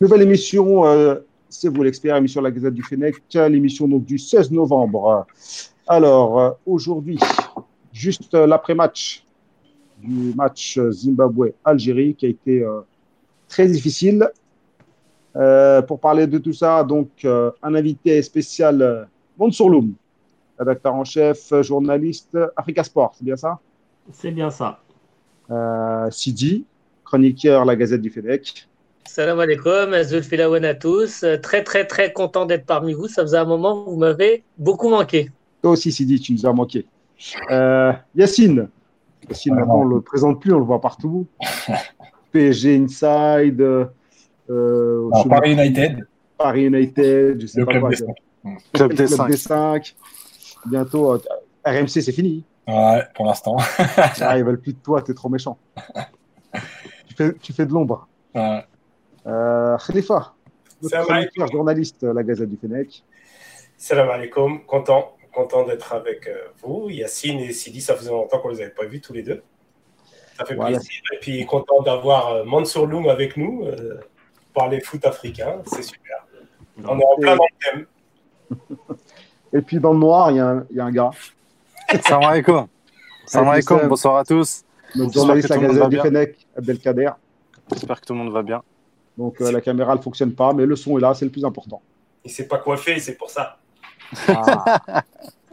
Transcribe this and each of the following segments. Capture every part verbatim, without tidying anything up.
Nouvelle émission, euh, c'est vous l'expert, émission de la Gazette du Fennec, l'émission donc du seize novembre. Alors, euh, aujourd'hui, juste euh, l'après-match du match Zimbabwe-Algérie qui a été euh, très difficile. Euh, pour parler de tout ça, donc, euh, un invité spécial, euh, Mansour Loum, rédacteur en chef, journaliste, Africa Sport, c'est bien ça? C'est bien ça. Euh, Sidi, chroniqueur La Gazette du Fennec. Salam alaikum, Zulfilawen à tous. Très, très, très content d'être parmi vous. Ça faisait un moment où vous m'avez beaucoup manqué. Toi aussi, Sidi, tu nous as manqué. Euh, Yacine. Yacine, maintenant, on ne le présente plus, on le voit partout. P S G Inside, euh, non, Paris United. Paris United, je ne sais le pas club quoi. Des cinq. Club, club des cinq. Bientôt, euh, R M C, c'est fini. Ouais, pour l'instant. Ah, ils veulent plus de toi, tu es trop méchant. tu, fais, tu fais de l'ombre. Ouais. Euh, Khalifa, notre chroniqueur journaliste, La Gazette du Fennec. Salam alaikum, content, content d'être avec vous. Yacine et Sidi, ça faisait longtemps qu'on ne les avait pas vus tous les deux. Ça fait voilà. plaisir. Et puis content d'avoir Mansour Loum avec nous, euh, parler foot africain, c'est super. On est en plein dans le thème. Et puis dans le noir, il y, y a un gars. Salam alaikum. Salam alaikum, bonsoir à tous. Notre journaliste La Gazette du Fennec, Abdelkader. J'espère que tout le monde va bien. Donc euh, la caméra ne fonctionne pas, mais le son est là, c'est le plus important. Il ne s'est pas coiffé, c'est pour ça. Ah.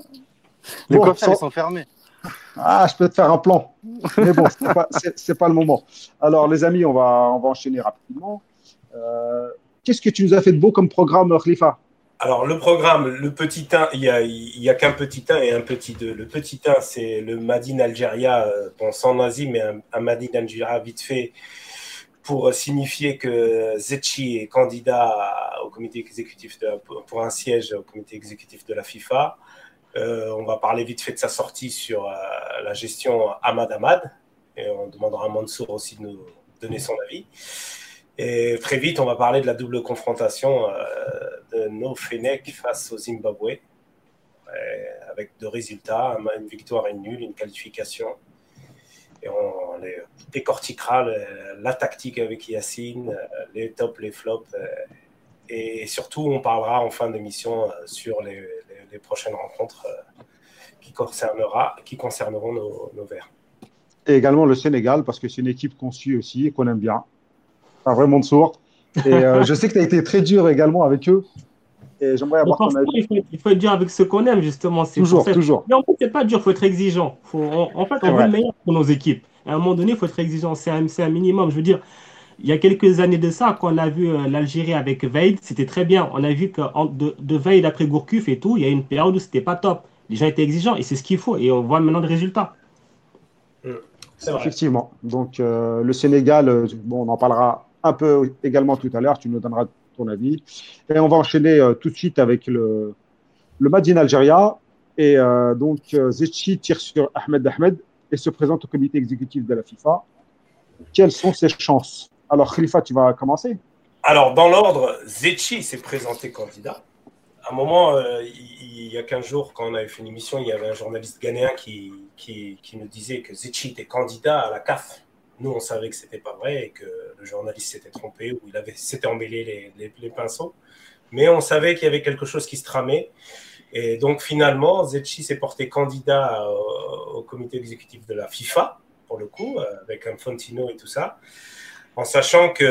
Les bon, coiffeurs, sans... ils sont fermés. Ah, je peux te faire un plan. Mais bon, ce n'est pas, pas le moment. Alors, les amis, on va, on va enchaîner rapidement. Euh, Qu'est-ce que tu nous as fait de beau comme programme, Khalifa? Alors, le programme, le petit un, il n'y a, il a qu'un petit un et un petit deux. Le petit un, c'est le Madine Algérie, bon, sans nazi, mais un, un Madine Algérie vite fait, pour signifier que Zetchi est candidat au comité exécutif de, pour un siège au comité exécutif de la FIFA. Euh, on va parler vite fait de sa sortie sur euh, la gestion Ahmad Ahmad. Et on demandera à Mansour aussi de nous donner son avis. Et très vite, on va parler de la double confrontation euh, de No Fennec face au Zimbabwe. Euh, avec deux résultats, une victoire et une nulle, une qualification. Et on les décortiquera le, la tactique avec Yacine, les tops, les flops. Et surtout, on parlera en fin d'émission sur les, les, les prochaines rencontres qui, concernera, qui concerneront nos, nos Verts. Et également le Sénégal, parce que c'est une équipe qu'on suit aussi et qu'on aime bien. Un vrai Mansour. Et euh, je sais que tu as été très dur également avec eux. Et j'aimerais avoir ton avis. Il faut, il faut être dur avec ceux qu'on aime, justement. Toujours, toujours. Mais en fait, c'est pas dur, il faut être exigeant. Faut, on, en fait, on veut le meilleur pour nos équipes. À un moment donné, il faut être exigeant. C'est un, un minimum. Je veux dire, il y a quelques années de ça, quand on a vu euh, l'Algérie avec Veil, c'était très bien. On a vu que en, de, de Veil après Gourcuff et tout, il y a une période où c'était pas top. Les gens étaient exigeants et c'est ce qu'il faut. Et on voit maintenant le résultat. Mmh, effectivement. Donc, euh, le Sénégal, euh, bon, on en parlera un peu également tout à l'heure. Tu nous donneras ton avis. Et on va enchaîner euh, tout de suite avec le, le Madine Algérie. Et euh, donc, euh, Zetchi tire sur Ahmed Ahmed et se présente au comité exécutif de la FIFA. Quelles sont ses chances? Alors, Khalifa, tu vas commencer. Alors, dans l'ordre, Zetchi s'est présenté candidat. À un moment, euh, il, il y a quinze jours, quand on avait fait une émission, il y avait un journaliste ghanéen qui, qui, qui nous disait que Zetchi était candidat à la C A F. Nous, on savait que ce n'était pas vrai et que le journaliste s'était trompé ou il avait, s'était emmêlé les, les, les pinceaux. Mais on savait qu'il y avait quelque chose qui se tramait. Et donc, finalement, Zetchi s'est porté candidat au, au comité exécutif de la FIFA, pour le coup, avec Infantino et tout ça, en sachant que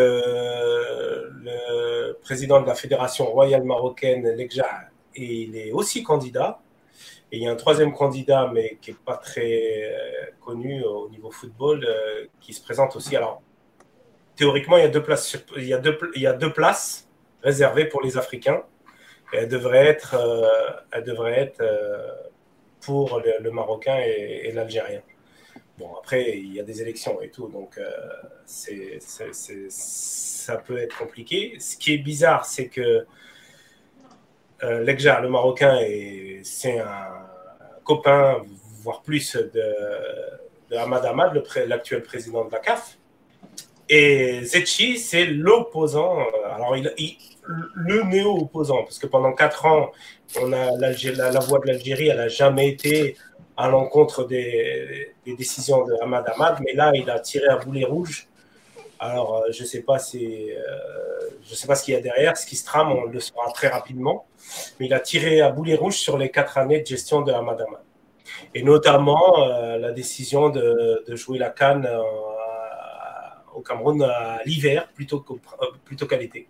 le président de la fédération royale marocaine, Legja, il est aussi candidat. Et il y a un troisième candidat, mais qui n'est pas très euh, connu au niveau football, euh, qui se présente aussi. Alors, théoriquement, il y a deux places, sur, il y a deux, il y a deux places réservées pour les Africains. Et elles devraient être, euh, elles devraient être euh, pour le, le Marocain et, et l'Algérien. Bon, après, il y a des élections et tout, donc euh, c'est, c'est, c'est, ça peut être compliqué. Ce qui est bizarre, c'est que Euh, Legja, le Marocain, est, c'est un copain, voire plus, de, de Ahmad Ahmad, le pré, l'actuel président de la C A F. Et Zetchi, c'est l'opposant, alors il, il, le néo-opposant, parce que pendant quatre ans, on a la, la voix de l'Algérie, elle n'a jamais été à l'encontre des, des décisions de Ahmad Ahmad, mais là, il a tiré à boulet rouge Alors, euh, je ne sais pas si, euh, je sais pas ce qu'il y a derrière, ce qui se trame, on le saura très rapidement. Mais il a tiré à boulet rouge sur les quatre années de gestion de Ahmad Ahmad. Et notamment euh, la décision de, de jouer la CAN euh, au Cameroun à l'hiver plutôt qu'au, euh, plutôt qu'à l'été.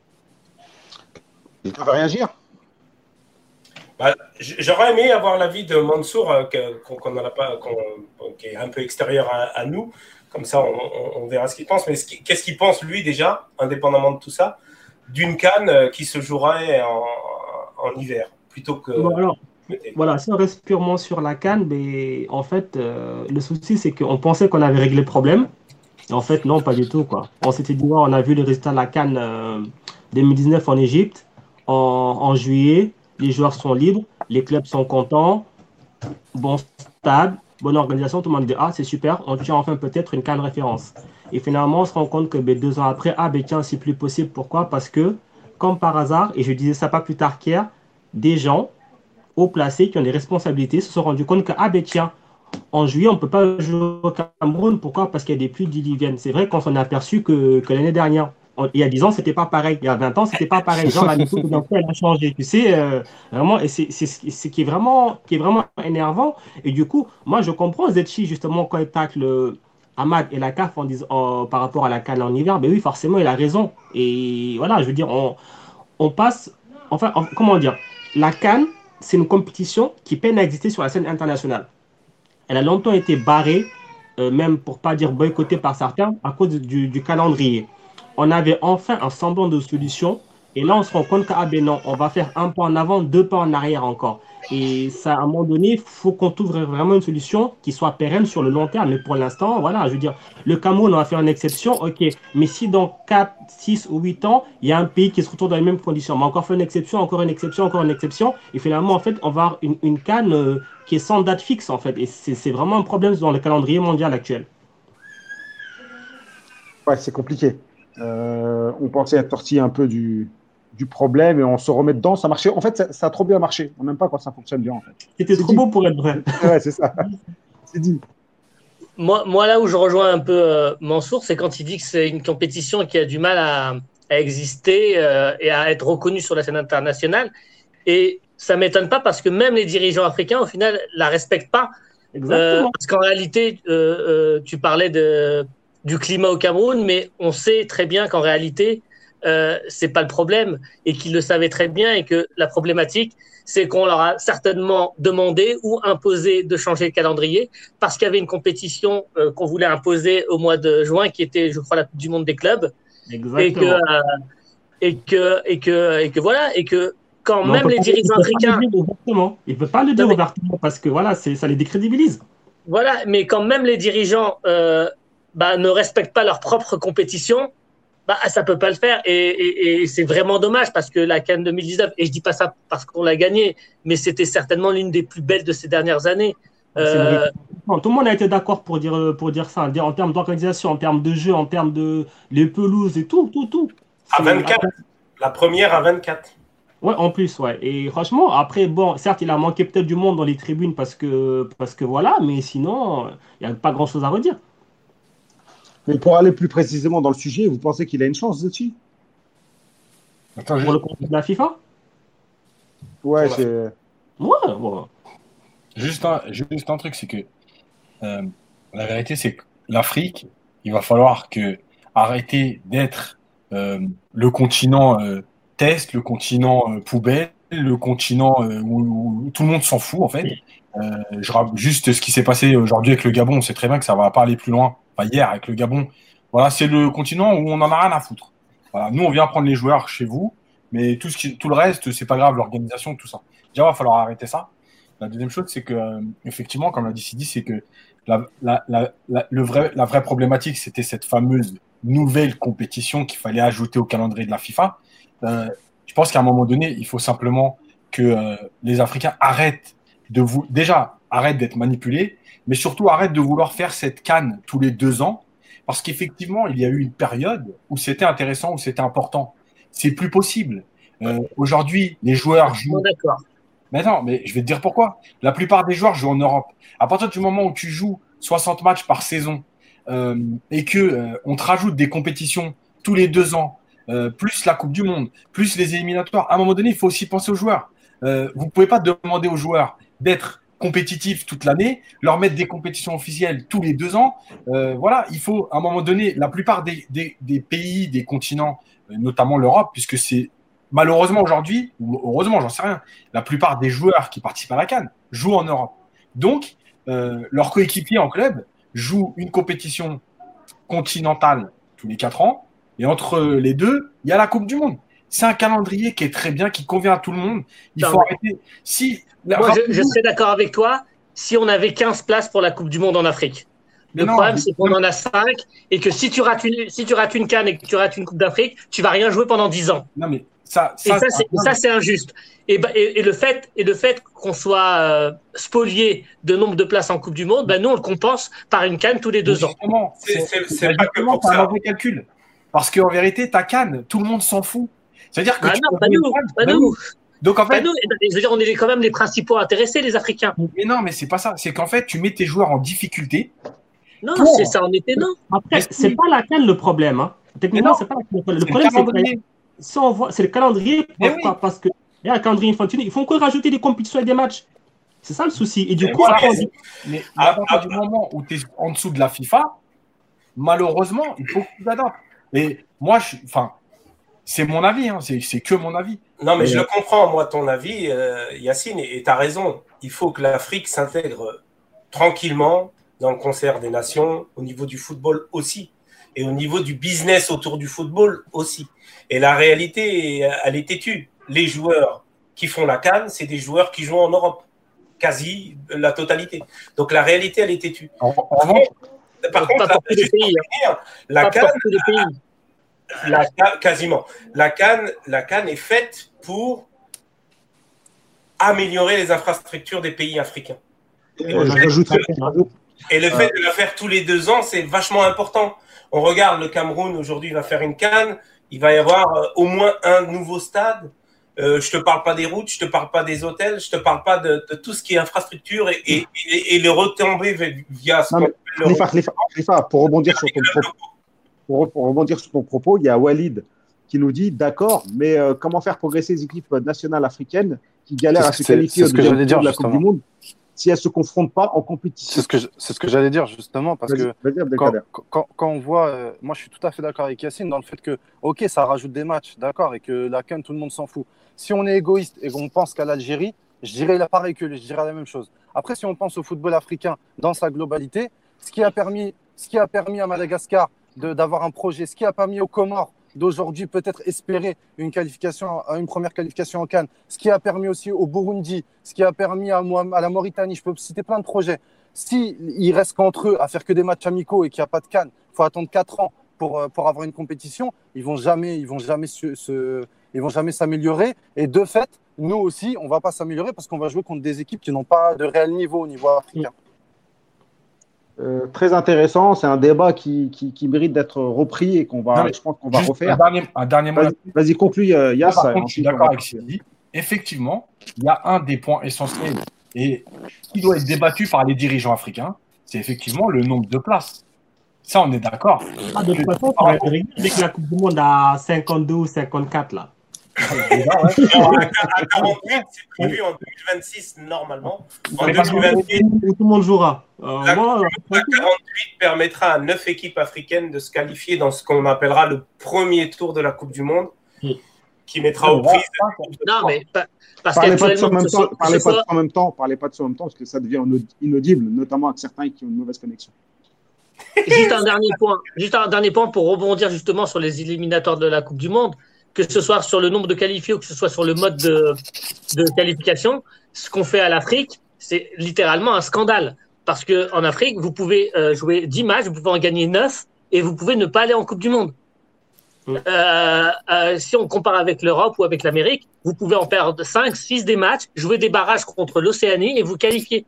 Il va réagir. Bah, j'aurais aimé avoir l'avis de Mansour, euh, qu'on n'a pas, qu'on, qui est un peu extérieur à, à nous. Comme ça, on, on, on verra ce qu'il pense. Mais ce qui, qu'est-ce qu'il pense, lui, déjà, indépendamment de tout ça, d'une CAN qui se jouerait en, en hiver, plutôt que... Bon, alors, voilà, si on reste purement sur la CAN, mais en fait, euh, le souci, c'est qu'on pensait qu'on avait réglé le problème. Et en fait, non, pas du tout, quoi. On s'était dit, ouais, on a vu les résultats de la CAN euh, deux mille dix-neuf en Égypte, en, en juillet. Les joueurs sont libres, les clubs sont contents, bon stade, bonne organisation, tout le monde dit ah c'est super, on tient enfin peut-être une CAN référence. Et finalement on se rend compte que ben, deux ans après, ah ben tiens c'est plus possible, pourquoi? Parce que comme par hasard, et je disais ça pas plus tard qu'hier, des gens haut placés qui ont des responsabilités se sont rendus compte que ah ben tiens, en juillet on ne peut pas jouer au Cameroun, pourquoi? Parce qu'il y a des pluies diluviennes. C'est vrai qu'on s'en est aperçu que, que l'année dernière. Il y a dix ans, c'était pas pareil. Il y a vingt ans, c'était pas pareil. Genre, la méthode, d'un coup, elle a changé. Tu sais, euh, vraiment, et c'est ce qui est vraiment, qui est vraiment énervant. Et du coup, moi, je comprends Zetchi, justement, quand il tacle le Ahmad et la C A F en disant, en- par rapport à la CAN en hiver. Ben oui, forcément, il a raison. Et voilà, je veux dire, on, on passe. Enfin, en- comment dire? La CAN, c'est une compétition qui peine à exister sur la scène internationale. Elle a longtemps été barrée, euh, même pour pas dire boycottée par certains, à cause du, du calendrier. On avait enfin un semblant de solution. Et là, on se rend compte qu'à ah ben non, on va faire un pas en avant, deux pas en arrière encore. Et ça, à un moment donné, il faut qu'on trouve vraiment une solution qui soit pérenne sur le long terme. Mais pour l'instant, voilà, je veux dire, le Cameroun, on va faire une exception, ok. Mais si dans quatre, six ou huit ans, il y a un pays qui se retrouve dans les mêmes conditions, on va encore faire une exception, encore une exception, encore une exception. Et finalement, en fait, on va avoir une, une CAN euh, qui est sans date fixe, en fait. Et c'est c'est vraiment un problème dans le calendrier mondial actuel. Ouais, c'est compliqué. Euh, on pensait être sorti un peu du, du problème et on se remet dedans. Ça marchait. En fait, ça, ça a trop bien marché. On n'aime pas quand ça fonctionne bien. En fait. C'était C'est trop dit. beau pour être vrai. Ouais, c'est ça. C'est dit. Moi, moi, là où je rejoins un peu euh, Mansour, c'est quand il dit que c'est une compétition qui a du mal à, à exister euh, et à être reconnue sur la scène internationale. Et ça ne m'étonne pas parce que même les dirigeants africains, au final, la respectent pas. Euh, Exactement. parce qu'en réalité, euh, euh, tu parlais de, du climat au Cameroun, mais on sait très bien qu'en réalité, euh, c'est pas le problème et qu'ils le savaient très bien et que la problématique, c'est qu'on leur a certainement demandé ou imposé de changer le calendrier parce qu'il y avait une compétition euh, qu'on voulait imposer au mois de juin qui était, je crois, la Coupe du Monde des clubs et que, Exactement. euh, et que, et que, et que voilà, et que quand Mais on même peut les pas, il dirigeants peut pas le africains, dire ouvertement. Il ne peut pas le non, dire mais ouvertement parce que voilà, c'est, ça les décrédibilise. voilà, mais quand même les dirigeants euh, bah, ne respectent pas leur propre compétition, bah, ça peut pas le faire. Et, et, et c'est vraiment dommage parce que la CAN deux mille dix-neuf, et je dis pas ça parce qu'on l'a gagnée, mais c'était certainement l'une des plus belles de ces dernières années. C'est une Euh, Bon, tout le monde a été d'accord pour dire, pour dire ça, dire en termes d'organisation, en termes de jeu, en termes de les pelouses et tout, tout, tout. À C'est- vingt-quatre. La première à vingt-quatre. Ouais, en plus, ouais. Et franchement, après, bon, certes, il a manqué peut-être du monde dans les tribunes parce que, parce que voilà, mais sinon, il n'y a pas grand-chose à redire. Mais pour aller plus précisément dans le sujet, vous pensez qu'il a une chance dessus? Attends, Pour juste, le compte de la FIFA, Ouais, Pour la- c'est. ouais, ouais. juste un, juste un truc, c'est que euh, la vérité, c'est que l'Afrique, il va falloir que arrêter d'être euh, le continent euh, test, le continent euh, poubelle, le continent euh, où, où tout le monde s'en fout, en fait. Euh, je rappelle juste ce qui s'est passé aujourd'hui avec le Gabon. On sait très bien que ça va pas aller plus loin. Enfin, hier, avec le Gabon. Voilà, c'est le continent où on en a rien à foutre. Voilà, nous, on vient prendre les joueurs chez vous, mais tout, ce qui, tout le reste, c'est pas grave, l'organisation, tout ça. Déjà, il va falloir arrêter ça. La deuxième chose, c'est que, euh, effectivement, comme l'a dit Sidi, c'est que la, la, la, la, le vrai, la vraie problématique, c'était cette fameuse nouvelle compétition qu'il fallait ajouter au calendrier de la FIFA. Euh, je pense qu'à un moment donné, il faut simplement que euh, les Africains arrêtent de vous, déjà, arrêtent d'être manipulés, mais surtout arrêtent de vouloir faire cette canne tous les deux ans, parce qu'effectivement, il y a eu une période où c'était intéressant, où c'était important. C'est plus possible. Euh, aujourd'hui, les joueurs jouent. d'accord. Mais non, mais je vais te dire pourquoi. La plupart des joueurs jouent en Europe. À partir du moment où tu joues soixante matchs par saison, euh, et que euh, on te rajoute des compétitions tous les deux ans, euh, plus la Coupe du Monde, plus les éliminatoires, à un moment donné, il faut aussi penser aux joueurs. Euh, vous ne pouvez pas demander aux joueurs d'être compétitifs toute l'année, leur mettre des compétitions officielles tous les deux ans. Euh, voilà, il faut, à un moment donné, la plupart des, des, des pays, des continents, euh, notamment l'Europe, puisque c'est malheureusement aujourd'hui, ou heureusement, j'en sais rien, la plupart des joueurs qui participent à la CAN jouent en Europe. Donc, euh, leurs coéquipiers en club jouent une compétition continentale tous les quatre ans, et entre les deux, il y a la Coupe du Monde. C'est un calendrier qui est très bien, qui convient à tout le monde. Il Non, faut mais- arrêter. Si, Moi, je, je serais d'accord avec toi si on avait quinze places pour la Coupe du Monde en Afrique. Mais Le non, problème, mais- c'est qu'on en a cinq et que si tu rates une, si tu rates une CAN et que tu rates une Coupe d'Afrique, tu vas rien jouer pendant dix ans. non, mais ça, Et ça, ça, c'est, non, ça, c'est injuste. Et, bah, et, et le fait, et le fait qu'on soit euh, spolié de nombre de places en Coupe du Monde, ben nous, on le compense par une CAN tous les deux ans. justement, C'est- c'est c'est- c'est pas que justement, pour c'est un ça. mauvais calcul. Parce qu'en vérité, ta canne, tout le monde s'en fout. C'est-à-dire que Bah tu non, peux pas jouer nous, une CAN, pas bah nous. oui. Donc en Bah fait, nous, je veux dire, on est quand même les principaux intéressés, les Africains. mais non, mais c'est pas ça. C'est qu'en fait, tu mets tes joueurs en difficulté. Non, Pour- c'est ça en était non. Après, Est-ce c'est que- pas la CAN le problème. Hein. Mais Techniquement, non, c'est pas la CAN le problème. Le c'est problème, le c'est que calendrier. si on voit, c'est le calendrier. Mais Pourquoi oui. Parce que il y a un calendrier infantile. Il faut encore rajouter des compétitions et des matchs. C'est ça le souci. Et du Mais coup, voilà, après, on mais- dit- Mais Ah, à partir ah, du moment où tu es en dessous de la FIFA, malheureusement, il faut que tu t'adaptes. Et moi, je, enfin, c'est mon avis, hein, c'est c'est que mon avis. Non, mais Mais- je le comprends, moi, ton avis, euh, Yacine, et tu as raison. Il faut que l'Afrique s'intègre tranquillement dans le concert des nations, au niveau du football aussi, et au niveau du business autour du football aussi. Et la réalité, elle est têtue. Les joueurs qui font la CAN, c'est des joueurs qui jouent en Europe, quasi la totalité. Donc la réalité, elle est têtue. En, en revanche, Par contre, Pas là, pour tous les juste pour pays. hein. finir, la Pas CAN, pour tous les pays. la CAN, quasiment. La CAN, la CAN est faite pour améliorer les infrastructures des pays africains. Euh, je rajouterais- je rajoute- Et le fait de la faire tous les deux ans, c'est vachement important. On regarde le Cameroun, aujourd'hui, il va faire une CAN. Il va y avoir euh, au moins un nouveau stade. Euh, je te parle pas des routes, je te parle pas des hôtels, je te parle pas de, de tout ce qui est infrastructure et, et, et, et les retombées via ce Non, qu'on mais appelle le Khalifa, Khalifa, Khalifa, pour rebondir sur ton propos, pour, pour rebondir sur ton propos, il y a Walid qui nous dit d'accord, mais euh, comment faire progresser les équipes nationales africaines qui galèrent à C'est- se c'est- qualifier c'est au ce que deuxième j'allais tour dire, de la Coupe justement. du Monde si elles se confrontent pas en C'est compétition? ce que je- c'est ce que j'allais dire justement parce Vas-y, que vas-y, quand, Abdelkader. quand, quand on voit, euh, moi je suis tout à fait d'accord avec Yacine dans le fait que, ok, ça rajoute des matchs, d'accord, et que la CAN, tout le monde s'en fout. Si on est égoïste et qu'on pense qu'à l'Algérie, je dirais la pareil que lui, je dirais la même chose. Après, si on pense au football africain dans sa globalité, ce qui a permis, ce qui a permis à Madagascar de- d'avoir un projet, ce qui a permis aux Comores d'aujourd'hui peut-être espérer une qualification, une première qualification en CAN, ce qui a permis aussi au Burundi, ce qui a permis à, moi- à la Mauritanie, je peux citer plein de projets. Si il reste qu'entre eux à faire que des matchs amicaux et qu'il n'y a pas de CAN, il faut attendre quatre ans pour, euh, pour avoir une compétition, ils vont jamais, ils vont jamais se, se- ils vont jamais s'améliorer. Et de fait, nous aussi, on va pas s'améliorer parce qu'on va jouer contre des équipes qui n'ont pas de réel niveau au niveau africain. Euh, très intéressant, c'est un débat qui, qui, qui mérite d'être repris et qu'on va, Non, mais je pense qu'on va juste un refaire. dernier, un dernier mot. Vas-y, vas-y, conclue, euh, Moi, Yass. par et contre, je suis ensuite, on d'accord va avec ce conclure. qu'il dit. Effectivement, il y a un des points essentiels et qui doit être débattu par les dirigeants africains, c'est effectivement le nombre de places. Ça, on est d'accord. ah, de toute façon, ça va être réglé avec la Coupe du Monde à cinquante-deux ou cinquante-quatre là. Déjà, ouais. Alors, à à quarante-huit, c'est prévu en deux mille vingt-six normalement. En Mais parce que- deux mille vingt-huit, Où tout le monde jouera. Euh, La moi, la quarante-huit permettra à neuf équipes africaines de se qualifier dans ce qu'on appellera le premier tour de la Coupe du Monde, Mm. qui mettra aux prises. Non, mais pas- parce Parlez pas de ça en qu'actuellement, même que ce temps, soit- que parlez ce pas de soit- ça en même temps, parlez pas de ça en même temps parce que ça devient inaudible, notamment avec certains qui ont une mauvaise connexion. Juste un dernier point, juste un dernier point pour rebondir justement sur les éliminatoires de la Coupe du Monde, que ce soit sur le nombre de qualifiés ou que ce soit sur le mode de, de qualification, ce qu'on fait à l'Afrique, c'est littéralement un scandale. Parce qu'en Afrique, vous pouvez euh, jouer dix matchs, vous pouvez en gagner neuf et vous pouvez ne pas aller en Coupe du Monde. Mm. Euh, euh, si on compare avec l'Europe ou avec l'Amérique, vous pouvez en perdre cinq, six des matchs, jouer des barrages contre l'Océanie et vous qualifier.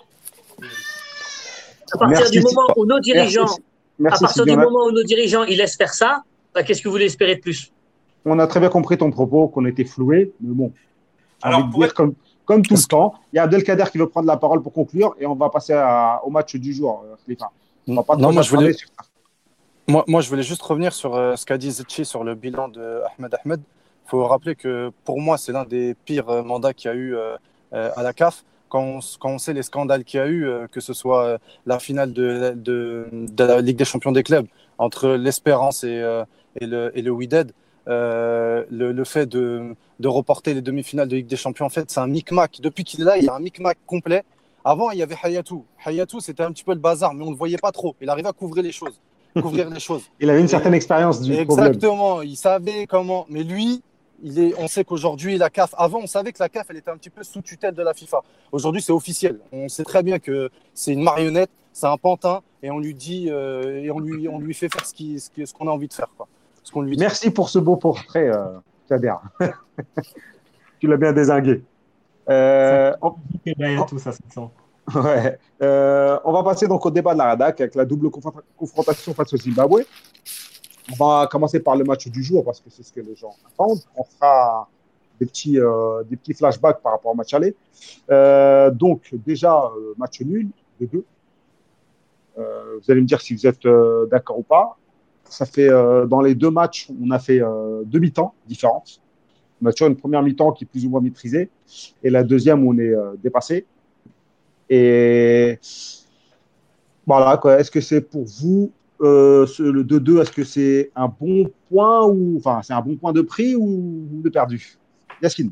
À partir Merci, du moment Sylvain. où nos dirigeants Merci, à merci partir du Sylvain. moment où nos dirigeants ils laissent faire ça, bah, qu'est-ce que vous voulez espérer de plus? On a très bien compris ton propos, qu'on était floué, mais bon, j'ai Alors, envie de pour dire être- comme, comme tout le temps. Il y a Abdelkader qui veut prendre la parole pour conclure et on va passer à- au match du jour, euh, Khalifa. On va pas Non, trop moi je voulais, s'attarder sur ça. moi, moi, je voulais juste revenir sur euh, ce qu'a dit Zetchi sur le bilan de Ahmed Ahmed. Il faut rappeler que pour moi, c'est l'un des pires euh, mandats qu'il y a eu euh, euh, à la C A F. Quand on, s- quand on sait les scandales qu'il y a eu, euh, que ce soit euh, la finale de, de, de la Ligue des champions des clubs entre l'Espérance et, euh, et le, et le Wydad, euh, le, le fait de, de reporter les demi-finales de Ligue des champions, en fait, c'est un micmac. Depuis qu'il est là, il y a un micmac complet. Avant, il y avait Hayatou. Hayatou, c'était un petit peu le bazar, mais on ne le voyait pas trop. Il arrivait à couvrir les choses. Couvrir les choses. Il avait une Et, certaine expérience du problème. exactement, il savait comment. Mais lui, il est, on sait qu'aujourd'hui, la C A F, avant, on savait que la C A F, elle était un petit peu sous tutelle de la FIFA. Aujourd'hui, c'est officiel. On sait très bien que c'est une marionnette, c'est un pantin, et on lui dit, euh, et on lui, on lui fait faire ce qu'on ce qui- ce qu'on a envie de faire, quoi. Ce qu'on lui dit. Merci pour ce beau portrait, euh, Kader. Tu l'as bien dézingué. Ça Euh, on, fait derrière tout ça, ça sent. ouais. Euh, on va passer donc au débat de la Radak avec la double confr- confrontation face au Zimbabwe. On va commencer par le match du jour parce que c'est ce que les gens attendent. On fera des petits, euh, des petits flashbacks par rapport au match aller. Euh, donc, déjà, euh, match nul, de deux. Euh, vous allez me dire si vous êtes euh, d'accord ou pas. Ça fait, euh, dans les deux matchs, on a fait euh, deux mi-temps différentes. On a toujours une première mi-temps qui est plus ou moins maîtrisée et la deuxième où on est euh, dépassé. Et voilà, quoi. Est-ce que c'est pour vous euh, ce- le deux deux, est-ce que c'est un bon point ou enfin c'est un bon point de prix ou de perdu? Yacine.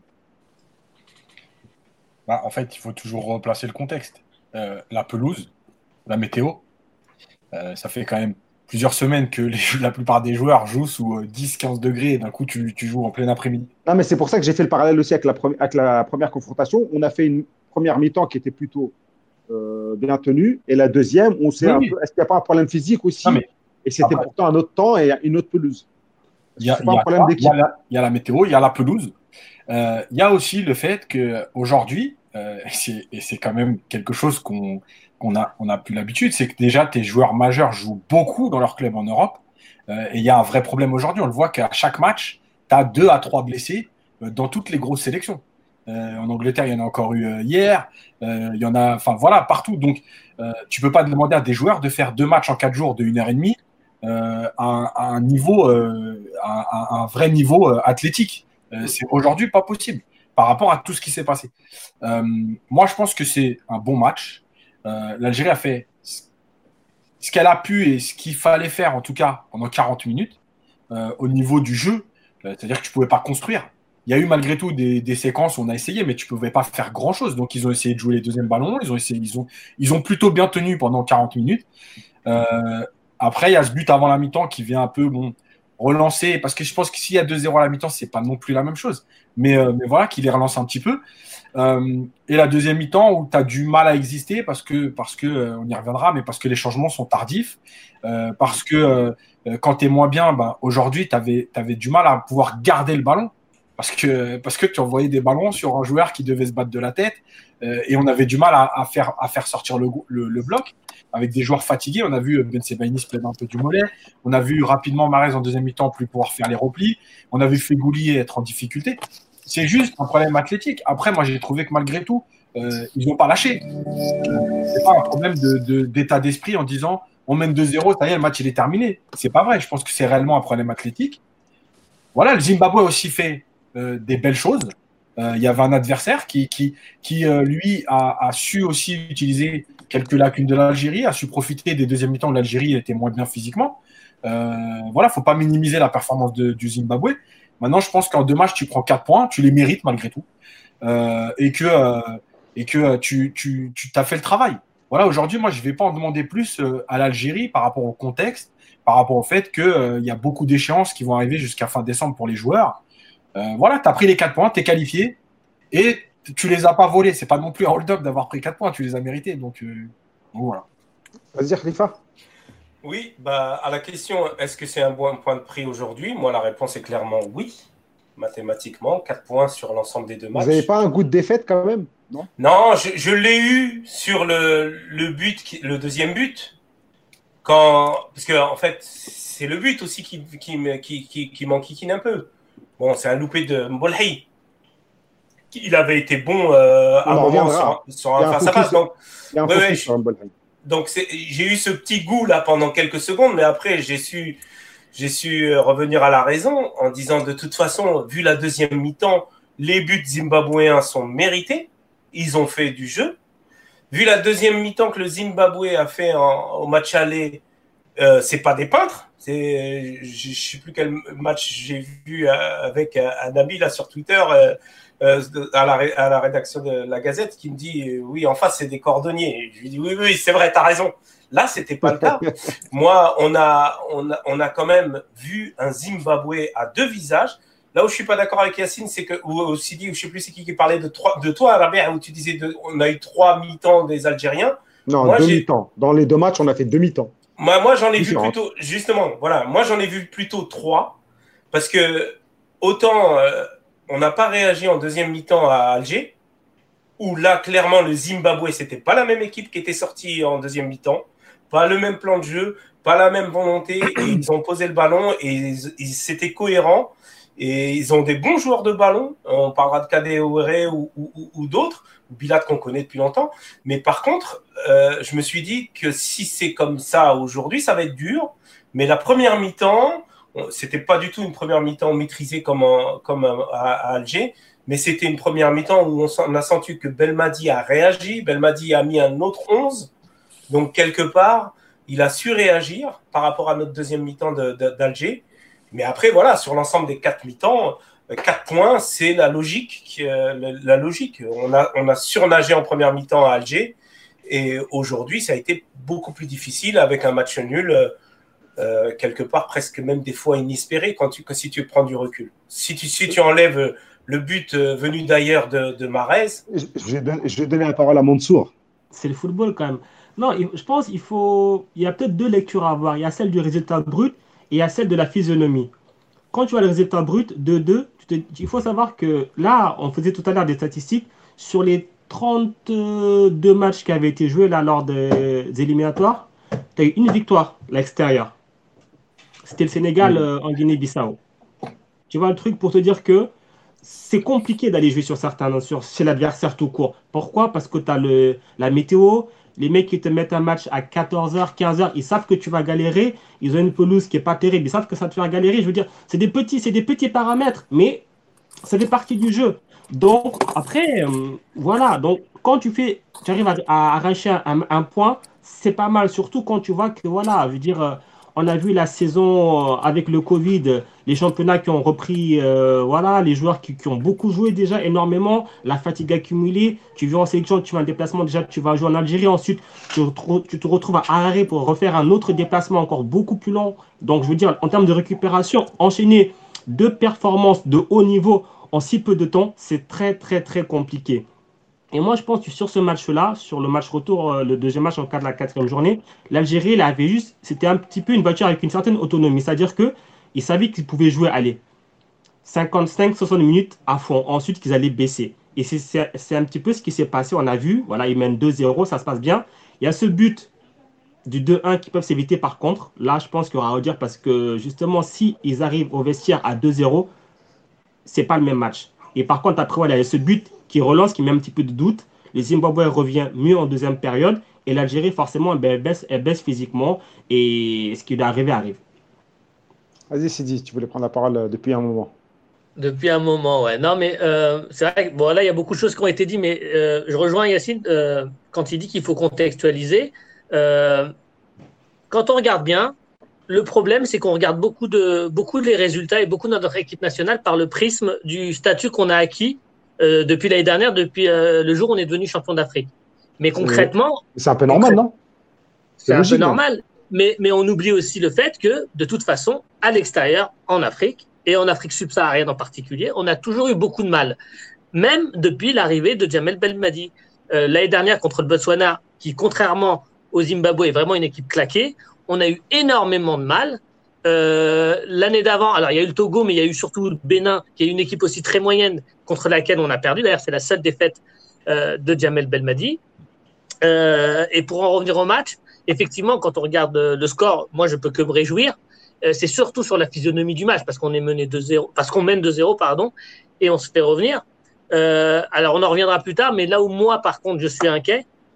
Bah, en fait, il faut toujours replacer le contexte. Euh, la pelouse, la météo, euh, ça fait quand même plusieurs semaines que les- la plupart des joueurs jouent sous dix quinze degrés et d'un coup, tu, tu joues en plein après-midi. Non, mais c'est pour ça que j'ai fait le parallèle aussi avec la, pre- avec la première confrontation. On a fait une première mi-temps qui était plutôt euh, bien tenue et la deuxième, on s'est Oui, un oui. peu. Est-ce qu'il n'y a pas un problème physique Non, aussi? mais Et c'était après, pourtant un autre temps et une autre pelouse. il Est-ce y que a, c'est il pas y un a problème ça, il y a d'équipe? la, il y a la météo, il y a la pelouse. Euh, il y a aussi le fait qu'aujourd'hui, euh, c'est- et c'est quand même quelque chose qu'on qu'on a, on a plus l'habitude, c'est que déjà tes joueurs majeurs jouent beaucoup dans leur club en Europe. Euh, et il y a un vrai problème aujourd'hui. On le voit qu'à chaque match, tu as deux à trois blessés euh, dans toutes les grosses sélections. Euh, en Angleterre, il y en a encore eu euh, hier. Euh, il y en a, enfin voilà, partout. Donc, euh, tu peux pas demander à des joueurs de faire deux matchs en quatre jours de une heure et demie euh, à, un- à un niveau, euh, à, à un vrai niveau euh, athlétique. Euh, c'est aujourd'hui pas possible par rapport à tout ce qui s'est passé. Euh, moi, je pense que c'est un bon match. Euh, L'Algérie a fait ce qu'elle a pu et ce qu'il fallait faire, en tout cas, pendant quarante minutes, euh, au niveau du jeu. Euh, C'est-à-dire que tu ne pouvais pas construire. Il y a eu malgré tout des, des séquences où on a essayé, mais tu ne pouvais pas faire grand-chose. Donc, ils ont essayé de jouer les deuxièmes ballons. Ils ont, essayé, ils ont, ils ont plutôt bien tenu pendant quarante minutes. Euh, Après, il y a ce but avant la mi-temps qui vient un peu bon, relancer. Parce que je pense que s'il y a deux zéro à la mi-temps, ce n'est pas non plus la même chose. Mais, euh, mais voilà, qu'il les relance un petit peu. Euh, et la deuxième mi-temps où tu as du mal à exister parce que, parce que euh, on y reviendra, mais parce que les changements sont tardifs, euh, parce que euh, quand tu es moins bien, ben, aujourd'hui, tu avais, du mal à pouvoir garder le ballon parce que, parce que tu envoyais des ballons sur un joueur qui devait se battre de la tête euh, et on avait du mal à, à, faire, à faire sortir le, le, le bloc avec des joueurs fatigués. On a vu Ben Sebaini se plaindre un peu du mollet, on a vu rapidement Mahrez en deuxième mi-temps plus pouvoir faire les replis, on a vu Fegouli être en difficulté. C'est juste un problème athlétique. Après, moi, j'ai trouvé que malgré tout, euh, ils n'ont pas lâché. C'est pas un problème de, de, d'état d'esprit en disant on mène deux zéro, ça y est, le match il est terminé. C'est pas vrai. Je pense que c'est réellement un problème athlétique. Voilà, le Zimbabwe a aussi fait euh, des belles choses. Euh, Il y avait un adversaire qui, qui, qui euh, lui, a, a su aussi utiliser quelques lacunes de l'Algérie, a su profiter des deuxièmes mi-temps où l'Algérie était moins bien physiquement. Euh, voilà, faut pas minimiser la performance de, du Zimbabwe. Maintenant, je pense qu'en deux matchs, tu prends quatre points, tu les mérites malgré tout, euh, et que, euh, et que tu, tu, tu as fait le travail. Voilà, aujourd'hui, moi, je ne vais pas en demander plus euh, à l'Algérie par rapport au contexte, par rapport au fait qu'il euh, y a beaucoup d'échéances qui vont arriver jusqu'à fin décembre pour les joueurs. Euh, voilà, tu as pris les quatre points, tu es qualifié, et tu ne les as pas volés. Ce n'est pas non plus un hold-up d'avoir pris quatre points, tu les as mérités. Donc, euh, donc voilà. Vas-y, Khalifa. Oui, bah, à la question, est-ce que c'est un bon point de prix aujourd'hui? Moi, la réponse est clairement oui, mathématiquement. quatre points sur l'ensemble des deux matchs. Vous n'avez pas un goût de défaite quand même? Non, non, je, je l'ai eu sur le, le but, le deuxième but. Quand, parce que, en fait, c'est le but aussi qui, qui, qui, qui, qui m'enquiquine un peu. Bon, c'est un loupé de Mbolhi. Il avait été bon euh, à un moment sur, sur un face-à-face. Donc, il y a un ouais, focus ouais, sur un Mbolhi. donc j'ai eu ce petit goût là pendant quelques secondes, mais après j'ai su, j'ai su revenir à la raison en disant de toute façon, vu la deuxième mi-temps, les buts zimbabwéens sont mérités, ils ont fait du jeu. Vu la deuxième mi-temps que le Zimbabwe a fait en, au match aller, euh, c'est pas des peintres. C'est, je ne sais plus quel match j'ai vu avec un ami là sur Twitter euh, euh, à, la, à la rédaction de la Gazette qui me dit euh, oui, en face c'est des cordonniers. Et je lui dis oui, oui, c'est vrai, t'as raison. Là, c'était pas le cas. Moi, on a, on a, on a quand même vu un Zimbabwe à deux visages. Là où je suis pas d'accord avec Yacine, c'est que, ou aussi dit, je sais plus c'est qui qui parlait de trois, de toi, Rabia, où tu disais, de, on a eu trois mi-temps des Algériens. Non, moi, deux mi-temps. Dans les deux matchs, on a fait deux mi-temps. Moi, moi j'en ai Différent. vu plutôt, justement, voilà, moi j'en ai vu plutôt trois, parce que autant euh, on n'a pas réagi en deuxième mi-temps à Alger, où là, clairement, le Zimbabwe, c'était pas la même équipe qui était sortie en deuxième mi-temps, pas le même plan de jeu, pas la même volonté, et ils ont posé le ballon et ils, ils, c'était cohérent. Et ils ont des bons joueurs de ballon. On parlera de Kadé Ouéré ou, ou, ou, ou d'autres, ou Bilat qu'on connaît depuis longtemps. Mais par contre, euh, je me suis dit que si c'est comme ça aujourd'hui, ça va être dur. Mais la première mi-temps, c'était pas du tout une première mi-temps maîtrisée comme, un, comme un, à, à Alger, mais c'était une première mi-temps où on, on a senti que Belmadi a réagi. Belmadi a mis un autre onze. Donc, quelque part, il a su réagir par rapport à notre deuxième mi-temps de, de, d'Alger. Mais après, voilà, sur l'ensemble des quatre mi-temps, quatre points, c'est la logique. Euh, la logique. On a, on a surnagé en première mi-temps à Alger. Et aujourd'hui, ça a été beaucoup plus difficile avec un match nul, euh, quelque part presque même des fois inespéré quand tu, que si tu prends du recul. Si tu, si tu enlèves le but venu d'ailleurs de, de Mahrez. Je, je, vais donner, je vais donner la parole à Mansour. C'est le football quand même. Non, je pense qu'il faut. Il y a peut-être deux lectures à avoir. Il y a celle du résultat brut. Et il y a celle de la physionomie. Quand tu as le résultat brut de deux, il faut savoir que là, on faisait tout à l'heure des statistiques, sur les trente-deux matchs qui avaient été joués là, lors des éliminatoires, tu as eu une victoire à l'extérieur. C'était le Sénégal euh, en Guinée-Bissau. Tu vois le truc pour te dire que c'est compliqué d'aller jouer sur certains, sur, chez l'adversaire tout court. Pourquoi? Parce que tu as le, la météo. Les mecs qui te mettent un match à quatorze heures, quinze heures, ils savent que tu vas galérer. Ils ont une pelouse qui n'est pas terrible. Ils savent que ça te fera galérer. Je veux dire, c'est des petits, c'est des petits paramètres, mais ça fait partie du jeu. Donc, après, euh, voilà. Donc, quand tu fais, tu arrives à, à arracher un, un point, c'est pas mal. Surtout quand tu vois que, voilà, je veux dire, euh, on a vu la saison euh, avec le Covid, les championnats qui ont repris, euh, voilà, les joueurs qui, qui ont beaucoup joué déjà énormément, la fatigue accumulée. Tu viens en sélection, tu vas en déplacement, déjà tu vas jouer en Algérie, ensuite tu, tu te retrouves à Harare pour refaire un autre déplacement encore beaucoup plus long. Donc je veux dire, en termes de récupération, enchaîner deux performances de haut niveau en si peu de temps, c'est très très très compliqué. Et moi, je pense que sur ce match-là, sur le match retour, le deuxième match en cas de la quatrième journée, l'Algérie, elle avait juste, c'était un petit peu une voiture avec une certaine autonomie. C'est-à-dire qu'ils savaient qu'ils pouvaient jouer, allez, cinquante-cinq soixante minutes à fond. Ensuite, qu'ils allaient baisser. Et c'est, c'est, c'est un petit peu ce qui s'est passé. On a vu, voilà, ils mènent deux zéro, ça se passe bien. Il y a ce but du deux un qui peuvent s'éviter par contre. Là, je pense qu'il y aura à redire parce que justement, si ils arrivent au vestiaire à deux zéro, c'est pas le même match. Et par contre, après, voilà, il y a ce but qui relance, qui met un petit peu de doute. Le Zimbabwe revient mieux en deuxième période. Et l'Algérie, forcément, ben, elle, baisse, elle baisse physiquement. Et ce qui doit arriver arrive. Vas-y, Sidi, tu voulais prendre la parole depuis un moment. Depuis un moment, ouais. Non, mais euh, c'est vrai que bon, là, il y a beaucoup de choses qui ont été dites, mais euh, je rejoins Yacine euh, quand il dit qu'il faut contextualiser. Euh, quand on regarde bien, le problème, c'est qu'on regarde beaucoup de beaucoup les résultats et beaucoup de notre équipe nationale par le prisme du statut qu'on a acquis euh, depuis l'année dernière, depuis euh, le jour où on est devenu champion d'Afrique. Mais concrètement… C'est un peu normal, non? C'est, c'est un logique, peu normal, mais, mais on oublie aussi le fait que, de toute façon, à l'extérieur, en Afrique, et en Afrique subsaharienne en particulier, on a toujours eu beaucoup de mal. Même depuis l'arrivée de Djamel Belmadi. Euh, l'année dernière, contre le Botswana, qui, contrairement au Zimbabwe, est vraiment une équipe claquée, on a eu énormément de mal. Euh, l'année d'avant, alors il y a eu le Togo, mais il y a eu surtout le Bénin, qui est une équipe aussi très moyenne, contre laquelle on a perdu. D'ailleurs, c'est la seule défaite euh, de Djamel Belmadi. Euh, et pour en revenir au match, effectivement, quand on regarde le score, moi, je peux que me réjouir. Euh, c'est surtout sur la physionomie du match, parce qu'on est mené deux zéro, parce qu'on mène deux zéro, pardon, et on se fait revenir. Euh, alors, on en reviendra plus tard, mais là où moi, par contre, je suis inquiet,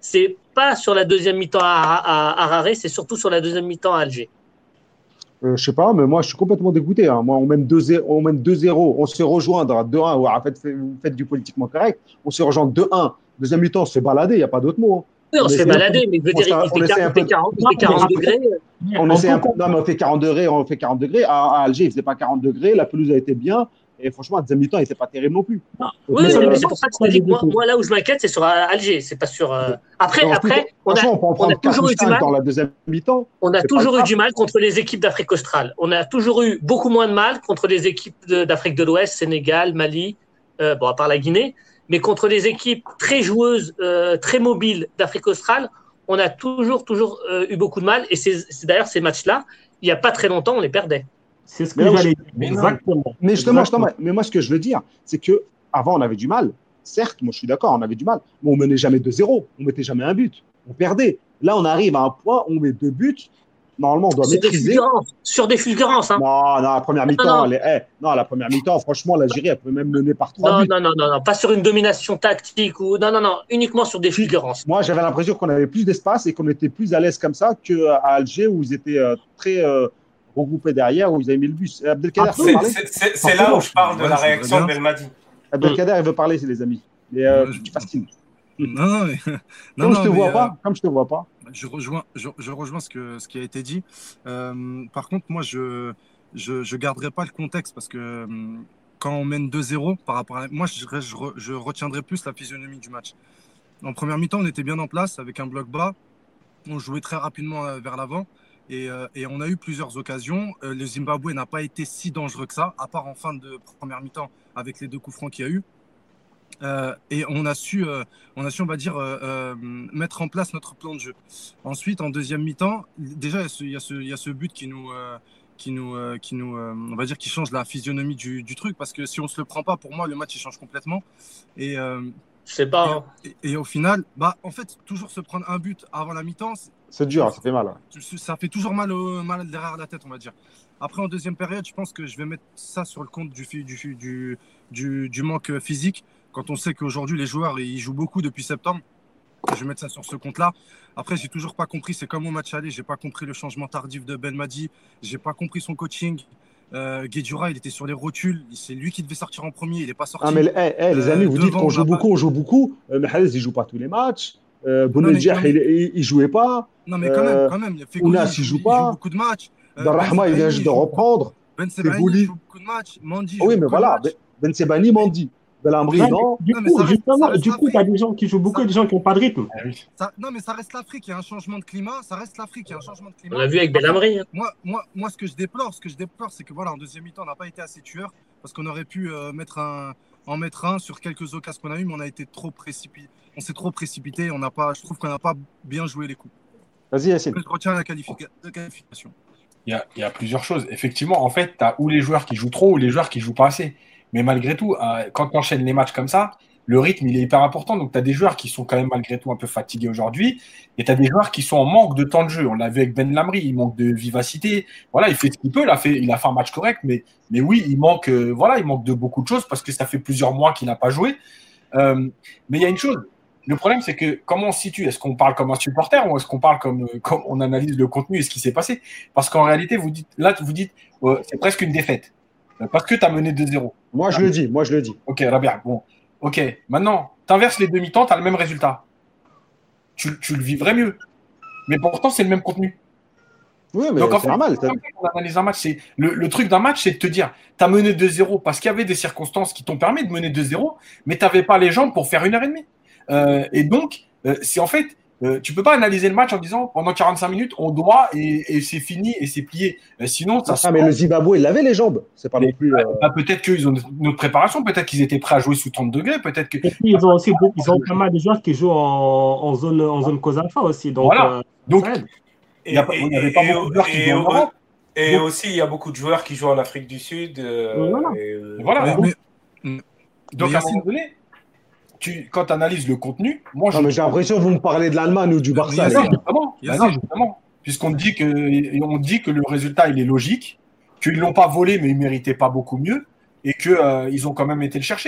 c'est pas sur la deuxième mi-temps à, à, à Harare, c'est surtout sur la deuxième mi-temps à Alger. Euh, je sais pas, mais moi, je suis complètement dégoûté. Hein. Moi, on mène deux zéro, on mène deux zéro, on se rejoindre à deux un. Ouais, en fait, vous faites du politiquement correct. On se rejoint deux un. Deuxième mi-temps, on se fait balader, il n'y a pas d'autre mot. Hein. Oui, on, on se fait balader, mais je veux dire, on il fait quarante, quarante, il fait quarante degrés. On essaie un peu, non, mais on fait quarante degrés, on fait quarante degrés. À, à Alger, il ne faisait pas quarante degrés, la pelouse a été bien. Et franchement, la deuxième mi-temps, il n'était pas terrible non plus. Non. Donc, oui, mais, mais c'est pour ça que je te dis que moi, moi, là où je m'inquiète, c'est sur Alger. C'est pas sur. Euh... Après, après on a, on on a toujours eu du mal. Dans la deuxième mi-temps. On a toujours eu du mal contre les équipes d'Afrique australe. On a toujours eu beaucoup moins de mal contre les équipes d'Afrique de l'Ouest, Sénégal, Mali, euh, bon, à part la Guinée. Mais contre les équipes très joueuses, euh, très mobiles d'Afrique australe, on a toujours, toujours euh, eu beaucoup de mal. Et c'est d'ailleurs ces matchs-là, il n'y a pas très longtemps, on les perdait. C'est ce que j'allais dire. Exactement. Mais justement, Exactement. mais moi, ce que je veux dire, c'est qu'avant, on avait du mal. Certes, moi, je suis d'accord, on avait du mal. Mais on menait jamais deux zéro. On mettait jamais un but. On perdait. Là, on arrive à un point, on met deux buts. Normalement, on doit sur maîtriser. Des sur des fulgurances. Hein. Non, non, la première mi-temps, elle est... hey, non, la première mi-temps, franchement, l'Algérie, elle peut même mener par trois non, buts. Non, non, non, non, pas sur une domination tactique ou non, non, non, uniquement sur des fulgurances. Moi, j'avais l'impression qu'on avait plus d'espace et qu'on était plus à l'aise comme ça qu'à Alger où ils étaient euh, très euh, regroupés derrière, où ils avaient mis le bus. Abdelkader, c'est là où je parle de ouais, la réaction de Belmadi. Abdelkader, il veut parler, c'est les amis. Mais euh, je... tu fascines. Non, non, mais... Comme non, je te non, vois mais, pas, euh... comme je te vois pas. Je rejoins, je, je rejoins ce, que, ce qui a été dit. Euh, par contre, moi, je je, je garderai pas le contexte parce que euh, quand on mène deux zéro, par rapport à moi, je, je, je retiendrai plus la physionomie du match. En première mi-temps, on était bien en place avec un bloc bas. On jouait très rapidement euh, vers l'avant et, euh, et on a eu plusieurs occasions. Euh, le Zimbabwe n'a pas été si dangereux que ça, à part en fin de première mi-temps avec les deux coups francs qu'il y a eu. Euh, et on a su, euh, on a su, on va dire, euh, euh, mettre en place notre plan de jeu. Ensuite, en deuxième mi-temps, déjà, il y a ce, il y a ce but qui nous, euh, qui nous, euh, qui nous, euh, on va dire, qui change la physionomie du, du truc, parce que si on se le prend pas, pour moi, le match il change complètement. Et euh, je sais pas. Hein. Et, et, et au final, bah, en fait, toujours se prendre un but avant la mi-temps, c'est dur, ça fait mal. Hein. Ça fait toujours mal, au, mal derrière la tête, on va dire. Après, en deuxième période, je pense que je vais mettre ça sur le compte du, du, du, du, du manque physique. Quand on sait qu'aujourd'hui, les joueurs, ils jouent beaucoup depuis septembre, je vais mettre ça sur ce compte-là. Après, j'ai toujours pas compris, c'est comme au match aller, j'ai pas compris le changement tardif de Belmadi, j'ai pas compris son coaching. Euh, Guedjura, il était sur les rotules, c'est lui qui devait sortir en premier, il n'est pas sorti. Ah, mais hey, hey, les amis, vous euh, dites qu'on joue beaucoup, pas... on joue beaucoup. Euh, mais Halez, il joue pas tous les matchs. Euh, Bounedjah, il, il, il jouait pas. Non, mais quand même, quand même. Ounas, il joue pas. Il joue beaucoup de matchs. Euh, Darrahma, il vient juste de reprendre. Ben Sebani, il joue beaucoup de matchs. Mandi, oui, mais voilà, Ben Sebani, Mandi. Belhamri, non. Du coup, reste, justement, du coup, il y a des gens qui jouent beaucoup ça... et des gens qui n'ont pas de rythme. Ça... Non, mais ça reste l'Afrique, il y a un changement de climat, ça reste l'Afrique, il y a un changement de climat. On l'a vu avec Belhamri. Hein. Moi, moi, moi, ce que je déplore, ce que je déplore, c'est que voilà, en deuxième mi-temps, on n'a pas été assez tueur parce qu'on aurait pu euh, mettre un, en mettre un sur quelques occasions qu'on a eu, mais on a été trop précipité. On s'est trop précipité, on n'a pas, je trouve qu'on n'a pas bien joué les coups. Vas-y, Yacine. Je retiens la qualifica... qualification. Il y, a, il y a plusieurs choses. Effectivement, en fait, tu as ou les joueurs qui jouent trop ou les joueurs qui jouent pas assez. Mais malgré tout, euh, quand tu enchaînes les matchs comme ça, le rythme, il est hyper important. Donc, tu as des joueurs qui sont quand même malgré tout un peu fatigués aujourd'hui. Et tu as des joueurs qui sont en manque de temps de jeu. On l'a vu avec Ben Lamri, il manque de vivacité. Voilà, il fait ce qu'il peut. Il a fait, il a fait un match correct. Mais, mais oui, il manque, euh, voilà, il manque de beaucoup de choses parce que ça fait plusieurs mois qu'il n'a pas joué. Euh, mais il y a une chose. Le problème, c'est que comment on se situe? Est-ce qu'on parle comme un supporter ou est-ce qu'on parle comme, comme on analyse le contenu et ce qui s'est passé? Parce qu'en réalité, vous dites, là, vous dites euh, c'est presque une défaite. Parce que tu as mené deux zéro. Moi, je ah, le dis. Moi, je le dis. Ok, Rabia. Bon. Ok. Maintenant, tu inverses les demi-temps, tu as le même résultat. Tu, tu le vivrais mieux. Mais pourtant, c'est le même contenu. Oui, mais donc, en c'est fait, normal. On analyse un match. C'est, le, le truc d'un match, c'est de te dire tu as mené deux zéro parce qu'il y avait des circonstances qui t'ont permis de mener deux zéro, mais tu n'avais pas les jambes pour faire une heure et demie. Euh, et donc, euh, c'est en fait. Euh, tu peux pas analyser le match en disant pendant quarante-cinq minutes on doit et, et c'est fini et c'est plié. Euh, sinon, ça. Ah, mais le Zimbabwe, il avait les jambes. C'est pas mais, non plus. Euh... Bah, peut-être qu'ils ont notre préparation, peut-être qu'ils étaient prêts à jouer sous trente degrés, peut-être que. Et puis ils ont aussi ils ont pas mal de joueurs qui jouent en, en zone en zone cause alpha aussi. Donc. Voilà. Euh, donc. Il n'y avait pas beaucoup de joueurs qui jouent en Europe. Et donc, aussi, il y a beaucoup de joueurs qui jouent en Afrique du Sud. Euh, voilà. Et, euh, voilà. Mais, mais, donc, mais à un moment donné. Tu, quand tu analyses le contenu, moi je. Non, mais j'ai l'impression que vous me parlez de l'Allemagne ou du Barça. Non, justement. Ben non, justement. Puisqu'on dit que, on dit que le résultat il est logique, qu'ils ne l'ont pas volé, mais ils ne méritaient pas beaucoup mieux, et qu'ils euh, ont quand même été le chercher.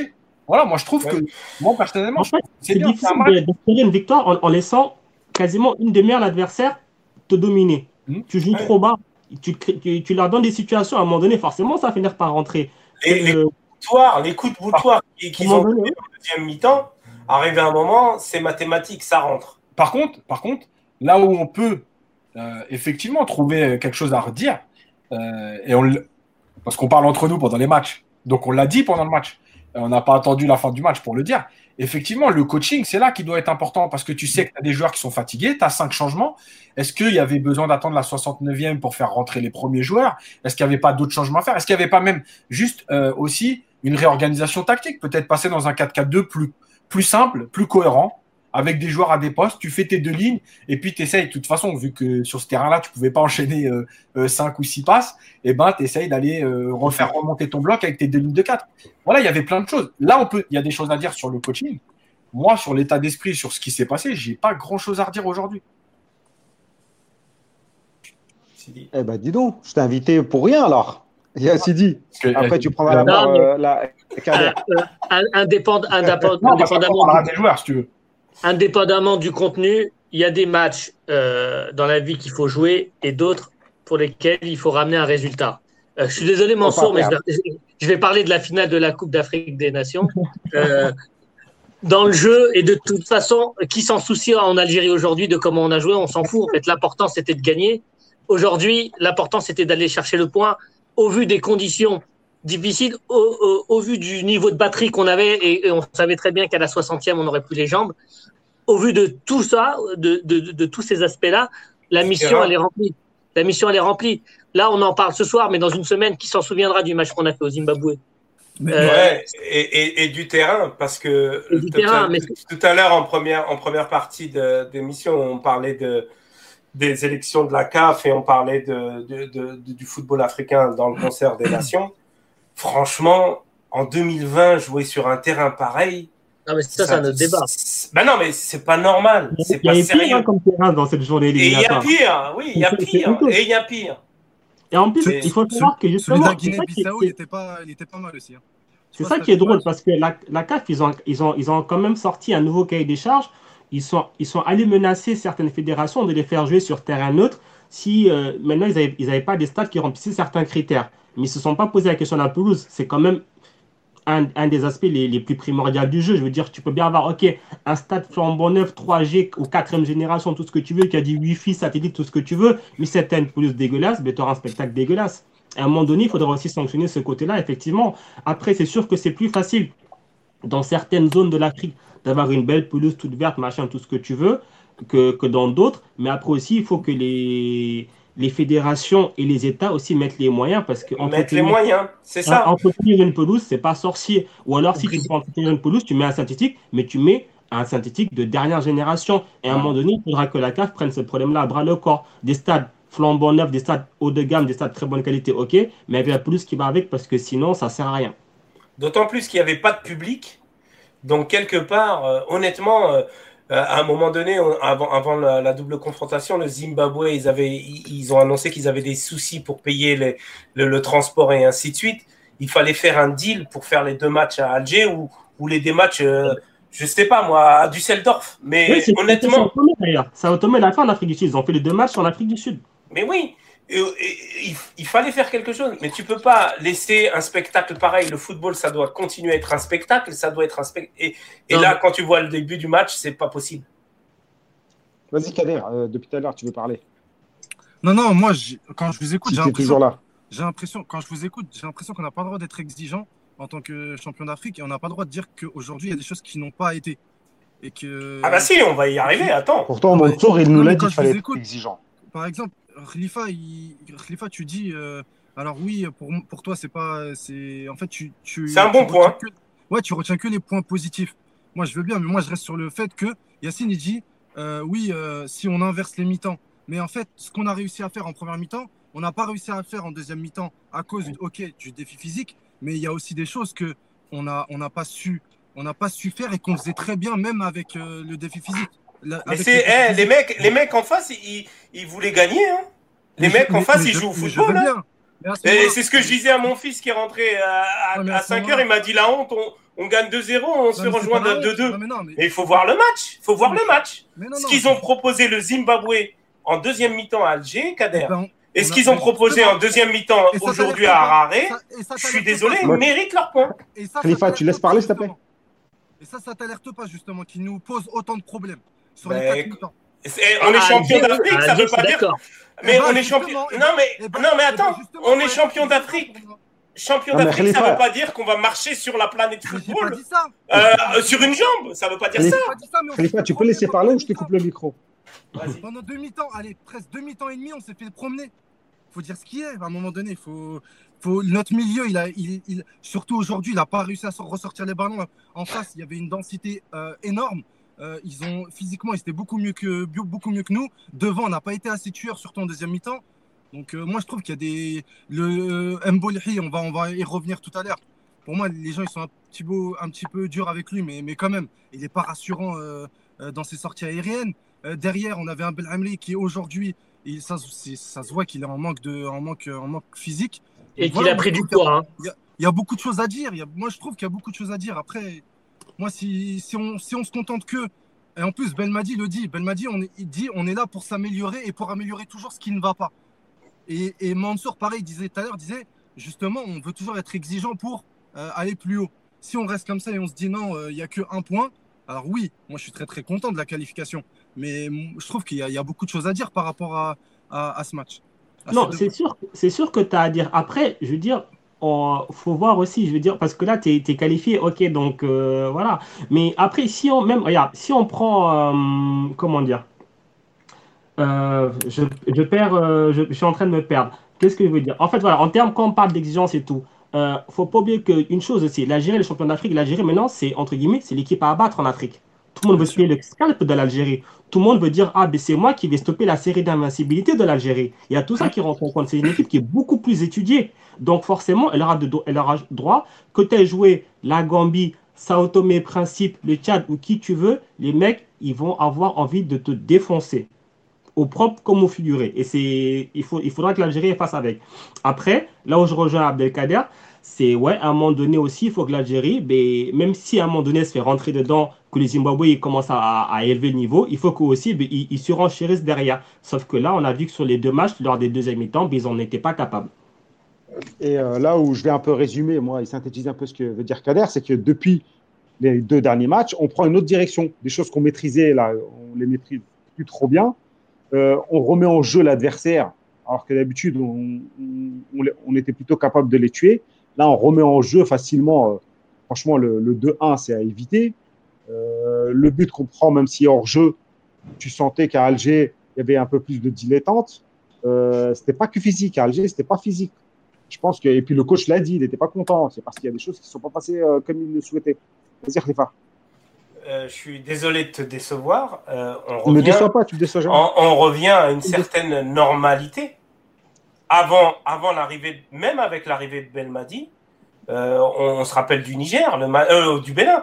Voilà, moi je trouve Ouais. que, moi personnellement, En je fait, trouve que c'est c'est bien. C'est un difficile match. de- d'espérer une victoire en, en laissant quasiment une demi-heure l'adversaire te dominer. Hmm. Tu joues Ouais. trop bas, tu, crées- tu, tu leur donnes des situations, à un moment donné, forcément, ça va finir par rentrer. Les, les Euh, coups de boutoir, les coups de boutoir qui- à un qu'ils moment ont donné, donnés en deuxième mi-temps, arrivé à un moment, c'est mathématique, ça rentre. Par contre, par contre, là où on peut euh, effectivement trouver quelque chose à redire, euh, et on, l- parce qu'on parle entre nous pendant les matchs, donc on l'a dit pendant le match, euh, on n'a pas attendu la fin du match pour le dire. Effectivement, le coaching, c'est là qui doit être important parce que tu sais que tu as des joueurs qui sont fatigués, tu as cinq changements. Est-ce qu'il y avait besoin d'attendre la soixante-neuvième pour faire rentrer les premiers joueurs? Est-ce qu'il n'y avait pas d'autres changements à faire? Est-ce qu'il n'y avait pas même juste euh, aussi une réorganisation tactique? Peut-être passer dans un quatre quatre deux plus, plus simple, plus cohérent, avec des joueurs à des postes, tu fais tes deux lignes et puis tu essayes, de toute façon, vu que sur ce terrain-là, tu ne pouvais pas enchaîner euh, euh, cinq ou six passes, et ben, tu essayes d'aller euh, refaire remonter ton bloc avec tes deux lignes de quatre. Voilà, il y avait plein de choses. Là, on peut, il y a des choses à dire sur le coaching. Moi, sur l'état d'esprit, sur ce qui s'est passé, j'ai pas grand-chose à redire aujourd'hui. Sidi. Eh ben, dis donc, je t'ai invité pour rien alors. Yassidi. Parce que, Après, euh, tu prendras la euh, barre, Non, mais- euh, la Kader. Euh, euh, indépend- indépend- non, parce qu'on indépendamment, parlera du, des joueurs, si tu veux. indépendamment du contenu, il y a des matchs euh, dans la vie qu'il faut jouer et d'autres pour lesquels il faut ramener un résultat. Euh, je suis désolé, Mansour, mais je vais, je vais parler de la finale de la Coupe d'Afrique des Nations. Euh, dans le jeu, et de toute façon, qui s'en soucie en Algérie aujourd'hui de comment on a joué, on s'en fout. En fait, l'important, c'était de gagner. Aujourd'hui, l'important, c'était d'aller chercher le point au vu des conditions difficiles, au, au, au vu du niveau de batterie qu'on avait, et, et on savait très bien qu'à la soixantième, on n'aurait plus les jambes. Au vu de tout ça, de, de, de, de tous ces aspects-là, la mission, elle est remplie. La mission, elle est remplie. Là, on en parle ce soir, mais dans une semaine, qui s'en souviendra du match qu'on a fait au Zimbabwe? Mais, euh, ouais, et, et, et du terrain, parce que du terrain, mais... tout à l'heure, en première, en première partie d'émission, on parlait de, des élections de la C A F et on parlait de, de, de, de, du football africain dans le concert des nations. Franchement, en deux mille vingt, jouer sur un terrain pareil. Non, mais ça, c'est un autre débat. Ben non, mais c'est pas normal. C'est pas sérieux. Il y a pire comme terrain dans cette journée éliminatoire. Et il y a pire, oui, il y a pire. Et il y a pire. Et en plus, il faut savoir que justement. Celui de la Guinée-Bissau, il était pas, il était pas mal aussi. Hein. C'est ça qui est drôle parce que la, la C A F, ils ont, ils, ont, ils ont quand même sorti un nouveau cahier des charges. Ils sont, ils sont allés menacer certaines fédérations de les faire jouer sur terrain neutre si euh, maintenant ils n'avaient ils avaient pas des stades qui remplissaient certains critères. Mais ils ne se sont pas posé la question de la pelouse. C'est quand même un, un des aspects les, les plus primordiaux du jeu. Je veux dire, tu peux bien avoir ok, un stade flambant neuf, trois G ou quatrième génération, tout ce que tu veux, qui a du Wi-Fi, satellite, tout ce que tu veux. Mais si tu as une pelouse dégueulasse, ben, tu auras un spectacle dégueulasse. À un moment donné, il faudra aussi sanctionner ce côté-là, effectivement. Après, c'est sûr que c'est plus facile dans certaines zones de l'Afrique d'avoir une belle pelouse toute verte, machin, tout ce que tu veux, que, que dans d'autres. Mais après aussi, il faut que les, les fédérations et les États aussi mettent les moyens. Parce que mettre les moyens, c'est ça. Entretenir une pelouse, c'est pas sorcier. Ou alors, si tu peux entretenir une pelouse, tu mets un synthétique, mais tu mets un synthétique de dernière génération. Et à un moment donné, il faudra que la C A F prenne ce problème-là à bras le corps. Des stades flambant neuf, des stades haut de gamme, des stades de très bonne qualité, ok, mais avec la pelouse qui va avec parce que sinon, ça ne sert à rien. D'autant plus qu'il n'y avait pas de public. Donc, quelque part, euh, honnêtement, euh, à un moment donné, on, avant, avant la, la double confrontation, le Zimbabwe, ils, avaient, ils, ils ont annoncé qu'ils avaient des soucis pour payer les, le, le transport et ainsi de suite. Il fallait faire un deal pour faire les deux matchs à Alger ou, ou les deux matchs, euh, je ne sais pas moi, à Düsseldorf. Mais oui, honnêtement. Ça a automé la fin en Afrique du Sud. Ils ont fait les deux matchs en Afrique du Sud. Mais oui, et, et, il, il fallait faire quelque chose. Mais tu ne peux pas laisser un spectacle pareil. Le football, ça doit continuer à être un spectacle. Ça doit être un spectacle. Et, et là, quand tu vois le début du match, c'est pas possible. Vas-y, Kader, euh, depuis tout à l'heure, tu veux parler. Non, non, moi, quand je vous écoute, si j'ai toujours là. J'ai l'impression, quand je vous écoute, j'ai l'impression qu'on n'a pas le droit d'être exigeant en tant que champion d'Afrique et on n'a pas le droit de dire qu'aujourd'hui, il y a des choses qui n'ont pas été. Et que... Ah bah si, on va y arriver, attends. Pourtant, mon tour, il nous l'a dit qu'il fallait être exigeant. Par exemple, Khalifa, il... Khalifa tu dis, euh, alors oui, pour, pour toi, c'est pas, c'est, en fait, tu, tu. C'est un bon point. Que... Ouais, tu retiens que les points positifs. Moi, je veux bien, mais moi, je reste sur le fait que Yacine, il dit, euh, oui, euh, si on inverse les mi-temps, mais en fait, ce qu'on a réussi à faire en première mi-temps, on n'a pas réussi à le faire en deuxième mi-temps à cause, ok, du défi physique, mais il y a aussi des choses que on a, on n'a pas su, on n'a pas su faire et qu'on faisait très bien, même avec euh, le défi physique. La, mais c'est, hey, les mecs, les mecs en face, ils, ils voulaient gagner, hein. Les mais mecs je, en face, ils je, jouent au football. Hein. Et c'est ce que je disais à mon fils qui est rentré à, à, ouais, à cinq heures. Il m'a dit la honte. On, On gagne deux zéro, on se fait mais rejoindre à deux deux. Non, mais non, mais... Mais il faut voir le match. Il faut voir le match. Mais non, Ce non, qu'ils ont proposé le Zimbabwe en deuxième mi-temps à Alger, Kader, Eh ben, et on ce a- qu'ils ont mais proposé justement, en deuxième mi-temps et ça aujourd'hui t'alerte à pas. Harare, Ça- et ça je suis t'alerte désolé, pas. Moi- méritent leur point. Et ça, Khalifa, ça tu laisses t'alerte pas, parler, s'il te plaît. justement. Et ça, ça t'alerte pas, justement, qui nous pose autant de problèmes sur Mais- les quatre mi-temps. C'est- On est Ah, champion Alger, d'Afrique, ça Alger, veut je pas suis dire. d'accord. Mais Eh ben, on est justement, champion. eh Non ben, mais eh ben, non mais eh ben, attends, justement, on est ouais, champion justement, d'Afrique. pour moi. Champion Non, mais d'Afrique, ça Khalifa- veut pas dire qu'on va marcher sur la planète Mais j'ai pas football dit ça. euh, sur une jambe. Ça veut pas dire Khalifa- ça. J'ai pas dit ça, mais on Khalifa, s'est tu fait peux laisser promener parler pendant ou je te deux coupe le micro? Vas-y. Pendant deux mi-temps, allez, presque deux mi-temps et demi, on s'est fait promener. Faut dire ce qui est. À un moment donné, il faut, faut notre milieu, il a, il, il- surtout aujourd'hui, il n'a pas réussi à sor- ressortir les ballons. En face, il y avait une densité euh, énorme. Euh, ils ont physiquement, ils étaient beaucoup mieux que beaucoup mieux que nous. Devant, on n'a pas été assez tueurs, surtout en deuxième mi-temps. Donc euh, moi, je trouve qu'il y a des le euh, Mbolhi, on va on va y revenir tout à l'heure. Pour moi, les gens ils sont un petit peu un petit peu durs avec lui, mais mais quand même, il n'est pas rassurant euh, euh, dans ses sorties aériennes. Euh, derrière, on avait un Belhamri qui aujourd'hui, il- ça, c'est- ça se voit qu'il est en manque de en manque en manque physique. Et Donc qu'il voilà, a moi, pris je du trouve qu'il y a- poids. Hein. Il y, a, il y a beaucoup de choses à dire. Il y a- moi, je trouve qu'il y a beaucoup de choses à dire. Après, moi, si, si, on, si on se contente que. Et en plus, Belmadi le dit. Belmadi, on est, il dit on est là pour s'améliorer et pour améliorer toujours ce qui ne va pas. Et, et Mansour, pareil, disait tout à l'heure, disait justement, on veut toujours être exigeant pour euh, aller plus haut. Si on reste comme ça et on se dit non, il n'y a que un point, alors oui, moi, je suis très, très content de la qualification. Mais je trouve qu'il y, y a beaucoup de choses à dire par rapport à, à, à ce match. À Non, ces c'est deux- sûr, c'est sûr que tu as à dire. Après, je veux dire, il faut voir aussi, je veux dire, parce que là, tu es, qualifié, ok, donc euh, voilà. Mais après, si on, même, regarde, si on prend, euh, comment dire, euh, je, je perds, euh, je, je suis en train de me perdre. Qu'est-ce que je veux dire? En fait, voilà, en termes, quand on parle d'exigence et tout, euh, faut pas oublier qu'une chose aussi, l'Algérie, le champion d'Afrique, l'Algérie, maintenant, c'est, entre guillemets, c'est l'équipe à abattre en Afrique. Tout le monde Bien veut se sûr. payer le scalp de l'Algérie. Tout le monde veut dire, ah, ben c'est moi qui vais stopper la série d'invincibilité de l'Algérie. Il y a tout ça qui rentre en compte. C'est une équipe qui est beaucoup plus étudiée. Donc, forcément, elle aura, de, elle aura droit que tu aies joué la Gambie, Sao Tomé, Principe, le Tchad ou qui tu veux. Les mecs, ils vont avoir envie de te défoncer, au propre comme au figuré. Et c'est, il, faut, il faudra que l'Algérie fasse avec. Après, là où je rejoins Abdelkader, c'est, ouais, à un moment donné aussi, il faut que l'Algérie, ben, même si à un moment donné, elle se fait rentrer dedans, que les Zimbabwe ils commencent à, à élever le niveau, il faut qu'eux aussi, ben, ils, ils surenchérissent derrière. Sauf que là, on a vu que sur les deux matchs, lors des deuxièmes mi-temps, ben, ils n'en étaient pas capables. Et euh, là où je vais un peu résumer, moi, et synthétiser un peu ce que veut dire Kader, c'est que depuis les deux derniers matchs, on prend une autre direction. Des choses qu'on maîtrisait, là, on les maîtrise plus trop bien. Euh, on remet en jeu l'adversaire, alors que d'habitude, on, on, on était plutôt capable de les tuer. Là, on remet en jeu facilement. Euh, franchement, le, le deux un, c'est à éviter. Euh, le but qu'on prend, même si hors jeu, tu sentais qu'à Alger, il y avait un peu plus de dilettantes. Euh, c'était pas que physique. À Alger, c'était pas physique. Je pense que, et puis le coach l'a dit, il n'était pas content. C'est parce qu'il y a des choses qui ne sont pas passées euh, comme il le souhaitait. Vas-y, Khalifa. Euh, je suis désolé de te décevoir. Euh, on Ne revient, déçois pas, tu ne déçois jamais. on, on revient à une certaine normalité. Avant, avant l'arrivée, même avec l'arrivée de Belmadi, euh, on, on se rappelle du Niger, le, euh, du Bénin.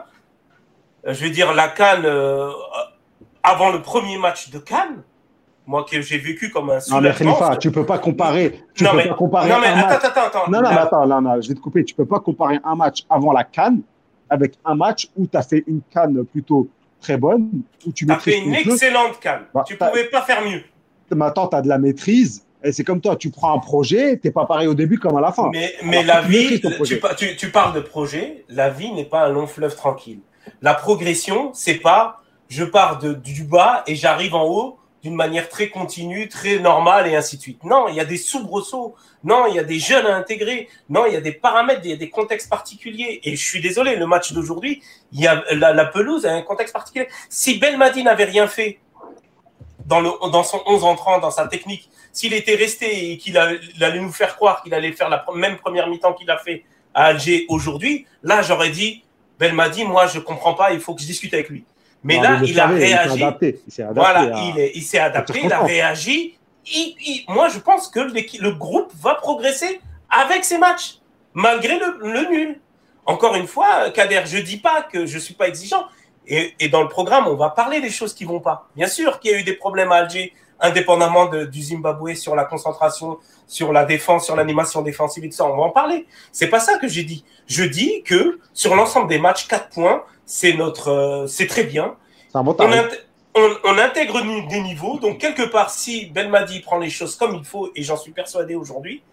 Euh, je veux dire, la CAN, euh, avant le premier match de CAN, moi que j'ai vécu comme un Non, mais soulagement. Khalifa, tu ne peux pas comparer. Tu non, peux mais, pas comparer non, mais un attends, match. attends, attends. Non, non, mais La- attends, là, là, je vais te couper. Tu ne peux pas comparer un match avant la CAN avec un match où tu as fait une CAN plutôt très bonne, où tu Tu as maîtrises fait une ton jeu. excellente CAN. Bah, tu t'as- pouvais pas faire mieux. Maintenant, tu as de la maîtrise. Et c'est comme toi, tu prends un projet, tu n'es pas pareil au début comme à la fin. Mais, mais Alors, la tu vie, maîtrises ton projet. tu, pa- tu, tu parles de projet, la vie n'est pas un long fleuve tranquille. La progression, c'est pas je pars de, du bas et j'arrive en haut d'une manière très continue, très normale et ainsi de suite. Non, il y a des soubresauts. Non, il y a des jeunes à intégrer. Non, il y a des paramètres, il y a des contextes particuliers. Et je suis désolé, le match d'aujourd'hui, il y a la, la pelouse a un contexte particulier. Si Belmadi n'avait rien fait dans, le, dans son onze entrant, dans sa technique, s'il était resté et qu'il a- il allait nous faire croire qu'il allait faire la pre- même première mi-temps qu'il a fait à Alger aujourd'hui, là, j'aurais dit, Belmadi, moi, je comprends pas, il faut que je discute avec lui. Mais Non, là, le il a savait, réagi. Il s'est adapté. Il s'est adapté Voilà, à- il est- il s'est adapté, il a circonstances. réagi. Il- il- moi, je pense que l'équi- le groupe va progresser avec ces matchs, malgré le, le nul. Encore une fois, Kader, je dis pas que je suis pas exigeant. Et, et dans le programme, on va parler des choses qui vont pas. Bien sûr qu'il y a eu des problèmes à Alger indépendamment de, du Zimbabwe, sur la concentration, sur la défense, sur l'animation défensive et tout ça. On va en parler. C'est pas ça que j'ai dit. Je dis que sur l'ensemble des matchs, quatre points, c'est notre, euh, c'est très bien. C'est un bon On, tarif. int- on, on intègre des niveaux. Donc, quelque part, si Belmadi prend les choses comme il faut, et j'en suis persuadé aujourd'hui,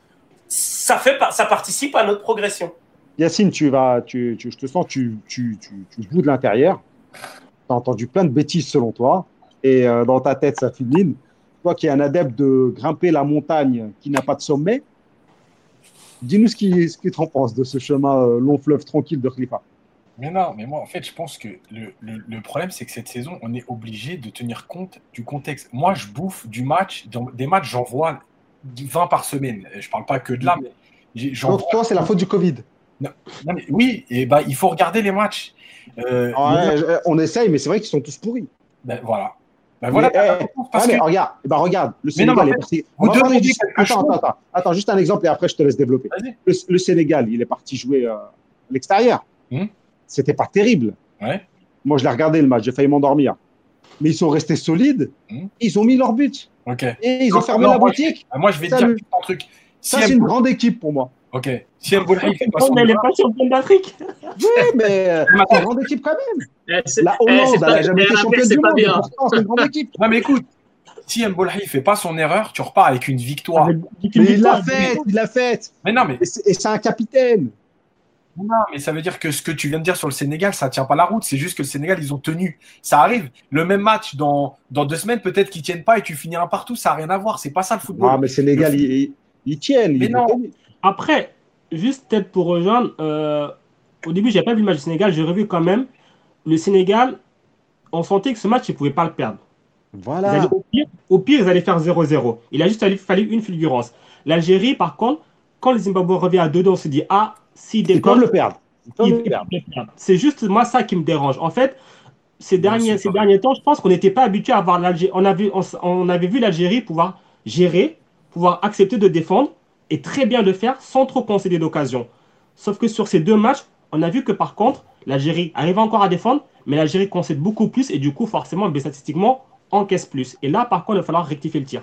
ça fait, par- ça participe à notre progression. Yacine, tu vas, tu, tu- je te sens, tu, tu, tu, tu joues de l'intérieur. Tu as entendu plein de bêtises selon toi. Et euh, dans ta tête, ça fulmine. Toi qui es un adepte de grimper la montagne qui n'a pas de sommet, dis-nous ce qui, ce que tu en penses de ce chemin euh, long fleuve tranquille de Khalifa. Mais non, mais moi, en fait, je pense que le, le, le problème, c'est que cette saison, on est obligé de tenir compte du contexte. Moi, je bouffe du match, dans, des matchs, j'en vois vingt par semaine. Je parle pas que de là, mais j'ai- j'en Donc vois. toi, c'est la faute du Covid. Non, non, mais oui, et ben, il faut regarder les matchs. Euh, Ouais, je- on essaye, mais c'est vrai qu'ils sont tous pourris. ben, voilà. Ben, voilà. Mais, eh, parce ouais, mais que- regarde, eh ben, regarde, le Mais non, Sénégal mais en est fait, parti. vous On va parler demandez du- quelque Attends, chose. attends, attends, attends, juste un exemple et après je te laisse développer. Vas-y. Le, le Sénégal, il est parti jouer euh, à l'extérieur. Hmm. C'était pas terrible. Ouais. Moi, je l'ai regardé le match, j'ai failli m'endormir. Mais ils sont restés solides. Hmm. Ils ont mis leur but Ok. et ils ont Non, fermé non, la moi, boutique. Ah, moi, je vais te Salut. dire un truc. Si Ça, c'est M- une grande équipe pour moi. Ok. Si Mbolhi fait pas Oh, son mais elle n'est erreur- pas championne d'Afrique. Oui, mais euh, c'est une grande équipe quand même. Eh, c'est- La eh, Hollande, c'est elle pas- n'a jamais eh, été Raphaël, championne c'est du pas monde. Et bien. pourtant, c'est une grande équipe. Non, mais écoute, si Mbolhi fait pas son erreur, tu repars avec une victoire. Avec une Mais il l'a victoire. fait, il l'a fait. Mais non, mais Et c'est et c'est un capitaine. Non, mais ça veut dire que ce que tu viens de dire sur le Sénégal, ça ne tient pas la route. C'est juste que le Sénégal, ils ont tenu. Ça arrive. Le même match dans, dans deux semaines, peut-être qu'ils ne tiennent pas et tu finis un partout. Ça n'a rien à voir. C'est pas ça le football. Ah, mais Sénégal, ils ils- ils tiennent. Mais ils non. ont tenu. Après, juste peut-être pour rejoindre, euh, au début, je n'avais pas vu le match du Sénégal, j'ai revu quand même. Le Sénégal, on sentait que ce match, ils ne pouvaient pas le perdre. Ils Voilà. allaient- au, pire, au pire, ils allaient faire zéro zéro. Il a juste fallu, fallu une fulgurance. L'Algérie, par contre, quand le Zimbabwe revient à deux, on se dit, ah, s'ils Ils peuvent décollent, le perdre. Ils peuvent ils- le ils peuvent perdre. le perdre. C'est juste moi ça qui me dérange. En fait, ces derniers, c'est ces pareil. derniers temps, je pense qu'on n'était pas habitué à voir l'Algérie. On avait, on, s- on avait vu l'Algérie pouvoir gérer, pouvoir accepter de défendre et très bien le faire sans trop concéder d'occasion. Sauf que sur ces deux matchs, on a vu que par contre, l'Algérie arrive encore à défendre, mais l'Algérie concède beaucoup plus et du coup, forcément, ben, statistiquement, encaisse plus. Et là, par contre, il va falloir rectifier le tir.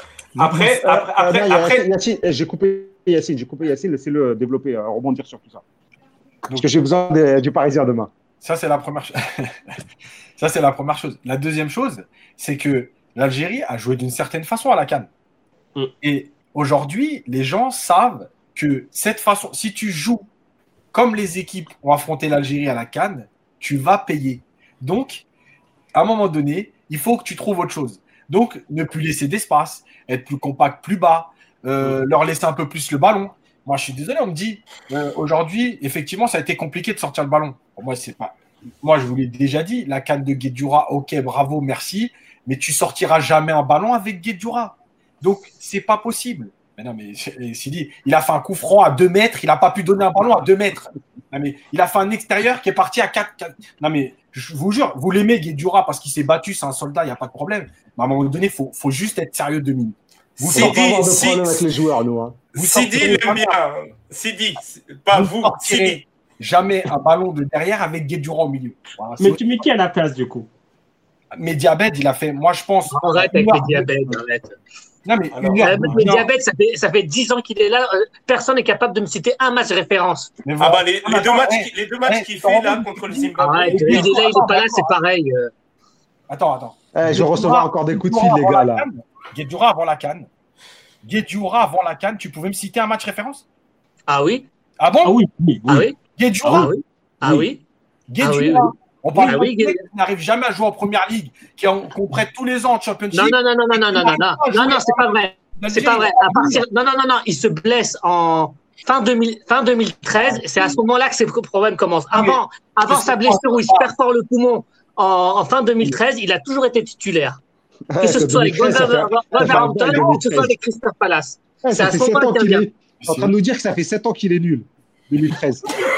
Après, Euh, après, euh, après, non, il y a après- Yacine, Yacine, eh, j'ai coupé Yacine, j'ai coupé Yacine, laissez-le développer, euh, rebondir sur tout ça. Parce Donc- que j'ai besoin des- du Parisien demain. Ça, c'est la première chose. Ça, c'est la première chose. La deuxième chose, c'est que l'Algérie a joué d'une certaine façon à la CAN. Mm. Et aujourd'hui, les gens savent que cette façon, si tu joues comme les équipes ont affronté l'Algérie à la CAN, tu vas payer. Donc, à un moment donné, il faut que tu trouves autre chose. Donc, ne plus laisser d'espace, être plus compact, plus bas, euh, leur laisser un peu plus le ballon. Moi, je suis désolé, on me dit, euh, aujourd'hui, effectivement, ça a été compliqué de sortir le ballon. Pour moi, c'est pas. Moi, je vous l'ai déjà dit, la canne de Guedjura, ok, bravo, merci, mais tu sortiras jamais un ballon avec Guedjura. Donc, c'est pas possible. Mais non, mais Sidi, il a fait un coup franc à deux mètres, il n'a pas pu donner un ballon à deux mètres. Non, mais il a fait un extérieur qui est parti à quatre. Non, mais je vous jure, vous l'aimez, Guedjura, parce qu'il s'est battu, c'est un soldat, il n'y a pas de problème. Mais à un moment donné, il faut, faut juste être sérieux deux minutes. Vous On va pas avoir de Sidi, problème avec les joueurs, nous. Hein. Vous Sidi sortirez l'aime jamais- bien. Sidi, pas vous vous, sortirez Sidi. jamais un ballon de derrière avec Guedjura au milieu. Voilà, Mais c'est- tu mets qui à la place du coup? mais Diabète, il a fait, moi je pense. Arrête avec une les heure- diabètes, arrête. Non, mais Alors, une heure- Euh, mais non, diabète, ça fait, ça fait dix ans qu'il est là. euh, personne n'est capable de me citer un match référence. mais Ah voilà. bah les, les deux matchs, Eh, qui- les deux matchs eh, qu'il t'en fait là rends contre le compte Zimbabwe. Arrête, lui, il est là, il est pas là, c'est pareil. euh. Attends, attends. Eh, je vais Guedjura- recevoir encore des coups de fil, Guedjura les avant gars, la là. CAN, Guedjura avant la canne. Guedjura avant la canne, tu pouvais me citer un match référence? Ah oui, Ah bon? Ah oui, oui, ah oui. oui, Guedjura? ah oui, ah oui. Guedjura. Ah oui, oui. On parle Ah de oui, mec qui n'arrive jamais à jouer en première ligue, qui en- qu'on prête tous les ans en Championship. Non, non, non, non, non, non, non, non, non, non, non, c'est pas vrai. C'est pas vrai. À partir, non, non, non, non, il se blesse en fin, deux mille, fin deux mille treize. C'est à ce moment-là que ces problèmes commencent. Avant, avant sa blessure où il se perfore le poumon en, en fin deux mille treize, il a toujours été titulaire. Que ce soit avec Wolverhampton ou que ce soit avec Crystal Palace. Eh, C'est ça à fait ce sept moment-là ans qu'il qu'il revient. est. Tu es en train de nous dire que ça fait sept ans qu'il est nul. deux mille treize.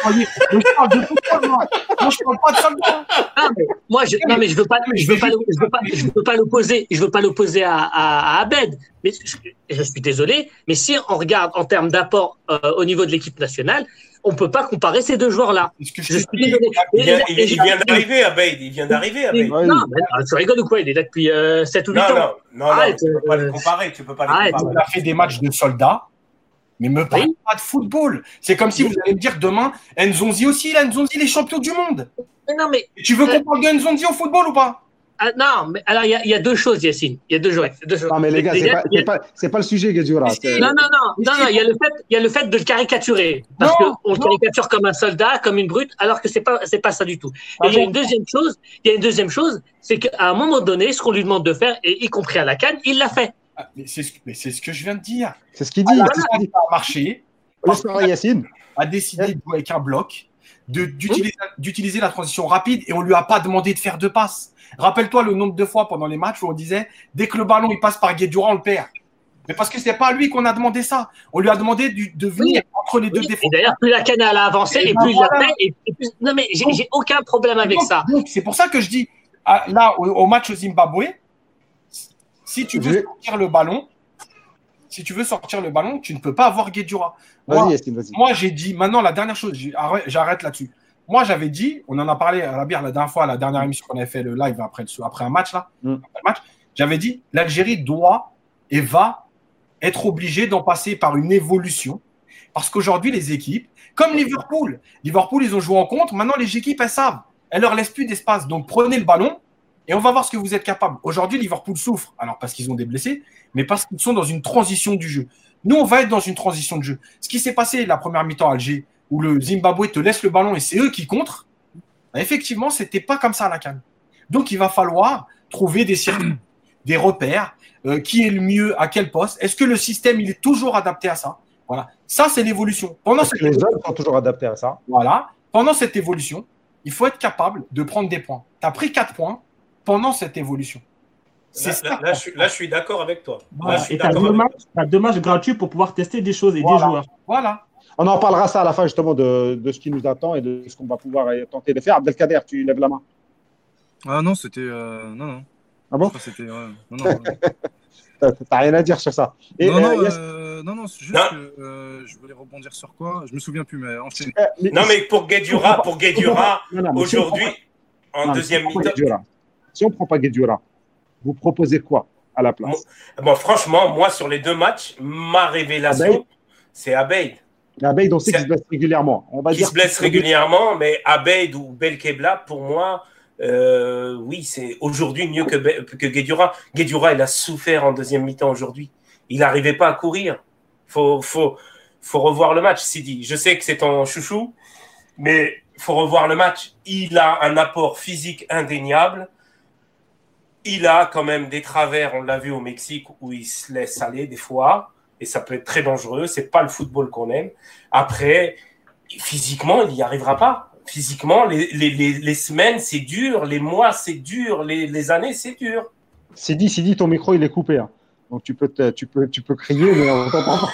croyez. Mais je parle de football, moi. Moi, je parle pas de soldat. Non, mais moi, je, non, mais je veux pas, je veux pas, je veux pas, je veux pas l'opposer, je veux pas l'opposer à, à, à Abed. Mais je, je suis désolé, mais si on regarde en termes d'apport euh, au niveau de l'équipe nationale, on peut pas comparer ces deux joueurs-là. C'est ce que je Je te suis dis. désolé. Il vient, il, Et- et- il vient d'arriver, Abeid. Il vient d'arriver, Abeid. Ouais, Non, oui. mais, tu rigoles ou quoi? Il est là depuis euh, sept ou huit Non, ans. non, non, non, Arrête, tu peux pas euh, les comparer. Tu peux pas les arrête. comparer. Il a fait des matchs de soldats, mais me parle Oui. pas de football. C'est comme si vous allez me dire demain, Nzonzi aussi, là, Nzonzi, il est champion du monde. Mais non, mais Et tu veux Euh, qu'on parle de Nzonzi au football ou pas? ah, non, mais alors il y, a- il y a deux choses, Yacine. Il y a deux choses. Deux choses. Non, mais les gars, c'est Déjà, pas, il y a- c'est pas, c'est pas le sujet, Guedjoura. C'est- Non, non, non, non, non, il y a le fait, il y a le fait de le caricaturer. Parce Non, qu'on le non. caricature comme un soldat, comme une brute, alors que c'est pas, c'est pas ça du tout. Ah Et il y a bon une deuxième chose, il y a une deuxième chose, c'est qu'à un moment donné, ce qu'on lui demande de faire, et y compris à la CAN, il l'a fait. Ah, mais c'est ce, mais c'est ce que je viens de dire. C'est ce qu'il dit. Ah, c'est ce qu'il dit. Ça a marché, Laisse parler Yacine. a décidé de jouer avec un bloc, de- d'utiliser d'utiliser la transition rapide et on lui a pas demandé de faire deux passes. Rappelle-toi le nombre de fois pendant les matchs où on disait dès que le ballon il passe par Guedjoura, on le perd. Mais parce que c'est pas à lui qu'on a demandé ça. On lui a demandé du- de venir entre les deux Oui, et défenseurs. d'ailleurs, plus la CAN elle a avancé, Et et ben plus il l'a voilà. fait, et, et plus... Non, mais j'ai j'ai aucun problème avec Donc- ça. donc, c'est pour ça que je dis ah, là au, au match au Zimbabwe, si tu veux Je- sortir le ballon, si tu veux sortir le ballon, tu ne peux pas avoir Guedjoura. Moi, Vas-y, Yacine, vas-y. Moi, j'ai dit, maintenant, la dernière chose, j'ai- arrête- j'arrête là-dessus. Moi, j'avais dit, on en a parlé à la bière la dernière fois, la dernière émission qu'on avait fait le live après, le- après un match, là, Mm. après le match, j'avais dit, l'Algérie doit et va être obligée d'en passer par une évolution. Parce qu'aujourd'hui, les équipes, comme Liverpool, Liverpool, ils ont joué en contre, maintenant, les équipes, elles savent. Elles leur laissent plus d'espace. Donc, prenez le ballon et on va voir ce que vous êtes capable. Aujourd'hui, Liverpool souffre. Alors, parce qu'ils ont des blessés, mais parce qu'ils sont dans une transition du jeu. Nous, on va être dans une transition de jeu. Ce qui s'est passé la première mi-temps à Alger, où le Zimbabwe te laisse le ballon et c'est eux qui contrent, bah, effectivement, c'était pas comme ça à la CAN. Donc, il va falloir trouver des circuits, des repères, euh, qui est le mieux, à quel poste. Est-ce que le système, il est toujours adapté à ça? Voilà. Ça, c'est l'évolution. Pendant Parce cette que les jeunes sont toujours adaptés à ça. voilà. Pendant cette évolution, il faut être capable de prendre des points. Tu as pris quatre points pendant cette évolution. C'est Là, ça. là, là, je suis, là, je suis d'accord avec toi. Là, Voilà. je suis Et tu as d'accord deux, avec toi. matchs- t'as deux matchs gratuits pour pouvoir tester des choses et Voilà. des joueurs. Voilà. On en parlera ça à la fin justement de, de ce qui nous attend et de ce qu'on va pouvoir euh, tenter de faire. Abdelkader, tu lèves la main. Ah non, c'était. euh, Non, non. Ah bon? Je crois que c'était. ouais. Non, non, non. T'as t'as rien à dire sur ça. Et, non, non, euh, Yass- euh, non, non, c'est juste Non. que euh, je voulais rebondir sur quoi. Je me souviens plus, mais enchaîne. euh, mais- Non, mais pour Guedjoura, pour Guedjoura, Non, non, mais si on aujourd'hui, prend en pas- deuxième si on prend pas mi-temps. Guedjoura, si on ne prend pas Guedjoura, vous proposez quoi à la place? Bon, franchement, moi, sur les deux matchs, ma révélation, Abeid. c'est Abeid. Abeid, on sait C'est- qu'il se blesse régulièrement. On va Qui dire se blesse régulièrement, mais Abeid ou Belkebla, pour moi, euh, oui, c'est aujourd'hui mieux que, Be- que Guedjoura. Guedjoura, il a souffert en deuxième mi-temps aujourd'hui. Il n'arrivait pas à courir. Il faut, faut, faut revoir le match, Sidi. Je sais que c'est ton chouchou, mais il faut revoir le match. Il a un apport physique indéniable. Il a quand même des travers, on l'a vu au Mexique, où il se laisse aller des fois, et ça peut être très dangereux. C'est pas le football qu'on aime. Après, physiquement, il n'y arrivera pas. Physiquement, les, les, les, les semaines, c'est dur. Les mois, c'est dur. Les, les années, c'est dur. Sidi, Sidi, ton micro, il est coupé. Hein. Donc tu peux, te- tu, peux, tu peux crier, mais on t'entend pas.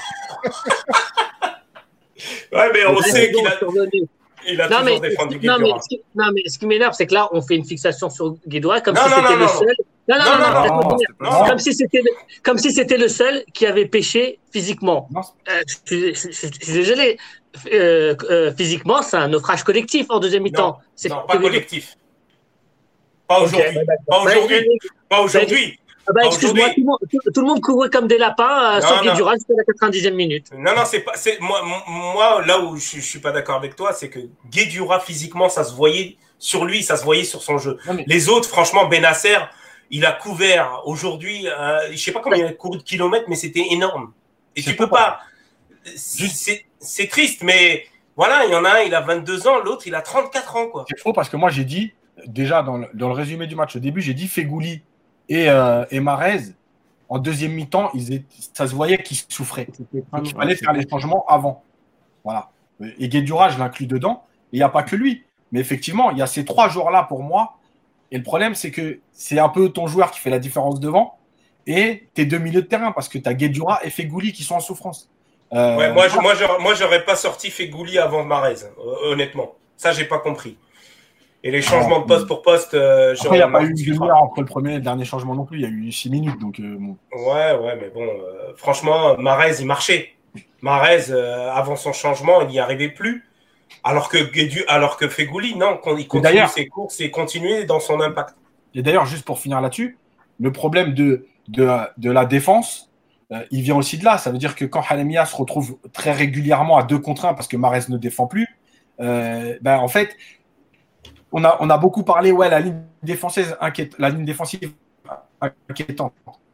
Ouais, mais on sait qu'il a, Survenu. il a Non mais, toujours défendu non, mais, Guedjoura. ce qui, non, mais ce qui m'énerve, c'est que là, on fait une fixation sur Guedjoura comme Non, si non, c'était non, le non. seul. Non, non, Non, non, non, non, non, laisse-moi non, finir. c'était pas ça. Comme si c'était le, comme si c'était le seul qui avait péché physiquement. Non. Euh, je, je- je- je suis désolé. Euh, euh, physiquement, c'est un naufrage collectif en deuxième mi-temps. C'est Non, pas collectif. Pas aujourd'hui. Ok, bah, Pas aujourd'hui. bah, Pas aujourd'hui. Ah bah, Pas excuse-moi, aujourd'hui. tout, le monde- tout- tout le monde courait comme des lapins, euh, Non, sauf non. Guedjoura jusqu'à la quatre-vingt-dixième minute. Non, non, c'est pas. C'est moi, moi, là où je, je suis pas d'accord avec toi, c'est que Guedjoura physiquement, ça se voyait sur lui, ça se voyait sur son jeu. Non, mais- Les autres, franchement, Benasser, il a couvert aujourd'hui, euh, je sais pas combien il a couru de kilomètres, mais c'était énorme. Et C'est tu peux pas- pas. C'est c'est triste, mais voilà, il y en a un, il a vingt-deux ans, l'autre, il a trente-quatre ans, quoi. C'est faux parce que moi, j'ai dit, déjà dans le, dans le résumé du match au début, j'ai dit Fegouli et, euh, et Marez, en deuxième mi-temps, ils étaient- ça se voyait qu'ils souffraient. Donc, il fallait faire les changements avant. Voilà. Et Guedjoura, je l'inclus dedans. Il n'y a pas que lui. Mais effectivement, il y a ces trois joueurs-là pour moi. Et le problème, c'est que c'est un peu ton joueur qui fait la différence devant et tes deux milieux de terrain parce que tu as Guedjoura et Fegouli qui sont en souffrance. Euh, Ouais, moi, je, moi, j'aurais, moi, j'aurais pas sorti Fegouli avant Mahrez, euh, honnêtement. Ça, j'ai pas compris. Et les changements de poste pour poste, euh, Après, il n'y a pas eu une demi-heure entre le premier et le dernier changement non plus. Il y a eu six minutes. Donc, euh, bon. Ouais, ouais, mais bon, euh, franchement, Mahrez, il marchait. Mahrez, euh, avant son changement, il n'y arrivait plus. Alors que Guédu, alors que Fegouli, non, il continue ses courses et continue dans son impact. Et d'ailleurs, juste pour finir là-dessus, le problème de, de, de la défense, euh, il vient aussi de là. Ça veut dire que quand Halemia se retrouve très régulièrement à deux contre un parce que Mahrez ne défend plus, euh, ben, en fait, on a, on a beaucoup parlé, ouais, la ligne défensive, inquiète, la ligne défensive inquiétante.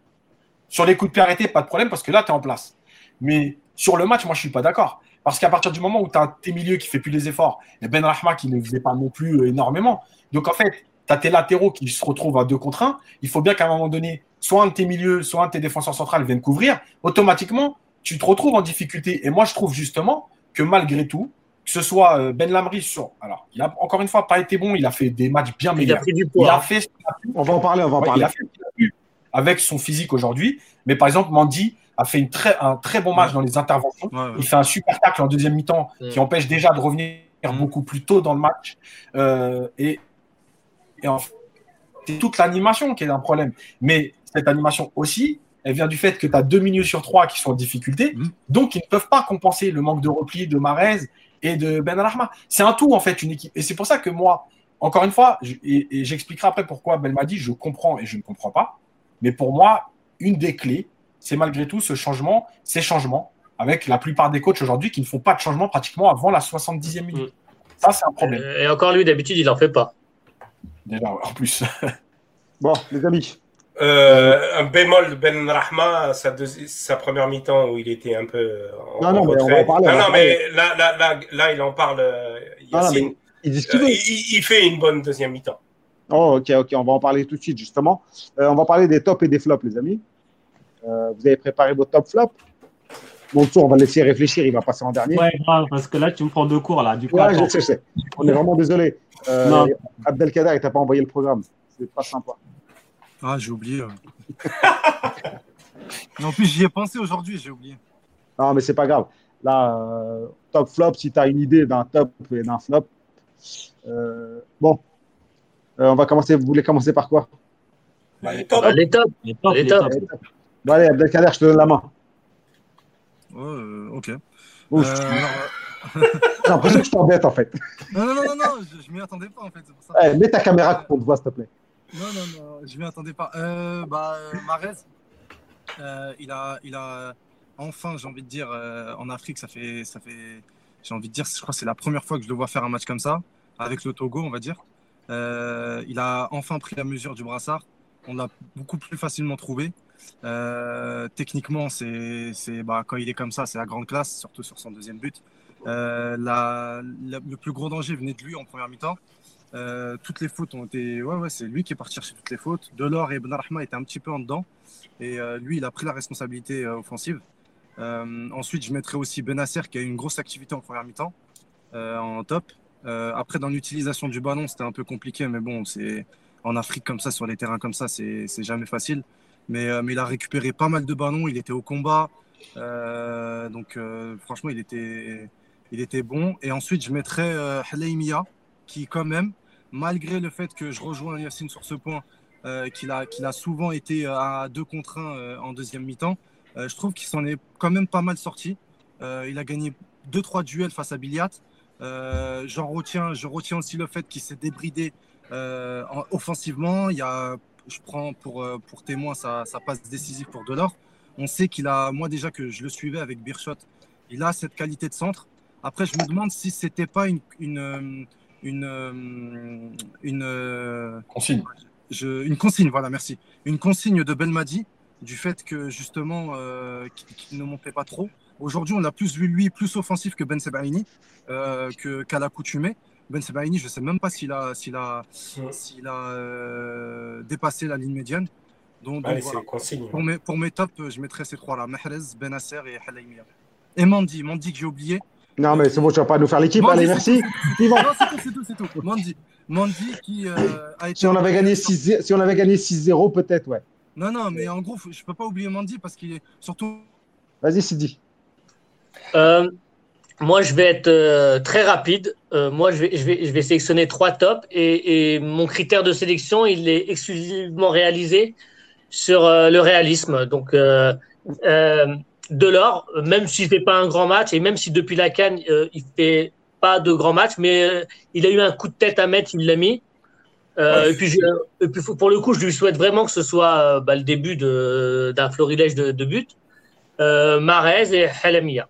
Sur les coups de pied arrêtés, pas de problème parce que là, tu es en place. Mais sur le match, moi, je ne suis pas d'accord. Parce qu'à partir du moment où tu as tes milieux qui ne fait plus les efforts, et Benrahma qui ne faisait pas non plus énormément. Donc, en fait, tu as tes latéraux qui se retrouvent à deux contre un. Il faut bien qu'à un moment donné, soit un de tes milieux, soit un de tes défenseurs centrales viennent couvrir. Automatiquement, tu te retrouves en difficulté. Et moi, je trouve justement que malgré tout, que ce soit Ben Lamri sur. Alors, il n'a encore une fois pas été bon. Il a fait des matchs bien meilleurs. Il a pris du poids. Il a fait. On va en parler, on va en ouais, parler. Il a fait ce qu'il a pu avec son physique aujourd'hui. Mais par exemple, Mandy a fait une très, un très bon match ouais. dans les interventions. Ouais, ouais. Il fait un super tacle en deuxième mi-temps ouais. qui empêche déjà de revenir ouais. beaucoup plus tôt dans le match. Euh, et, et en fait, c'est toute l'animation qui est un problème. Mais cette animation aussi, elle vient du fait que tu as deux milieux sur trois qui sont en difficulté, mmh. donc ils ne peuvent pas compenser le manque de repli de Mahrez et de Benrahma. C'est un tout, en fait, une équipe. Et c'est pour ça que moi, encore une fois, je, et, et j'expliquerai après pourquoi Belmadi, je comprends et je ne comprends pas. Mais pour moi, une des clés, c'est malgré tout ce changement, ces changements, avec la plupart des coachs aujourd'hui qui ne font pas de changement pratiquement avant la soixante-dixième minute. Mmh. Ça, c'est un problème. Et encore lui, d'habitude, il n'en fait pas. Déjà, en plus. Bon, les amis. Euh, un bémol de Benrahma, sa, sa première mi-temps où il était un peu en, non, non, mais on va en parler. Non, non, mais là, là, là, là, il en parle, euh, Yacine. Non, non, il, dit euh, il, il fait une bonne deuxième mi-temps. Oh, ok, ok, on va en parler tout de suite, justement. Euh, on va parler des tops et des flops, les amis. Euh, vous avez préparé vos top flops? Bon, on va laisser réfléchir, il va passer en dernier. Ouais, grave, parce que là, tu me prends deux cours, là. Du coup, ouais, je sais, je sais. On est vraiment désolé. Euh, non. Abdelkader, il t'a pas envoyé le programme. C'est pas sympa. Ah, j'ai oublié. En plus, j'y ai pensé aujourd'hui, j'ai oublié. Non, mais c'est pas grave. Là, euh, top flop, si tu as une idée d'un top et d'un flop. Euh, bon, euh, on va commencer. Vous voulez commencer par quoi? bah, Les tops. Les tops. Les tops. Les tops. Bon, allez, Abdelkader, je te donne la main. Ouais, euh, ok. Ouf, euh, alors... J'ai l'impression que je t'embête, en fait. Non, non, non, non, non je, je m'y attendais pas, en fait. C'est pour ça. Hey, mets ta caméra pour te voir, s'il te plaît. Non, non, non, je m'y attendais pas. Euh, bah, euh, Mahrez, euh, il, a, il a enfin, j'ai envie de dire, euh, en Afrique, ça fait, ça fait, j'ai envie de dire, je crois que c'est la première fois que je le vois faire un match comme ça, avec le Togo, on va dire. Euh, il a enfin pris la mesure du brassard. On l'a beaucoup plus facilement trouvé. Euh, techniquement, c'est, c'est, bah, quand il est comme ça, c'est la grande classe, surtout sur son deuxième but. Euh, la, la, le plus gros danger venait de lui en première mi-temps. Euh, toutes les fautes ont été. Ouais, ouais, c'est lui qui est parti chercher toutes les fautes. Delors et Benrahma étaient un petit peu en dedans. Et euh, lui, il a pris la responsabilité euh, offensive. Euh, ensuite, je mettrai aussi Benasser qui a eu une grosse activité en première mi-temps, euh, en top. Euh, après, dans l'utilisation du ballon, c'était un peu compliqué, mais bon, c'est en Afrique comme ça, sur les terrains comme ça, c'est, c'est jamais facile. Mais, euh, mais il a récupéré pas mal de ballons, il était au combat. Euh, donc, euh, franchement, il était, il était bon. Et ensuite, je mettrai euh, Haleimia qui, quand même, malgré le fait que je rejoins Yacine sur ce point, euh, qu'il a, qu'il a souvent été à deux contre un euh, en deuxième mi-temps, euh, je trouve qu'il s'en est quand même pas mal sorti. Euh, il a gagné deux trois duels face à Biliat. Euh, j'en retiens, je retiens aussi le fait qu'il s'est débridé euh, en, offensivement. Il y a, je prends pour, pour témoin sa, sa passe décisive pour Delors. On sait qu'il a, moi déjà que je le suivais avec Birchot, il a cette qualité de centre. Après, je me demande si c'était pas une, une Une, une consigne. Je, une consigne, voilà, merci. Une consigne de Belmadi, du fait que justement, euh, qu'il, qu'il ne montait pas trop. Aujourd'hui, on a plus vu lui plus offensif que Ben Sebaini, euh, que, qu'à l'accoutumée. Ben Sebaini, je ne sais même pas s'il a, s'il a, ouais. s'il a euh, dépassé la ligne médiane. Donc, Allez, donc voilà. consigne, pour, mes, pour mes tops, je mettrais ces trois-là, Mahrez, Benasser et Haleimia. Et Mandy, Mandy que j'ai oublié. Non, mais c'est bon, tu vas pas nous faire l'équipe. Mandy, allez, merci. C'est non, c'est tout, c'est tout, c'est tout. Mandy, Mandy qui euh, a été. Si on avait gagné six, si on avait gagné six zéro, peut-être, ouais. Non, non, mais en gros, je peux pas oublier Mandy parce qu'il est surtout. Vas-y, Sidi. Euh, moi, je vais être euh, très rapide. Euh, moi, je vais, je, vais, je vais sélectionner trois tops et, et mon critère de sélection, il est exclusivement réalisé sur euh, le réalisme. Donc, euh, euh, Delors, même s'il ne fait pas un grand match et même si depuis la CAN, euh, il ne fait pas de grand match, mais euh, il a eu un coup de tête à mettre, il l'a mis. Euh, Ouais, et, puis, je, et puis, pour le coup, je lui souhaite vraiment que ce soit euh, bah, le début de, d'un florilège de, de buts. Euh, Mahrez et Halamia.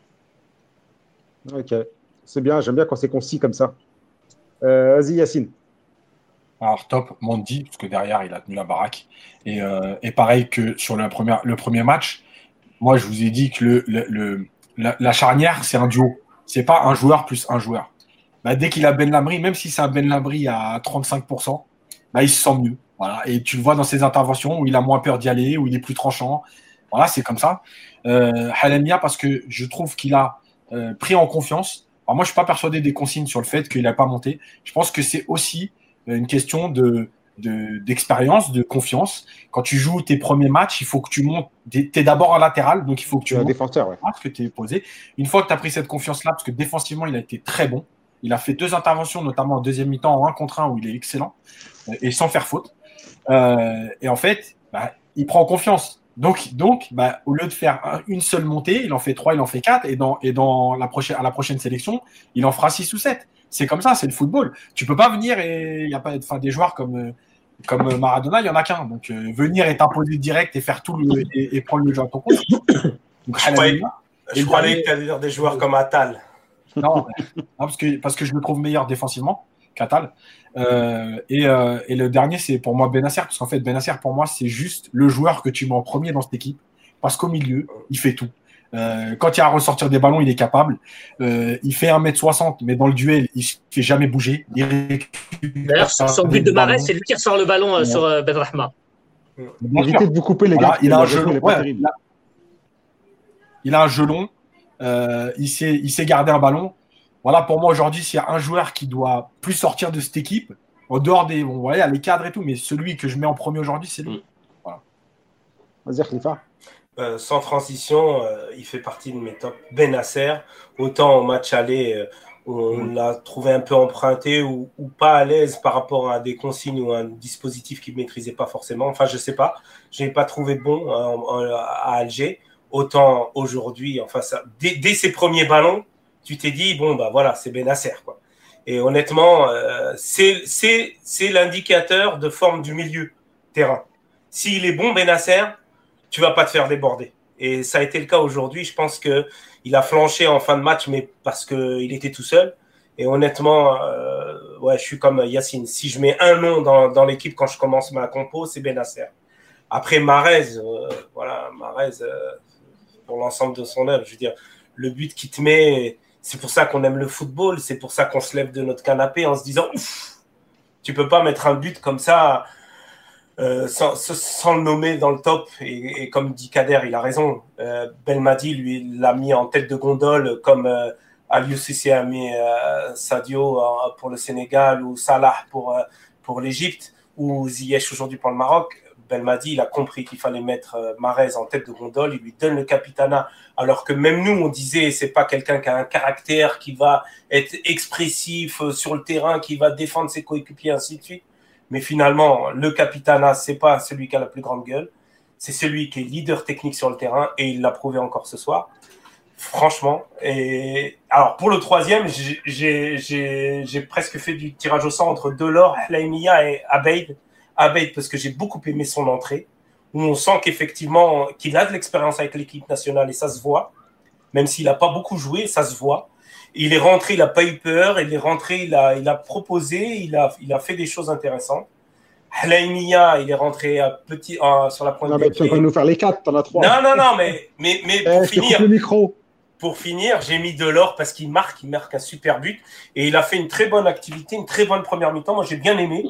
Ok, c'est bien, j'aime bien quand c'est concis comme ça. Euh, vas-y, Yacine. Alors, top, Mondi, parce que derrière, il a tenu la baraque. Et, euh, et pareil que sur le premier, le premier match, moi, je vous ai dit que le, le, le la, la charnière, c'est un duo. C'est pas un joueur plus un joueur. Bah, dès qu'il a Ben Lamry, même si c'est un Ben Lamry à trente-cinq pour cent, bah, il se sent mieux. Voilà. Et tu le vois dans ses interventions où il a moins peur d'y aller, où il est plus tranchant. Voilà, c'est comme ça. Euh, Halemia, parce que je trouve qu'il a euh, pris en confiance. Alors moi, je ne suis pas persuadé des consignes sur le fait qu'il n'a pas monté. Je pense que c'est aussi une question de, de, d'expérience, de confiance. Quand tu joues tes premiers matchs, il faut que tu montes. Tu es d'abord un latéral, donc il faut que tu Tu es un montes défenseur, ouais. ce que tu es posé. Une fois que tu as pris cette confiance-là, parce que défensivement, il a été très bon. Il a fait deux interventions, notamment en deuxième mi-temps, en un contre un, où il est excellent, et sans faire faute. Euh, et en fait, bah, il prend confiance. Donc, donc bah, au lieu de faire un, une seule montée, il en fait trois, il en fait quatre, et, dans, et dans la prochaine, à la prochaine sélection, il en fera six ou sept. C'est comme ça, c'est le football. Tu peux pas venir et il y a pas enfin, des joueurs comme, comme Maradona, il y en a qu'un. Donc, euh, venir et t'imposer direct et faire tout le, et, et prendre le jeu à ton compte. Donc, je croyais, je croyais que tu allais dire des joueurs comme Attal. Non, non parce, que, parce que je le trouve meilleur défensivement qu'Attal. Euh, et, euh, et le dernier, c'est pour moi Benasser, parce qu'en fait, Benasser, pour moi, c'est juste le joueur que tu mets en premier dans cette équipe, parce qu'au milieu, il fait tout. Euh, quand il y a à ressortir des ballons, il est capable. Euh, il fait un mètre soixante, mais dans le duel, il ne fait jamais bouger. D'ailleurs, son but de Mahrez, c'est lui qui ressort le ballon euh, ouais. sur euh, Benrahma. Évitez de vous couper, les gars. Voilà, il, a un jeu long, ouais, il, a, il a un jeu long. Euh, il, sait, il sait garder un ballon. Voilà, pour moi, aujourd'hui, s'il y a un joueur qui doit plus sortir de cette équipe, au dehors des. Bon, voilà, les cadres et tout, mais celui que je mets en premier aujourd'hui, c'est lui. Voilà. Vas-y, Khalifa. Euh, sans transition, euh, il fait partie de mes tops. Benasser, autant au match aller, euh, on mmh. l'a trouvé un peu emprunté ou, ou pas à l'aise par rapport à des consignes ou un dispositif qu'il ne maîtrisait pas forcément. Enfin, je ne sais pas. Je n'ai pas trouvé bon euh, à Alger. Autant aujourd'hui, enfin, ça, dès, dès ses premiers ballons, tu t'es dit, bon, bah voilà, c'est Benasser, quoi. Et honnêtement, euh, c'est, c'est, c'est l'indicateur de forme du milieu terrain. S'il est bon, Benasser, tu vas pas te faire déborder. Et ça a été le cas aujourd'hui. Je pense qu'il a flanché en fin de match, mais parce qu'il était tout seul. Et honnêtement, euh, ouais, je suis comme Yacine. Si je mets un nom dans, dans l'équipe quand je commence ma compo, c'est Benasser. Après, Mahrez, euh, voilà, Mahrez, euh, pour l'ensemble de son œuvre, je veux dire, le but qu'il te met, c'est pour ça qu'on aime le football, c'est pour ça qu'on se lève de notre canapé en se disant, ouf, tu peux pas mettre un but comme ça, Euh, sans, sans le nommer dans le top, et, et comme dit Kader, il a raison. Euh, Belmadi, lui, l'a mis en tête de gondole, comme euh, Aliou Cissé a mis euh, Sadio euh, pour le Sénégal, ou Salah pour, euh, pour l'Égypte, ou Ziyech aujourd'hui pour le Maroc. Belmadi, il a compris qu'il fallait mettre euh, Mahrez en tête de gondole, il lui donne le capitanat, alors que même nous, on disait, c'est pas quelqu'un qui a un caractère, qui va être expressif euh, sur le terrain, qui va défendre ses coéquipiers, ainsi de suite. Mais finalement, le capitanat, c'est pas celui qui a la plus grande gueule, c'est celui qui est leader technique sur le terrain, et il l'a prouvé encore ce soir. Franchement. Et alors pour le troisième, j'ai, j'ai, j'ai, j'ai presque fait du tirage au sort entre Delors, Hlaimia et Abeid. Abeid parce que j'ai beaucoup aimé son entrée, où on sent qu'effectivement qu'il a de l'expérience avec l'équipe nationale et ça se voit, même s'il n'a pas beaucoup joué, ça se voit. Il est rentré, il n'a pas eu peur, il est rentré, il a, il a proposé, il a, il a fait des choses intéressantes. Hlaimia, il est rentré à petit, euh, sur la pointe non, des mais pieds. Tu vas nous faire les quatre, t'en as trois. Non, non, non, mais, mais, mais pour eh, finir, le micro. Pour finir, j'ai mis Delors parce qu'il marque, il marque un super but et il a fait une très bonne activité, une très bonne première mi-temps. Moi, j'ai bien aimé.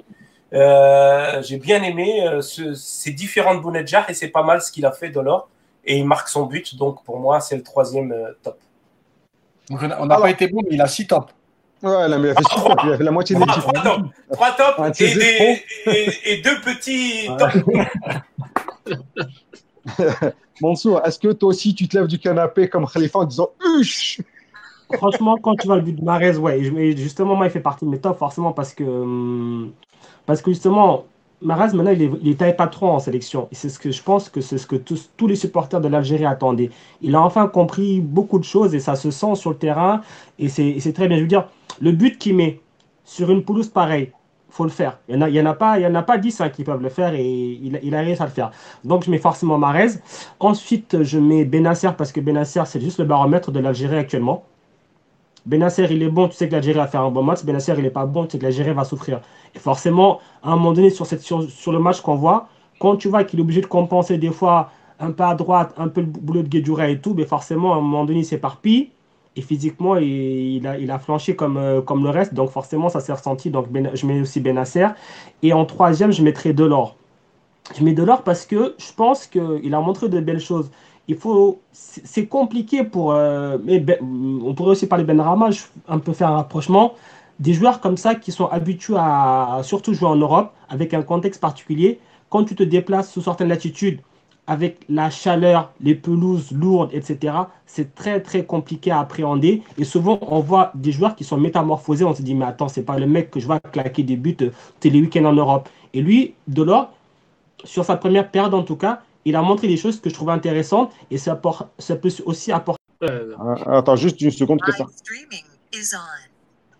Euh, j'ai bien aimé euh, ce, ces différentes Bounedjah et c'est pas mal ce qu'il a fait Delors et il marque son but. Donc, pour moi, c'est le troisième euh, top. Donc, on n'a pas été bon, mais il a six tops. Ouais, là, mais il a fait six tops, il a fait la moitié de l'équipe. Trois tops, trois tops et, des, et, et deux petits tops. Mansour, est-ce que toi aussi tu te lèves du canapé comme Khalifa en disant Huch? Franchement, quand tu vois le but de Mahrez, ouais, je- justement, moi, il fait partie de mes tops, forcément, parce que, hum, parce que justement, Mahrez, maintenant, il est, il est taille patron en sélection. Et c'est ce que je pense que c'est ce que tous, tous les supporters de l'Algérie attendaient. Il a enfin compris beaucoup de choses et ça se sent sur le terrain. Et c'est et c'est très bien. Je veux dire, le but qu'il met sur une pelouse pareille, faut le faire. Il n'y en a, il y en a pas, il y en a pas dix hein, qui peuvent le faire et il, il a réussi à le faire. Donc, je mets forcément Mahrez. Ensuite, je mets Benasser parce que Benasser, c'est juste le baromètre de l'Algérie actuellement. Benasser, il est bon, tu sais que l'Algérie va faire un bon match. Benasser, il n'est pas bon, tu sais que l'Algérie va souffrir. Et forcément, à un moment donné, sur, cette, sur, sur le match qu'on voit, quand tu vois qu'il est obligé de compenser des fois un peu à droite, un peu le boulot de Guedjura et tout, mais forcément, à un moment donné, il s'éparpille. Et physiquement, il, il a, il a flanché comme, euh, comme le reste. Donc forcément, ça s'est ressenti. Donc ben, je mets aussi Benasser. Et en troisième, je mettrai Delors. Je mets Delors parce que je pense qu'il a montré de belles choses. Il faut, c'est c'est compliqué pour. Euh, mais Ben- on pourrait aussi parler de Benrahma, je- un peu faire un rapprochement. Des joueurs comme ça qui sont habitués à, à surtout jouer en Europe avec un contexte particulier. Quand tu te déplaces sous certaines latitudes, avec la chaleur, les pelouses lourdes, et cetera, c'est très très compliqué à appréhender. Et souvent, on voit des joueurs qui sont métamorphosés. On se dit, mais attends, c'est pas le mec que je vois claquer des buts euh, tous les week-ends en Europe. Et lui, Delors, sur sa première période en tout cas, il a montré des choses que je trouvais intéressantes et ça, apport- ça peut aussi apporter. Euh, Ah, attends, juste une seconde que ça. Live streaming is on.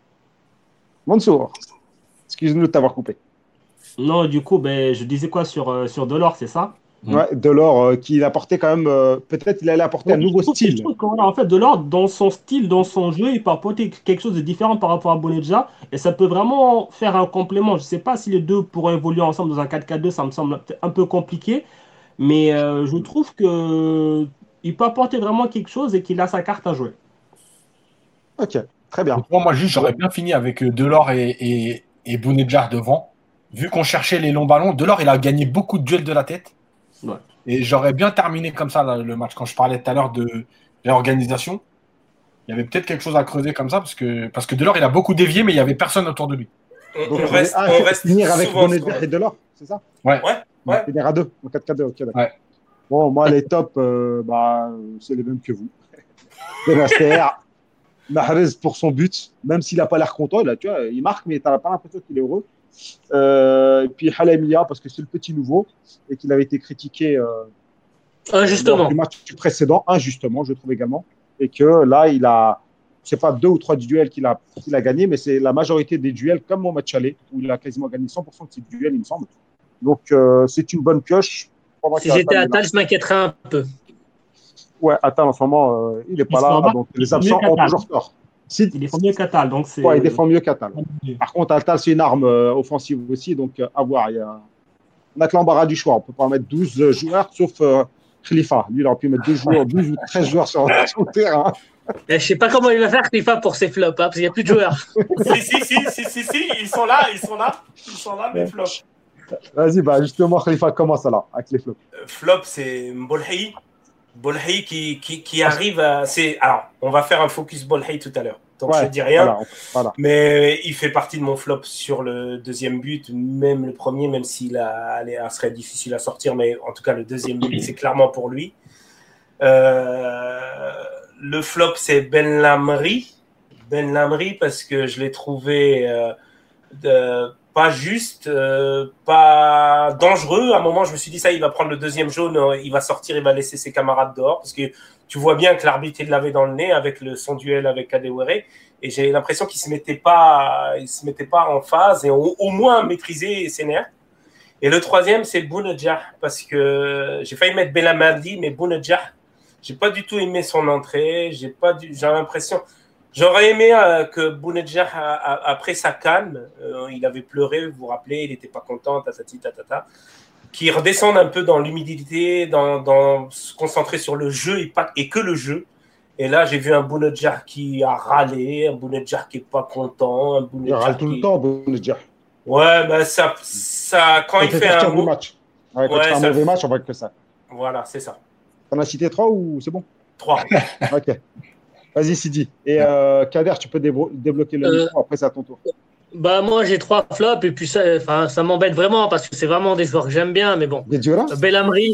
Mansour, excuse-nous de t'avoir coupé. Non, du coup, ben, je disais quoi sur, euh, sur Delors, c'est ça? Mm. Ouais, Delors, euh, qui apportait quand même. euh, Peut-être il allait apporter un Ouais, je nouveau trouve, je style. trouve que, voilà, en fait, Delors, dans son style, dans son jeu, il peut apporter quelque chose de différent par rapport à Boneja et ça peut vraiment faire un complément. Je ne sais pas si les deux pourraient évoluer ensemble dans un quatre quatre deux, ça me semble peut-être un peu compliqué, mais euh, je trouve que il peut apporter vraiment quelque chose et qu'il a sa carte à jouer. Ok, très bien. Donc, moi, moi, juste, j'aurais bien fini avec euh, Delors et, et, et Bounedjah devant. Vu qu'on cherchait les longs ballons, Delors, il a gagné beaucoup de duels de la tête. Ouais. Et j'aurais bien terminé comme ça là, le match. Quand je parlais tout à l'heure de réorganisation, il y avait peut-être quelque chose à creuser comme ça, parce que, parce que Delors, il a beaucoup dévié, mais il n'y avait personne autour de lui. On, Donc, on reste, ah, on reste finir avec souvent Boneja sur- et Delors, c'est ça? Ouais. Ouais, ouais. Finir à deux, en quatre quatre deux, ok, d'accord. Ouais. Bon, moi, les tops, euh, bah, c'est les mêmes que vous. Benasser, Mahrez pour son but, même s'il n'a pas l'air content, là, tu vois, il marque, mais tu n'as pas l'impression qu'il est heureux. Euh, et puis Halamia, parce que c'est le petit nouveau et qu'il avait été critiqué euh, lors Injustement. du match précédent, injustement, je trouve également. Et que là, il a, c'est pas deux ou trois duels qu'il a, qu'il a gagné, mais c'est la majorité des duels, comme au match aller, où il a quasiment gagné cent pour cent de ses duels, il me semble. Donc, euh, c'est une bonne pioche. Pendant Si qu'il j'étais Attal est à là. Tal, je m'inquiéterais un peu. Ouais, Attal, en ce moment, euh, il n'est pas Il se là, remarque donc qu'il les est mieux absents ont qu'Attal. toujours tort. Si, Il défend mieux qu'Attal, donc c'est. ouais, il défend mieux qu'Attal. Par contre, Attal, c'est une arme euh, offensive aussi, donc euh, à voir. Il y a... On a que l'embarras du choix. On ne peut pas mettre douze euh, joueurs, sauf euh, Khalifa. Lui, il aurait pu mettre douze, joueurs, douze ou treize joueurs sur, sur le terrain. Et je sais pas comment il va faire FIFA pour ses flops, hein, parce qu'il n'y a plus de joueurs. Si, si, si, si, si, si, ils sont là, ils sont là, ils sont là, mes flops. Vas-y, bah, justement, Khalifa commence là, avec les flops. Euh, Flop, c'est Bolhaï. Bolhaï qui, qui, qui arrive à. C'est... Alors, on va faire un focus Bolhaï tout à l'heure. Donc, Ouais, je ne dis rien. Voilà, voilà. Mais il fait partie de mon flop sur le deuxième but, même le premier, même s'il a, allez, ça serait difficile à sortir, mais en tout cas, le deuxième but, c'est clairement pour lui. Euh, le flop, c'est Ben Lamri. Ben Lamri, parce que je l'ai trouvé euh, de, pas juste, euh, pas dangereux. À un moment, je me suis dit, ça, il va prendre le deuxième jaune, il va sortir, il va laisser ses camarades dehors, parce que tu vois bien que l'arbitre il l'avait dans le nez avec le, son duel avec Kadewere. Et j'ai l'impression qu'il ne se mettait pas, il se mettait pas en phase et au, au moins maîtriser ses nerfs. Et le troisième, c'est Bounedjah, parce que j'ai failli mettre Belhamadi, mais Bounedjah, j'ai pas du tout aimé son entrée. J'ai pas du, j'ai l'impression, j'aurais aimé euh, que Bounedjah, après sa canne, euh, il avait pleuré, vous vous rappelez, il n'était pas content, tatati, tatata, qu'il redescende un peu dans l'humilité, dans, dans se concentrer sur le jeu et, pas, et que le jeu. Et là, j'ai vu un Bounedjah qui a râlé, un Bounedjah qui n'est pas content, un Il Bounedjah râle tout qui... le temps, Bounedjah. Ouais, ben ça, ça, quand il fait un sortir du mot... match. Ouais, quand Ouais, tu fais un ça- mauvais match, on va que ça. Voilà, c'est ça. T'en as cité trois ou c'est bon? Trois. Ok. Vas-y, Sidi. Et euh, Kader, tu peux déblo- débloquer le Euh, micro, après c'est à ton tour. Bah moi j'ai trois flops et puis ça, enfin, ça m'embête vraiment parce que c'est vraiment des joueurs que j'aime bien, mais bon. Guedjura? Belhamri,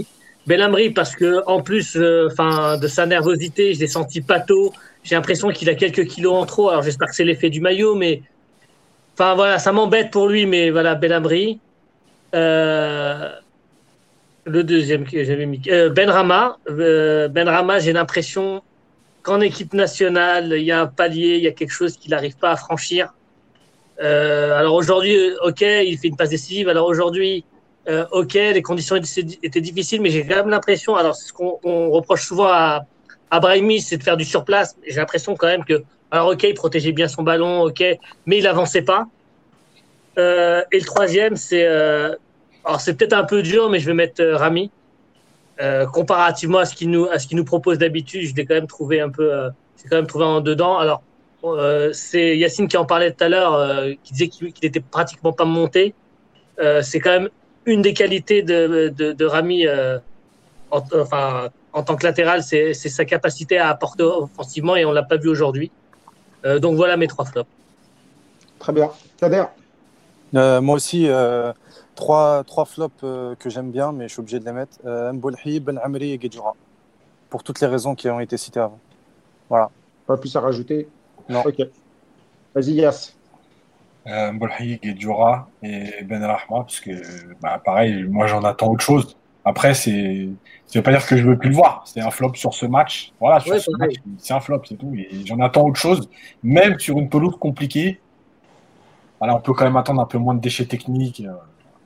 Belhamri, parce que en plus euh, enfin, de sa nervosité, je l'ai senti pâteau. J'ai l'impression qu'il a quelques kilos en trop. Alors j'espère que c'est l'effet du maillot, mais enfin voilà, ça m'embête pour lui, mais voilà, Belhamri. Euh... Le deuxième que j'avais mis, euh, Benrahma. Euh, Benrahma, j'ai l'impression qu'en équipe nationale, il y a un palier, il y a quelque chose qu'il n'arrive pas à franchir. Euh, alors aujourd'hui, ok, il fait une passe décisive. Alors aujourd'hui, euh, ok, les conditions étaient difficiles, mais j'ai quand même l'impression, alors ce qu'on on reproche souvent à, à Brahimi, c'est de faire du surplace. J'ai l'impression quand même que, alors ok, il protégeait bien son ballon, ok, mais il avançait pas. Euh, et le troisième, c'est, euh, alors c'est peut-être un peu dur, mais je vais mettre euh, Rami. Euh, comparativement à ce qu'il nous, à ce qu'il nous propose d'habitude, je l'ai quand même trouvé un peu, euh, j'ai quand même trouvé en dedans. Alors euh, c'est Yacine qui en parlait tout à l'heure, euh, qui disait qu'il n'était pratiquement pas monté. Euh, c'est quand même une des qualités de, de, de Rami, euh, en, enfin, en tant que latéral, c'est, c'est sa capacité à apporter offensivement et on ne l'a pas vu aujourd'hui. Euh, donc voilà mes trois flops. Très bien. Kader. Euh, moi aussi, euh, trois, trois flops euh, que j'aime bien, mais je suis obligé de les mettre. Euh, Mbolhi, Benhamri et Guedjoura. Pour toutes les raisons qui ont été citées avant. Voilà. Pas plus à rajouter? Non. Ok. Vas-y, Yass. Euh, Mbolhi, Guedjoura et Benrahma, parce que, bah, pareil, moi j'en attends autre chose. Après, c'est, ça veut pas dire que je veux plus le voir. C'est un flop sur ce match. Voilà, sur Ouais, ce pareil. match, c'est un flop, c'est tout. Et j'en attends autre chose. Même sur une pelouse compliquée. Voilà, on peut quand même attendre un peu moins de déchets techniques. euh.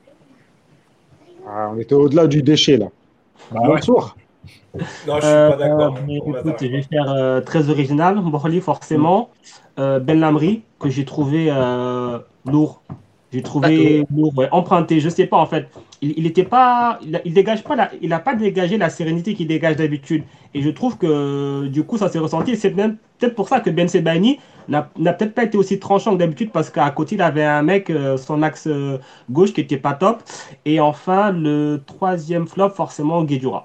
Ah, on était au-delà du déchet, là. Bah ouais. Mansour. Non, je suis Euh, pas d'accord. euh, mais On va écoute, je d'accord. vais faire euh, très original. Borli, forcément. Euh, Belhamri, que j'ai trouvé euh, lourd. J'ai trouvé lourd, ouais, emprunté. Je sais pas, en fait. Il, il était pas, il, a- il dégage pas la- il a pas dégagé la sérénité qu'il dégage d'habitude. Et je trouve que du coup, ça s'est ressenti. Et c'est même peut-être pour ça que Ben Sebaini n'a n'a peut-être pas été aussi tranchant que d'habitude parce qu'à côté, il avait un mec, euh, son axe euh, gauche qui était pas top. Et enfin, le troisième flop, forcément, Guedjura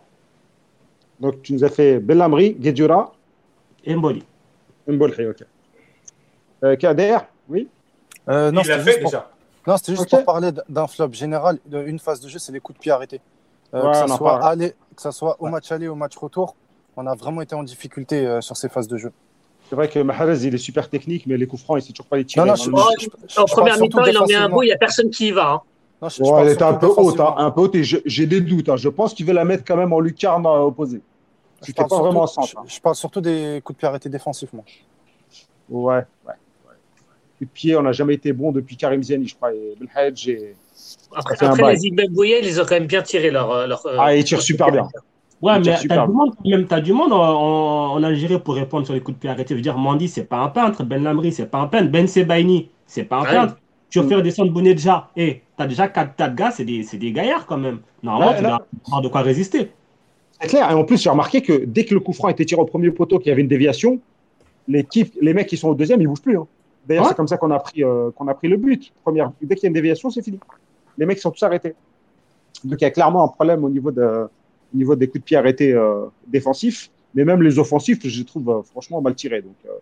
Donc, tu nous as fait Belhamri, Guedjoura, et Mboli. Mbolhi. Ok. Euh, Kader. Oui. Euh, non, Il l'a c'était fait juste, pour... déjà. non, c'était juste Ok. pour parler d'un flop général. Une phase de jeu, c'est les coups de pied arrêtés. Euh, Ouais, que, ça on en soit parlera. aller, que ça soit au Ouais. match aller, au match retour, on a vraiment été en difficulté euh, sur ces phases de jeu. C'est vrai que Mahrez, il est super technique, mais les coups francs, il sait toujours pas les tirer. Non, non, Dans je, le- Oh, je- je- je en parle première surtout mi-temps, il en met un défensivement. beau, il n'y a personne qui y va. Hein. Non, je, je Ouais, parle elle était un surtout peu haute, hein, défensivement. un peu haute, et j'ai j'ai des doutes. hein. Je pense qu'il veut la mettre quand même en lucarne euh, opposée. Je C'était parle, pas surtout, vraiment en centre. je, hein. je parle surtout des coups de pied arrêtés défensivement. Ouais, ouais. ouais. Coup de pied, on n'a jamais été bon depuis Karim Ziani, je crois. Et Belhadj, et... Après, fait un après bail. les Zimbabwe, ils les ont quand même bien tirés. Leur, leur, euh, Ah, il tire super bien. Ouais, Il tire mais super t'as du bien. monde, quand même, t'as du monde en, en- en Algérie pour répondre sur les coups de pied arrêtés. Je veux dire, Mandi, c'est pas un peintre. Ben Lamri, c'est pas un peintre. Ben Sebaini, c'est pas un Ouais. peintre. Tu Mm. refais descendre Bounedja. Et t'as déjà quatre quatre gars, c'est des, c'est des gaillards quand même. Normalement, Là, tu là, dois avoir de quoi résister. c'est clair. Et en plus, j'ai remarqué que dès que le coup franc était tiré au premier poteau, qu'il y avait une déviation, les, types, les mecs qui sont au deuxième, ils bougent plus. hein. D'ailleurs, Ouais. c'est comme ça qu'on a, pris, euh, qu'on a pris le but. Première, dès qu'il y a une déviation, c'est fini. Les mecs sont tous arrêtés. Donc, il y a clairement un problème au niveau, de, au niveau des coups de pied arrêtés euh, défensifs. Mais même les offensifs, je les trouve euh, franchement mal tirés. Donc, euh,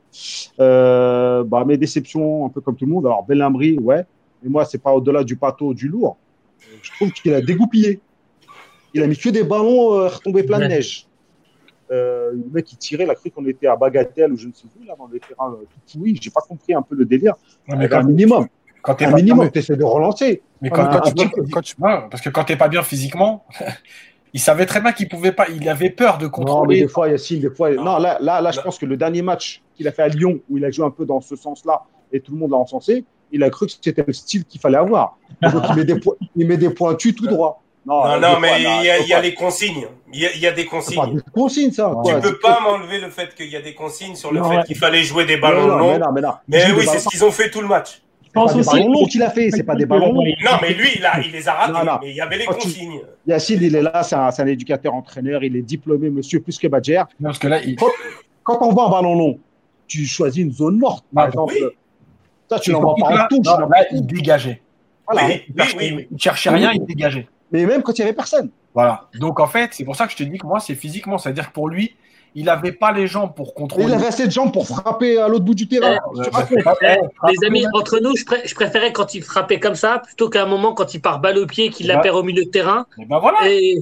euh, bah, mes déceptions, un peu comme tout le monde. Alors, Belhamri, ouais. Mais moi, c'est pas au-delà du pâteau, du lourd. Je trouve qu'il a dégoupillé. Il a mis que des ballons euh, retombés plein de Ouais. neige. Euh, le mec, il tirait, il a cru qu'on était à Bagatelle ou je ne sais où, là, dans les terrains euh, tout pourris. J'ai pas compris un peu le délire. Ouais, mais Avec un quand, minimum. quand t'es Un pas, minimum, mais- tu essaies de relancer. mais Un- quand, un quand tu petit peux- peu. Quand tu- non, parce que quand t'es pas bien physiquement, il savait très bien qu'il pouvait pas, il avait peur de Non, mais contrôler. des fois, Yacine, des fois. Non. Non, là, là, là je Non. pense que le dernier match qu'il a fait à Lyon, où il a joué un peu dans ce sens-là, et tout le monde l'a encensé, il a cru que c'était le style qu'il fallait avoir. Donc, il met des, po- il met des pointus tout droit. Non, euh, non, des mais fois, il là, y a, des il y a fois, les consignes. Il y a, il y a des c'est pas consignes. des consignes, ça. Non. quoi. Tu peux C'est- pas m'enlever le fait qu'il y a des consignes sur le Non, fait ouais. qu'il fallait jouer des Mais ballons non, mais longs. non, mais non. Mais Il joue oui, des c'est ballons- ce qu'ils ont fait tout le match. Je c'est pas pense des aussi. ballons longs qu'il a fait, c'est pas des ballons longs. Non, mais lui, il, a, il les a ratés. Non, non. Mais il y avait les Quand tu- consignes. Yacine, il est là, c'est un, c'est un éducateur entraîneur, il est diplômé, monsieur, plus que Badger. Non, parce que là, il, Quand on voit un ballon long, tu choisis une zone morte, par Non, exemple. oui. Ça, tu c'est l'envoies surtout pas que en là, touche. non, là. là, il dégageait. Voilà. Oui, Il oui, cherchait, oui, oui. il cherchait rien, il dégageait. Mais même quand il n'y avait personne. Voilà. Donc en fait, c'est pour ça que je te dis que moi, c'est physiquement. C'est-à-dire que pour lui, il n'avait pas les jambes pour Mais contrôler. il avait assez de jambes pour frapper à l'autre bout du terrain. Eh, Euh, Tu bah, racontes. c'est pas- Eh, eh, les amis, entre nous, je, pré- je préférais quand il frappait comme ça plutôt qu'à un moment quand il part balle au pied, qu'il la Bah. perd au milieu de terrain. Et ben voilà. Et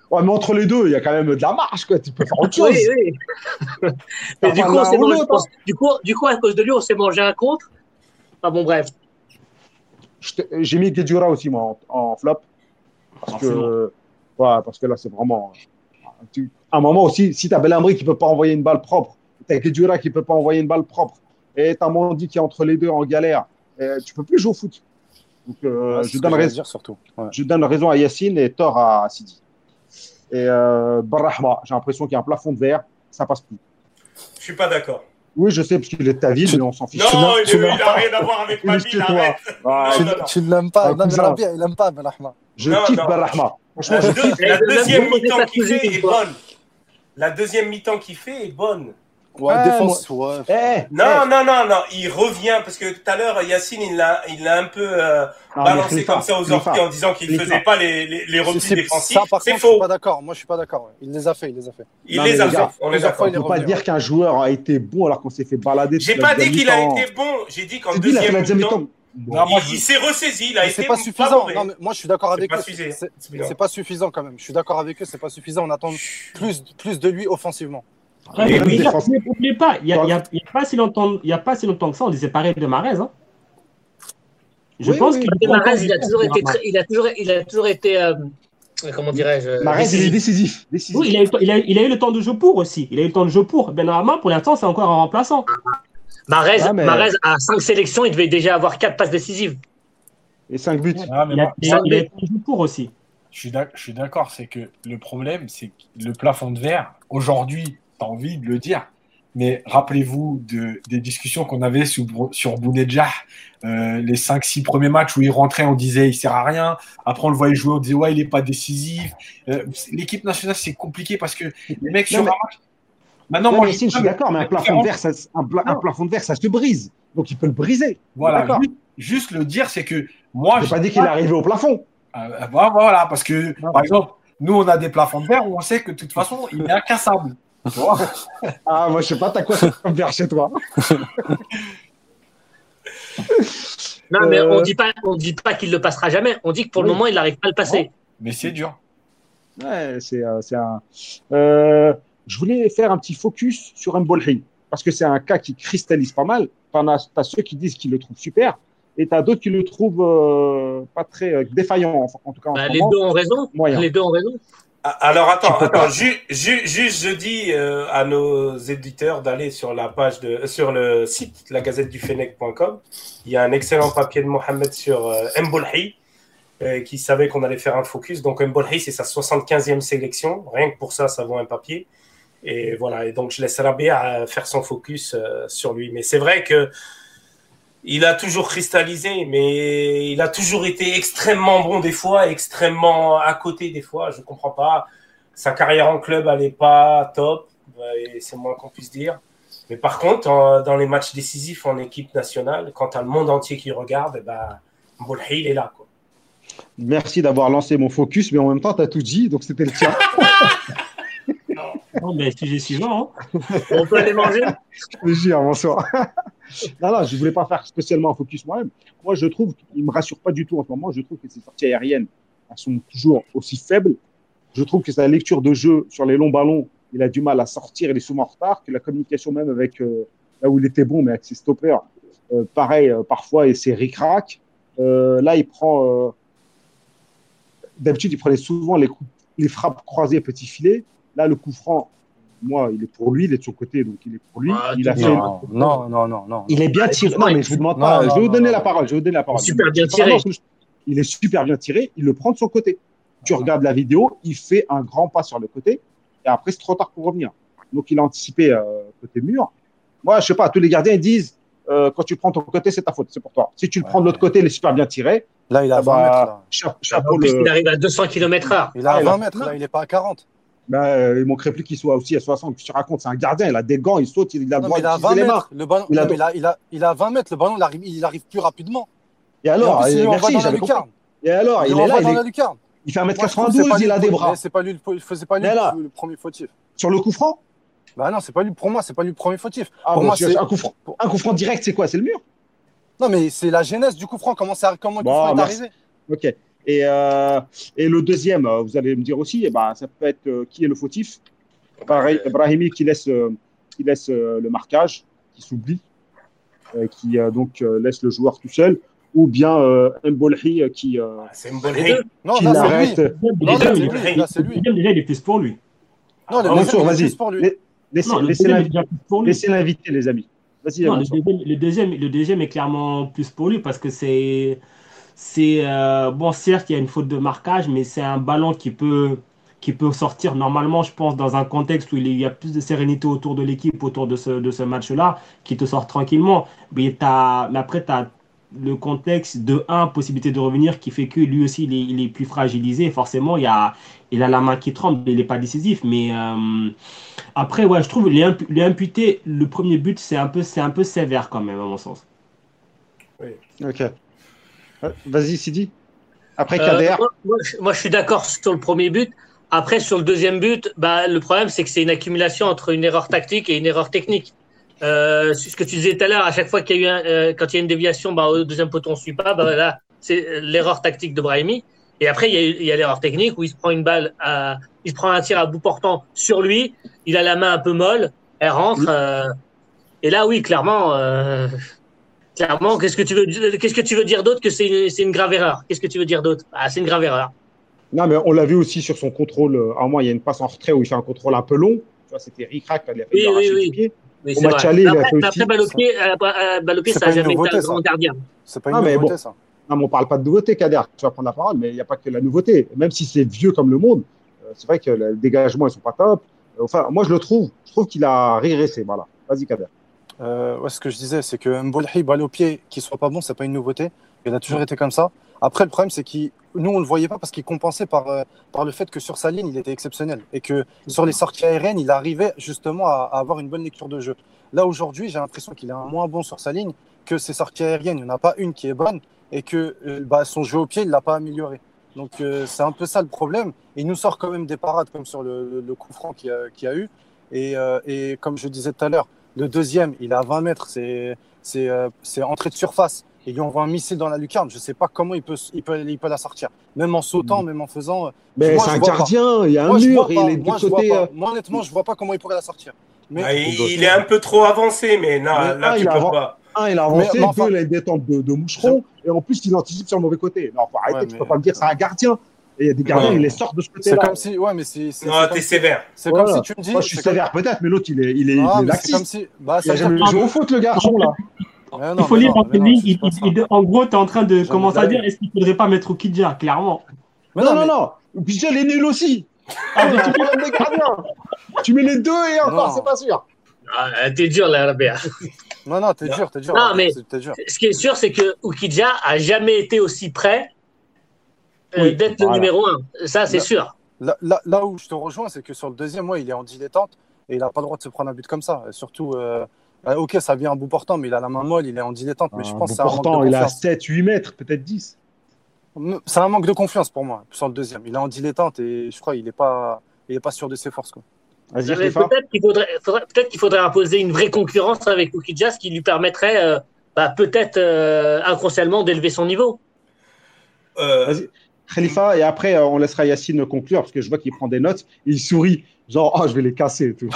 Ouais, mais entre les deux, il y a quand même de la marge, quoi. Tu peux faire autre chose. Oui, oui. Mais du coup, on s'est mangé, on- du, coup, du coup, à cause de lui, on s'est mangé un contre. Ah bon, bref. Je t'ai- J'ai mis Guedjura aussi, moi, en, en flop. Parce Forcément. que, ouais, parce que là, c'est vraiment. tu- À un moment aussi, si tu as Belhamri qui ne peut pas envoyer une balle propre, tu as Guedjura qui ne peut pas envoyer une balle propre, et tu as Mondi qui est entre les deux en galère, et tu ne peux plus jouer au foot. Donc, euh, Ouais, je, c'est ce que donne j'allais raison, dire surtout. Ouais. je donne raison à Yacine et tort à Sidi. Et euh, Barrahma, j'ai l'impression qu'il y a un plafond de verre, ça passe plus. Je suis pas d'accord. Oui, je sais, parce qu'il est de ta ville, Tu- mais on s'en fiche. Non, l'aimes- il, tu est- l'aimes il a pas. rien à voir avec ma ville, Excuse-toi. arrête. Ah, Tu, Non, non, non. tu ne l'aimes pas. Ah, Non, mais cousin. Rabia, il n'aime pas Belahma. Je Non, kiffe non. Barrahma. Franchement, La, je deux- kiffe. la Et le deuxième même mi-temps qu'il cousine, fait est quoi. bonne. La deuxième mi-temps qu'il fait est bonne. Ouais, Ouais, défense. Ouais. Eh, Non, eh. non, non, non, il revient parce que tout à l'heure, Yacine, il l'a, il l'a un peu euh, Non, mais balancé Khalifa, comme ça aux Khalifa, orties en disant qu'il Khalifa. faisait pas les, les, les C'est- replis c'est- défensifs. Ça, par C'est contre, je suis faux. pas d'accord. Moi, je suis pas d'accord. ouais. Il les a fait, il les a fait. Il Non, les mais a les fait. gars, On est plusieurs fois, d'accord. il est On ne peut pas revenu. dire qu'un joueur a été bon alors qu'on s'est fait balader. J'ai toute la pas dit deuxième qu'il a mi-temps. été bon. J'ai dit qu'en C'est dit, il a fait deuxième la deuxième mi-temps, mi-temps. Non, moi, il, je- il s'est ressaisi. Il a Mais été c'est pas pas suffisant. mauvais. Non, mais moi, je suis d'accord C'est avec pas eux. suffisant. C'est- C'est bien. C'est pas suffisant quand même. Je suis d'accord avec eux. C'est pas suffisant. On attend plus, plus de lui offensivement. Ouais, Mais mais oui. déjà, n'oubliez pas, il n'y a, il y a- il y a pas si longtemps, il y a pas si longtemps que ça, on disait pareil de Marez. Hein. Je Oui, pense oui. qu'il Et Mahrez, il a toujours été, très- il a toujours, il a toujours été, euh, comment dirais-je, Mahrez, il est décisif. décisif. décisif. Oui, il a, eu, le temps- il, a, il a eu le temps de jeu pour aussi. Il a eu le temps de jeu pour. Benrahma, pour l'instant, c'est encore un remplaçant. Mahrez, Ah, mais- Mahrez, à cinq sélections, il devait déjà avoir quatre passes décisives. Et cinq buts. Ah, mais Il a, moi, il a- il a eu le temps de jeu pour aussi. je suis d'ac- je suis d'accord, c'est que le problème, c'est que le plafond de verre, aujourd'hui, tu as envie de le dire, mais rappelez-vous de, des discussions qu'on avait sur, Bro- sur Bounedjah, euh, les cinq six premiers matchs où il rentrait, on disait il sert à rien. Après, on le voyait jouer, on disait ouais, il n'est pas décisif. Euh, c'est- L'équipe nationale, c'est compliqué parce que les mecs Non, sur mais- un match. Maintenant, Non, moi, mais je si, je suis non, mais d'accord, mais un la plafond, de différence- verre, ça, un, pla- un Non. plafond de verre, ça se brise. Donc, il peut le briser. Voilà, D'accord. juste, juste le dire, c'est que moi, Je n'ai je pas dit qu'il est arrivé au plafond. Euh, voilà, voilà, parce que, par exemple, nous, on a des plafonds de verre où on sait que de toute façon, il est incassable. Tu vois. Ah, moi, je sais pas, t'as quoi comme verre chez toi? Non, mais Euh, on dit pas, on dit pas qu'il le passera jamais. On dit que pour le oui. moment, il n'arrive pas à le passer. Mais c'est dur. Ouais, c'est euh, c'est un. Euh, je voulais faire un petit focus sur Mbolhi, parce que c'est un cas qui cristallise pas mal. Tu as ceux qui disent qu'ils le trouvent super, et tu as d'autres qui le trouvent euh, pas très euh, défaillant, en, en tout cas en Bah, ce les moment. deux ont raison. Moyen. Les deux ont raison. Ah, Alors attends, Tu peux attends, pas. ju- ju- juste je dis euh, à nos éditeurs d'aller sur la page de, euh, sur le site la gazette du fennec point com. Il y a un excellent papier de Mohamed sur euh, Mbolhi euh, qui savait qu'on allait faire un focus. Donc Mbolhi, c'est sa soixante-quinzième sélection. Rien que pour ça, ça vaut un papier. Et voilà. Et donc je laisse Rabia faire son focus euh, sur lui. Mais c'est vrai que il a toujours cristallisé, mais il a toujours été extrêmement bon des fois, extrêmement à côté des fois. Je comprends pas. Sa carrière en club, elle n'est pas top, et c'est moins qu'on puisse dire. Mais par contre, en- dans les matchs décisifs en équipe nationale, quand tu as le monde entier qui regarde, eh ben, Mbolhi, il est là, quoi. Merci d'avoir lancé mon focus, mais en même temps, tu as tout dit, donc c'était le tien. Non, mais sujet suivant. Hein. On peut aller manger. Je te jure, bonsoir. Non, non, je ne voulais pas faire spécialement un focus moi-même. Moi, je trouve qu'il ne me rassure pas du tout en ce moment. Je trouve que ses sorties aériennes elles sont toujours aussi faibles. Je trouve que sa lecture de jeu sur les longs ballons, il a du mal à sortir, il est souvent en retard. Que la communication même avec euh, là où il était bon, mais avec ses stoppers, euh, pareil, euh, parfois, et c'est ric-rac. Euh, là, il prend. Euh, d'habitude, il prenait souvent les, coups, les frappes croisées petit filet. Là, le coup franc, moi, il est pour lui, il est de son côté, donc il est pour lui. Ah, il a fait. Non, non, non, non, non. Il est bien tiré. Non, mais je vous demande pas. Non, je vais non, vous donner non, la non. parole. Je vais vous donner la parole. Super bien Je sais pas, tiré. non, il est super bien tiré. Il le prend de son côté. Tu regardes la vidéo, il fait un grand pas sur le côté. Et après, c'est trop tard pour revenir. Donc, il a anticipé euh, côté mur. Moi, je sais pas. Tous les gardiens ils disent euh, quand tu prends ton côté, c'est ta faute. C'est pour toi. Si tu le prends de l'autre côté, il est super bien tiré. Là, il a Ah vingt bah, mètres. Là. cha- chapeau En plus, le. il arrive à deux cents kilomètres heure. Il a Ah, il a- vingt mètres, là, il n'est pas à quarante. Bah, euh, il manquerait plus qu'il soit aussi à soixante. Qu'est-ce que tu racontes? C'est un gardien. Il a des gants. Il saute. Il a le Non, droit mais il a d'utiliser vingt les mains. mètres. Le ballon, Il a non, mais donc- il, a, il, a, il a vingt mètres. Le ballon, il arrive, il arrive plus rapidement. Et Et en alors, plus, il euh, lui envoie merci, dans la j'avais compris. lucarne. Et alors, Il il lui est là. envoie Il, dans est- la lucarne. il fait Moi, je trouve que c'est un mètre quatre-vingt-douze. pas lui Il a le- des bras. C'est pas lui, le- c'est pas lui Mais là- le, le premier fautif. Sur le coup franc. Bah non, c'est pas lui. Pour moi, c'est pas lui le premier fautif. Ah, pour bon, moi, c'est- c'est un coup franc. Un coup franc direct, c'est quoi? C'est le mur? non, mais c'est la genèse du coup franc. Comment, ça, comment le coup Bon, franc est merci. arrivé? Ok. Et, euh, et le deuxième, euh, vous allez me dire aussi, eh ben, ça peut être euh, qui est le fautif. Pareil, Brahimi qui laisse, euh, qui laisse euh, le marquage, qui s'oublie, euh, qui euh, donc euh, laisse le joueur tout seul, ou bien euh, Mbolhi euh, qui, euh, C'est Les Mbolhi. deux. Non, qui là, c'est l'arrête. lui. Le Non, là, deuxième, c'est il- lui. Là, c'est Le lui. deuxième, déjà, il est plus pour lui. Non, le Ah, deuxième, Mansour, il est vas-y. plus pour lui. La- Laissez, Non, le laissez deuxième est l'invi- déjà plus pour lui. laissez l'inviter, les amis. Vas-y, Non, le Mansour. deuxième, le deuxième, le deuxième est clairement plus pour lui parce que c'est, c'est euh, bon, certes, il y a une faute de marquage, mais c'est un ballon qui peut, qui peut sortir normalement, je pense, dans un contexte où il y a plus de sérénité autour de l'équipe, autour de ce, de ce match-là, qui te sort tranquillement. Mais, t'as, mais après, tu as le contexte de un, possibilité de revenir, qui fait que lui aussi, il est, il est plus fragilisé. Forcément, il y a, il a la main qui tremble, il n'est pas décisif. Mais euh, après, ouais, je trouve les, impu- les imputés, le premier but, c'est un peu, c'est un peu sévère quand même, à mon sens. Ok. Euh, Vas-y, Sidi. Après Euh, Kader. moi, moi, je moi, je suis d'accord sur le premier but. Après, sur le deuxième but, bah, le problème, c'est que c'est une accumulation entre une erreur tactique et une erreur technique. Euh, ce que tu disais tout à l'heure, à chaque fois qu'il y a eu un, euh, quand il y a une déviation, bah, au deuxième poteau, on ne suit pas. Bah, là, c'est l'erreur tactique de Brahimi. Et après, il y a, eu- il y a l'erreur technique où il se prend une balle, à, il se prend un tir à bout portant sur lui. Il a la main un peu molle, elle rentre. euh, et là, oui, clairement, euh, clairement, qu'est-ce que tu veux, qu'est-ce que tu veux dire d'autre que c'est une, c'est une grave erreur? Qu'est-ce que tu veux dire d'autre? Ah, c'est une grave erreur. Non, mais on l'a vu aussi sur son contrôle. euh, À un moment, il y a une passe en retrait où il fait un contrôle un peu long. Tu vois, c'était ric-rac, il a fait Oui, lui oui, arracher oui. du pied. Oui, Au c'est match vrai. aller, il a Après, fait mais aussi. après Balopier, euh, euh, Balopier, C'est ça pas n'a une jamais été nouveauté, un ça. grand gardien. C'est pas une Ah, mais nouveauté, bon. ça. Non, mais on ne parle pas de nouveauté, Kader. Tu vas prendre la parole, mais il n'y a pas que la nouveauté. Même si c'est vieux comme le monde, euh, c'est vrai que le dégagement, ils ne sont pas top. Euh, Enfin, moi, je le trouve. Je trouve qu'il a régressé. Voilà. Vas-y, Kader. Euh, ouais, ce que je disais, c'est que Mbolhi, balle au pied, qu'il soit pas bon, c'est pas une nouveauté. Il a toujours été comme ça. Après, le problème, c'est que nous, on le voyait pas parce qu'il compensait par, euh, par le fait que sur sa ligne, il était exceptionnel et que sur les sorties aériennes, il arrivait justement à, à avoir une bonne lecture de jeu. Là, aujourd'hui, j'ai l'impression qu'il est un moins bon sur sa ligne, que ses sorties aériennes, il n'y en a pas une qui est bonne et que euh, bah, son jeu au pied, il l'a pas amélioré. Donc, euh, c'est un peu ça le problème. Et il nous sort quand même des parades comme sur le, le, le coup franc qu'il y a, qu'il y a eu. Et, euh, et comme je disais tout à l'heure, le deuxième, il est à vingt mètres, c'est c'est euh, c'est entrée de surface. Et il envoie un missile dans la lucarne. Je ne sais pas comment il peut, il, peut, il peut la sortir. Même en sautant, même en faisant. Mais moi, c'est je un vois pas. gardien. Il y a un Moi, je mur vois et pas. les deux Moi, je vois côtés. pas. euh, Moi, honnêtement, je vois pas comment il pourrait la sortir. Mais, Ah, il, il est un peu trop avancé, mais non, Mais là, un, tu il a peux avan- pas. un, il a mais, avancé. mais enfin, Deux, il a une détente de, de moucheron. Et en plus, il anticipe sur le mauvais côté. Non, faut arrêter. Ouais, Tu mais- peux pas me dire c'est un gardien. Et il y a des gardiens, Ouais. ils les sortent de ce c'est côté-là. comme si. Ouais, mais c'est. c'est- Non, c'est t'es comme si- sévère. C'est comme Voilà. si tu me dis. Moi, je suis c'est comme- sévère peut-être, mais l'autre, il est, il est, Non, il est mais c'est comme laxiste. si. Bah, Il ça a veut jamais dire que- joué au foot, le garçon, là. Mais non, Il faut mais lire non, entre mais les non, lignes. je dis Il- pas il- ça. il- En gros, tu es en train de Jamais commencer à de la dire est-ce qu'il ne faudrait pas mettre Oukidja, clairement. Mais non, non, non, mais- non. Pichel est nul aussi. Ah, On mais a tu un problème de gardien. Tu mets les deux et encore, Non. c'est pas sûr. Ah, t'es dur, là, Rabia. Non, non, t'es Non. dur, t'es dur. Non, mais- c'est- T'es dur. Ce qui est sûr, c'est que Oukidja a jamais été aussi près euh, Oui, d'être voilà. le numéro un. Ça, c'est Là- sûr. Là, là, là où je te rejoins, c'est que sur le deuxième, moi, il est en dilettante et il n'a pas le droit de se prendre un but comme ça. Et surtout, euh, euh, ok, ça vient à bout portant, mais il a la main molle, il est en dilettante. Mais je pense que c'est un manque de Pourtant, il a confiance. sept, huit mètres, peut-être dix. C'est un manque de confiance pour moi sur le deuxième. Il est en dilettante et je crois qu'il n'est pas, il est pas sûr de ses forces, quoi. Vas-y, Mais Stéphane. Peut-être qu'il faudrait, faudrait- peut-être qu'il faudrait imposer une vraie concurrence avec Oukidja, ce qui lui permettrait euh, bah, peut-être euh, inconsciemment d'élever son niveau. Euh, Vas-y. Khalifa, et après, euh, on laissera Yacine conclure, parce que je vois qu'il prend des notes. Et il sourit, genre, oh, je vais les casser et tout.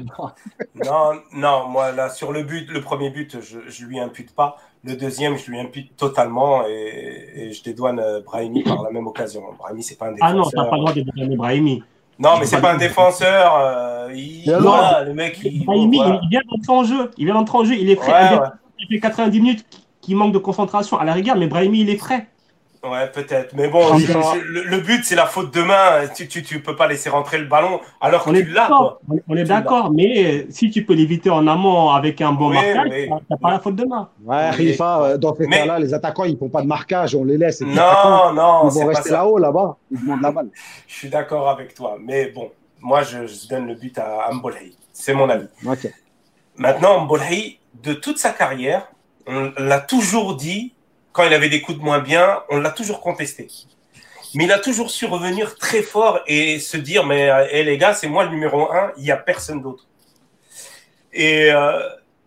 non, non, moi, là, sur le but, le premier but, je, je lui impute pas. Le deuxième, je lui impute totalement et, et je dédouane euh, Brahimi par la même occasion. Brahimi, c'est pas un Ah non, défenseur. t'as pas le droit de dédouaner Brahimi. Non, mais c'est pas un défenseur. euh, il, Et alors voilà, le mec, il. bon, Brahimi, voilà. il vient d'entrer en jeu. Il vient d'entrer en jeu. Il est frais. Ouais, Il ouais. il fait quatre-vingt-dix minutes qui manque de concentration à la rigueur, mais Brahimi, il est frais. Ouais, peut-être. Mais bon, On c'est- va- c'est- le, le but, c'est la faute de main. Tu, tu, tu peux pas laisser rentrer le ballon alors que On est tu l'as, d'accord. quoi. On est Tu l'as. d'accord, mais euh, si tu peux l'éviter en amont avec un bon Oui, marquage, oui. t'as- t'as pas la faute de main. Ouais, Oui. Khalifa, euh, dans ces Mais- cas-là, les attaquants, ils font pas de marquage, on les laisse. Et puis, attaquants, Non, non, ils c'est vont pas rester ça. là-haut, là-bas. Ils demandent la balle. Je suis d'accord avec toi. Mais bon, moi, je, je donne le but à Mbolhi. C'est mon avis. Ok. Maintenant, Mbolhi, de toute sa carrière, on l'a toujours dit, quand il avait des coups de moins bien, on l'a toujours contesté. Mais il a toujours su revenir très fort et se dire, mais hey, les gars, c'est moi le numéro un, il n'y a personne d'autre. Et euh,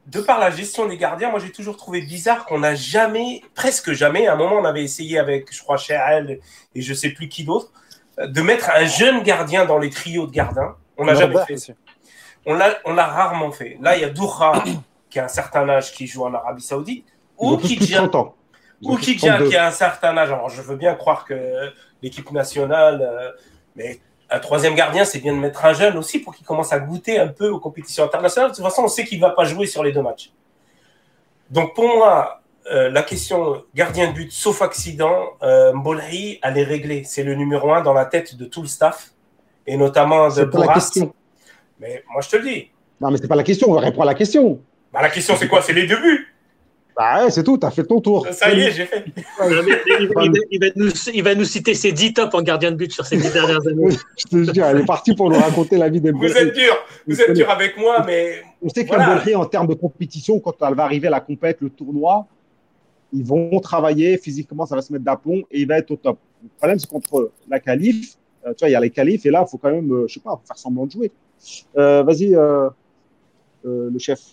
de par la gestion des gardiens, moi j'ai toujours trouvé bizarre qu'on n'a jamais, presque jamais, à un moment on avait essayé avec, je crois, Cheal et je ne sais plus qui d'autre, de mettre un jeune gardien dans les trios de gardiens. On n'a jamais fait ça. On l'a, on l'a rarement fait. Là, il y a Doura qui a un certain âge qui joue en Arabie Saoudite, ou Kidja, ou Kidja qui a un certain âge. Alors je veux bien croire que l'équipe nationale, euh, mais un troisième gardien, c'est bien de mettre un jeune aussi pour qu'il commence à goûter un peu aux compétitions internationales. De toute façon, on sait qu'il ne va pas jouer sur les deux matchs. Donc, pour moi, euh, la question gardien de but, sauf accident, euh, Mbolhi, elle est réglée. C'est le numéro un dans la tête de tout le staff, et notamment de Borast. Mais moi, je te le dis. Non, mais ce n'est pas la question. On répond à la question. Bah, la question, c'est quoi? C'est les deux buts. Bah ouais, c'est tout, tu as fait ton tour. Ça y est, j'ai fait. il, va, il, va nous, il va nous citer ses dix tops en gardien de but sur ces dix dernières années. Je te jure, elle est partie pour nous raconter la vie d'Mbolhi. Vous êtes dur, vous êtes dur avec moi, mais. On sait que voilà. Mbolhi, en termes de compétition, quand elle va arriver à la compète, le tournoi, ils vont travailler physiquement, ça va se mettre d'aplomb et il va être au top. Le problème, c'est contre la qualif, euh, tu vois, il y a les qualifs et là, il faut quand même, euh, je sais pas, faire semblant de jouer. Euh, vas-y, euh, euh, le chef.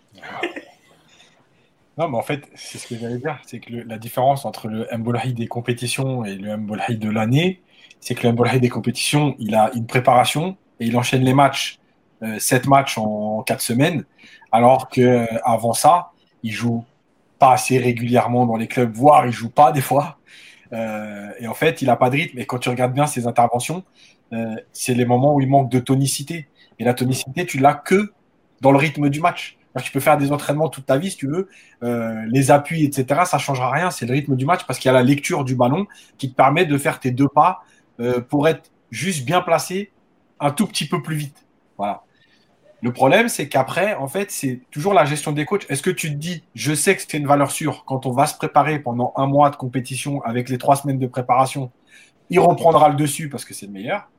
Non, mais en fait, c'est ce que j'allais dire, c'est que le, la différence entre le Mbolhi des compétitions et le Mbolhi de l'année, c'est que le Mbolhi des compétitions, il a une préparation et il enchaîne les matchs, euh, sept matchs en quatre semaines, alors qu'avant euh, ça, il joue pas assez régulièrement dans les clubs, voire il joue pas des fois. Euh, et en fait, il n'a pas de rythme. Et quand tu regardes bien ses interventions, euh, c'est les moments où il manque de tonicité. Et la tonicité, tu l'as que dans le rythme du match. Tu peux faire des entraînements toute ta vie si tu veux, euh, les appuis, et cetera. Ça ne changera rien, c'est le rythme du match parce qu'il y a la lecture du ballon qui te permet de faire tes deux pas euh, pour être juste bien placé un tout petit peu plus vite. Voilà. Le problème, c'est qu'après, en fait, c'est toujours la gestion des coachs. Est-ce que tu te dis, je sais que c'est une valeur sûre quand on va se préparer pendant un mois de compétition avec les trois semaines de préparation, il reprendra le dessus parce que c'est le meilleur?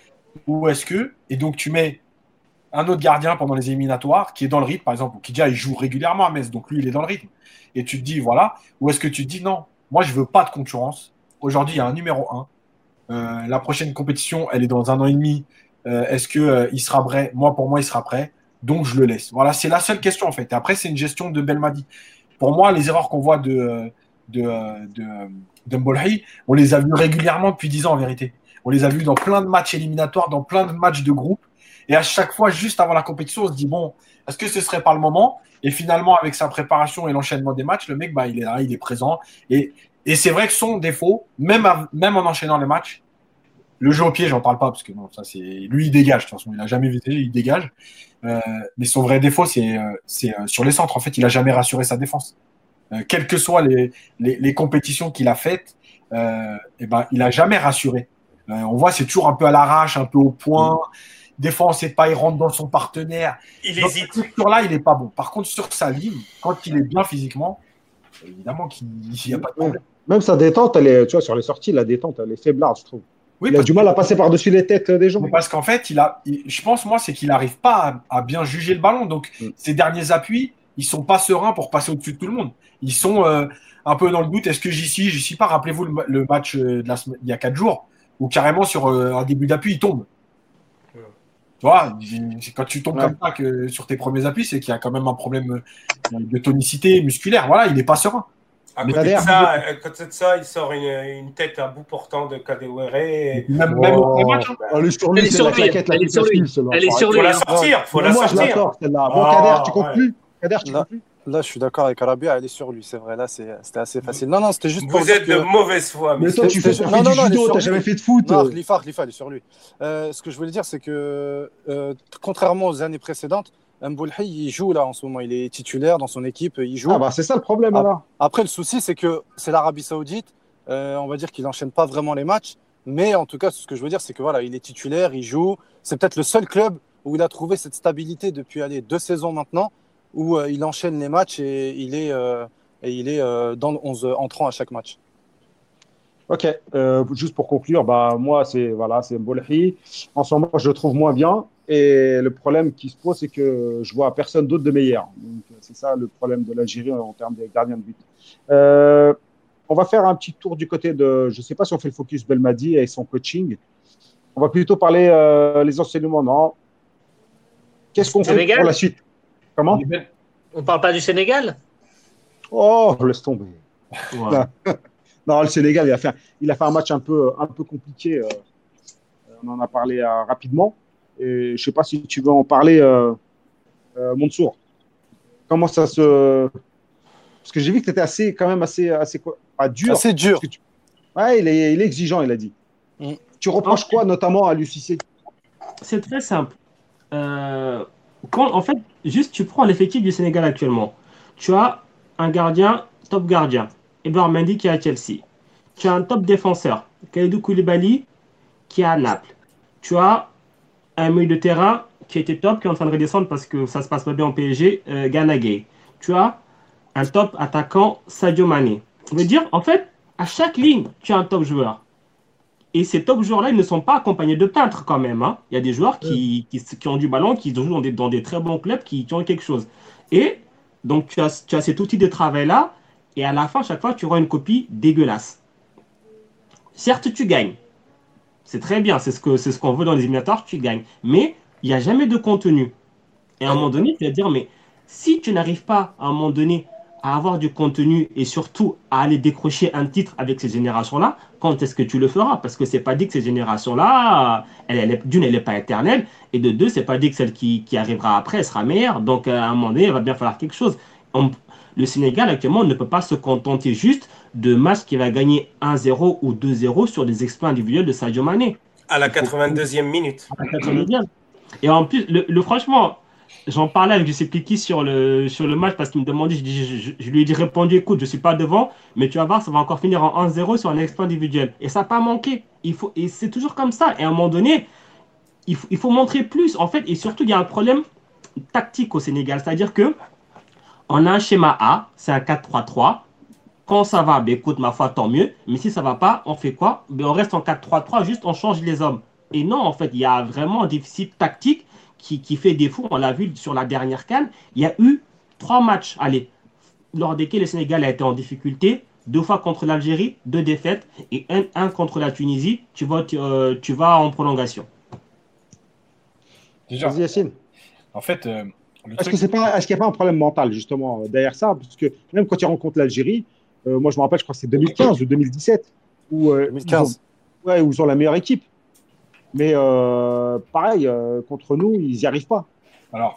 Ou est-ce que, et donc tu mets un autre gardien pendant les éliminatoires qui est dans le rythme, par exemple, qui déjà il joue régulièrement à Metz, donc lui il est dans le rythme. Et tu te dis, voilà, ou est-ce que tu te dis, non, moi je veux pas de concurrence. Aujourd'hui, il y a un numéro un. Euh, la prochaine compétition, elle est dans un an et demi. Euh, est-ce qu'il euh, sera prêt? Moi, pour moi, il sera prêt. Donc, je le laisse. Voilà, c'est la seule question en fait. Et après, c'est une gestion de Belmadi. Pour moi, les erreurs qu'on voit de, de, de, de Mbolhi, on les a vues régulièrement depuis dix ans en vérité. On les a vues dans plein de matchs éliminatoires, dans plein de matchs de groupe. Et à chaque fois, juste avant la compétition, on se dit, bon, est-ce que ce serait pas le moment? Et finalement, avec sa préparation et l'enchaînement des matchs, le mec, bah, il est là, il est présent. Et, et c'est vrai que son défaut, même, à, même en enchaînant les matchs, le jeu au pied, j'en parle pas, parce que non, ça, c'est, lui, il dégage. De toute façon, il n'a jamais visé, il dégage. Euh, mais son vrai défaut, c'est, euh, c'est euh, sur les centres. En fait, il n'a jamais rassuré sa défense. Euh, quelles que soient les, les, les compétitions qu'il a faites, euh, et ben, il n'a jamais rassuré. Euh, on voit, c'est toujours un peu à l'arrache, un peu au point. Mmh. Des fois, on ne sait pas, il rentre dans son partenaire. Il Donc, hésite. Sur là, il n'est pas bon. Par contre, sur sa ligne, quand il est bien physiquement, évidemment qu'il n'y a pas de problème. Même sa détente, elle est, tu vois, sur les sorties, la détente, elle est faiblarde, je trouve. Oui, il a du mal à passer par-dessus les têtes des gens. Parce qu'en fait, il a, il, je pense, moi, c'est qu'il n'arrive pas à, à bien juger le ballon. Donc, mm. ses derniers appuis, ils ne sont pas sereins pour passer au-dessus de tout le monde. Ils sont euh, un peu dans le doute. Est-ce que j'y suis, j'y suis pas? Rappelez-vous le, le match de la semaine, il y a quatre jours, où carrément, sur euh, un début d'appui, il tombe. Tu vois, quand tu tombes ouais. comme ça que sur tes premiers appuis, c'est qu'il y a quand même un problème de tonicité musculaire. Voilà, il n'est pas serein. À côté de ça, à côté de ça, il sort une, une tête à bout portant de Kadewere. Et... Même, même au premier match. Elle est sur lui, c'est la claquette la plus facile. Elle est sur lui. Il faut la sortir. Il faut la sortir. Moi, je la sors, celle-là. Bon, Kader, tu conclus? Kader, tu conclus? Là, je suis d'accord avec Arabia, elle est sur lui, c'est vrai. Là, c'était assez facile. Non, non, c'était juste pour. Vous êtes de mauvaise foi. Mais toi, tu fais du judo, t'as jamais fait de foot. Non, Khalifa, Khalifa, elle est sur lui. Ce que je voulais dire, c'est que contrairement aux années précédentes, Mbolhi, il joue là en ce moment. Il est titulaire dans son équipe, il joue. Ah bah c'est ça le problème alors. Après, le souci, c'est que c'est l'Arabie Saoudite. Euh, on va dire qu'il n'enchaîne pas vraiment les matchs. Mais en tout cas, ce que je veux dire, c'est que voilà, il est titulaire, il joue. C'est peut-être le seul club où il a trouvé cette stabilité depuis allez, deux saisons maintenant, où euh, il enchaîne les matchs et il est, euh, et il est euh, dans le onze entrant à chaque match. Ok, euh, juste pour conclure, bah, moi, c'est voilà, c'est Mbolhi. En ce moment, je le trouve moins bien. Et le problème qui se pose, c'est que je vois personne d'autre de meilleur. Donc, c'est ça le problème de l'Algérie en termes de gardiens de but. Euh, on va faire un petit tour du côté de, je ne sais pas si on fait le focus Belmadi et son coaching. On va plutôt parler euh, les enseignements. Non. Qu'est-ce qu'on fait pour la suite? Comment? On parle pas du Sénégal? Oh, laisse tomber. Ouais. Non, le Sénégal, il a fait, un- il a fait un match un peu, un peu compliqué. euh, on en a parlé euh, rapidement. Et je ne sais pas si tu veux en parler, euh, euh, Mansour. Comment ça se. Parce que j'ai vu que tu étais assez, quand même assez, assez quoi, pas dur. C'est dur. Parce que tu- Ouais, il est, il est exigeant, il a dit. Mm. Tu reproches quoi, notamment à l'U C C? C'est très simple. Euh, quand, en fait, juste tu prends l'effectif du Sénégal actuellement. Tu as un gardien, top gardien, Edouard Mendy qui est à Chelsea. Tu as un top défenseur, Kalidou Koulibaly qui est à Naples. Tu as un milieu de terrain qui était top, qui est en train de redescendre parce que ça se passe pas bien en P S G, euh, Gana Gueye. Tu as un top attaquant, Sadio Mané. Je veux dire, en fait, à chaque ligne, tu as un top joueur. Et ces top joueurs-là, ils ne sont pas accompagnés de peintres quand même, hein. Il y a des joueurs qui, qui, qui ont du ballon, qui jouent dans des, dans des très bons clubs, qui, qui ont quelque chose. Et donc, tu as, tu as cet outil de travail-là, et à la fin, chaque fois, tu auras une copie dégueulasse. Certes, tu gagnes. C'est très bien, c'est ce que, c'est ce qu'on veut dans les éliminatoires, tu gagnes. Mais il n'y a jamais de contenu. Et à un moment donné, tu vas te dire, mais si tu n'arrives pas à un moment donné à avoir du contenu et surtout à aller décrocher un titre avec ces générations-là, quand est-ce que tu le feras? Parce que c'est pas dit que ces générations-là, elle, elle est- d'une, elle n'est pas éternelle, et de deux, c'est pas dit que celle qui, qui arrivera après, elle sera meilleure. Donc à un moment donné, il va bien falloir quelque chose. On- le Sénégal, actuellement, ne peut pas se contenter juste de matchs qui va gagner un zéro ou deux zéro sur des exploits individuels de Sadio Mané. À la Il faut- quatre-vingt-deuxième minute. à la quatre-vingtième. Et en plus, le, le- franchement, j'en parlais avec je sais plus qui sur le, sur le match parce qu'il me demandait, je, dis- je- je- je lui ai dit, répondu, écoute, je suis pas devant, mais tu vas voir, ça va encore finir en un zéro sur un exploit individuel. Et ça n'a pas manqué. Il faut, et c'est toujours comme ça. Et à un moment donné, il faut, il faut montrer plus, en fait. Et surtout, il y a un problème tactique au Sénégal. C'est-à-dire que on a un schéma A, c'est un quatre trois trois. Quand ça va, ben écoute, ma foi, tant mieux. Mais si ça va pas, on fait quoi? Ben on reste en quatre trois trois, juste on change les hommes. Et non, en fait, il y a vraiment un déficit tactique qui, qui fait défaut. On l'a vu sur la dernière CAN. Il y a eu trois matchs, allez, lors desquels le Sénégal a été en difficulté. Deux fois contre l'Algérie, deux défaites, et un, un contre la Tunisie. Tu vas, tu, euh, tu vas en prolongation. Déjà, Vas-y, Yacine. en fait, euh, le Est-ce truc, que c'est pas, est-ce qu'il n'y a pas un problème mental, justement, euh, derrière ça? Parce que même quand tu rencontres l'Algérie, euh, moi, je me rappelle, je crois que c'est deux mille quinze ou deux mille dix-sept, où, euh, deux mille quinze. Ils ont, ouais, où ils ont la meilleure équipe. Mais euh, pareil, euh, contre nous, ils n'y arrivent pas. alors,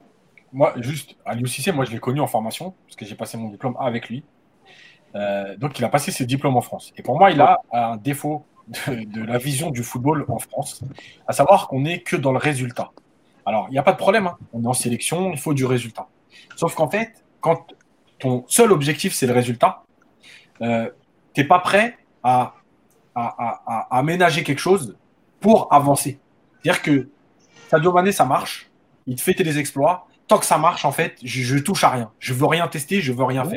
moi, juste, Aliou Cissé, moi, je l'ai connu en formation, parce que j'ai passé mon diplôme avec lui. Euh, donc, il a passé ses diplômes en France. Et pour moi, il a un défaut de, de la vision du football en France, à savoir qu'on n'est que dans le résultat. Alors, il n'y a pas de problème, hein. On est en sélection, il faut du résultat. Sauf qu'en fait, quand ton seul objectif, c'est le résultat, euh, tu n'es pas prêt à, à, à, à aménager quelque chose pour avancer. C'est-à-dire que Sadio Mané, ça marche, il te fait tes exploits. Tant que ça marche, en fait, je, je touche à rien. Je veux rien tester, je veux rien faire.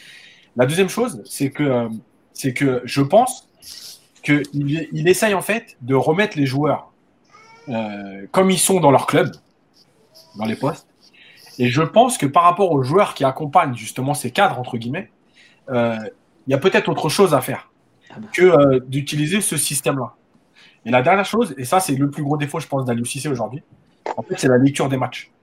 La deuxième chose, c'est que, euh, c'est que je pense qu'il il essaye en fait de remettre les joueurs euh, comme ils sont dans leur club, dans les postes. Et je pense que par rapport aux joueurs qui accompagnent justement ces cadres, entre guillemets, euh, il y a peut-être autre chose à faire que euh, d'utiliser ce système-là. Et la dernière chose, et ça c'est le plus gros défaut, je pense, d'Aliou Cissé aujourd'hui, en fait, c'est la lecture des matchs.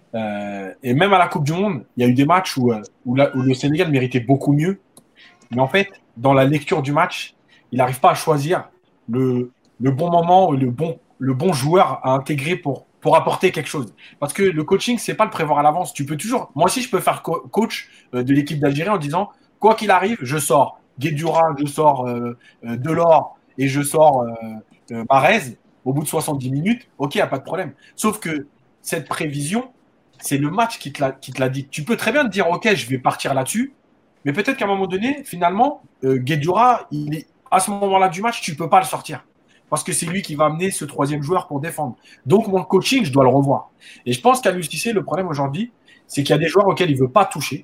Euh, et même à la Coupe du Monde, il y a eu des matchs où, euh, où, la, où le Sénégal méritait beaucoup mieux. Mais en fait, dans la lecture du match, il n'arrive pas à choisir le, le bon moment, le bon, le bon joueur à intégrer pour, pour apporter quelque chose. Parce que le coaching, c'est pas le prévoir à l'avance. Tu peux toujours. Moi aussi, je peux faire co- coach euh, de l'équipe d'Algérie en disant quoi qu'il arrive, je sors Guédura, je sors euh, euh, Delors et je sors euh, euh, Mahrez au bout de soixante-dix minutes. Ok, il n'y a pas de problème. Sauf que cette prévision, c'est le match qui te l'a, qui te l'a dit. Tu peux très bien te dire ok, je vais partir là-dessus. Mais peut-être qu'à un moment donné, finalement, euh, Guédura, il est, à ce moment-là du match, tu ne peux pas le sortir. Parce que c'est lui qui va amener ce troisième joueur pour défendre. Donc, mon coaching, je dois le revoir. Et je pense qu'Aliou Cissé, le problème aujourd'hui, c'est qu'il y a des joueurs auxquels il ne veut pas toucher.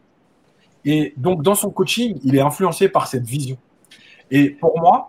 Et donc, dans son coaching, il est influencé par cette vision. Et pour moi,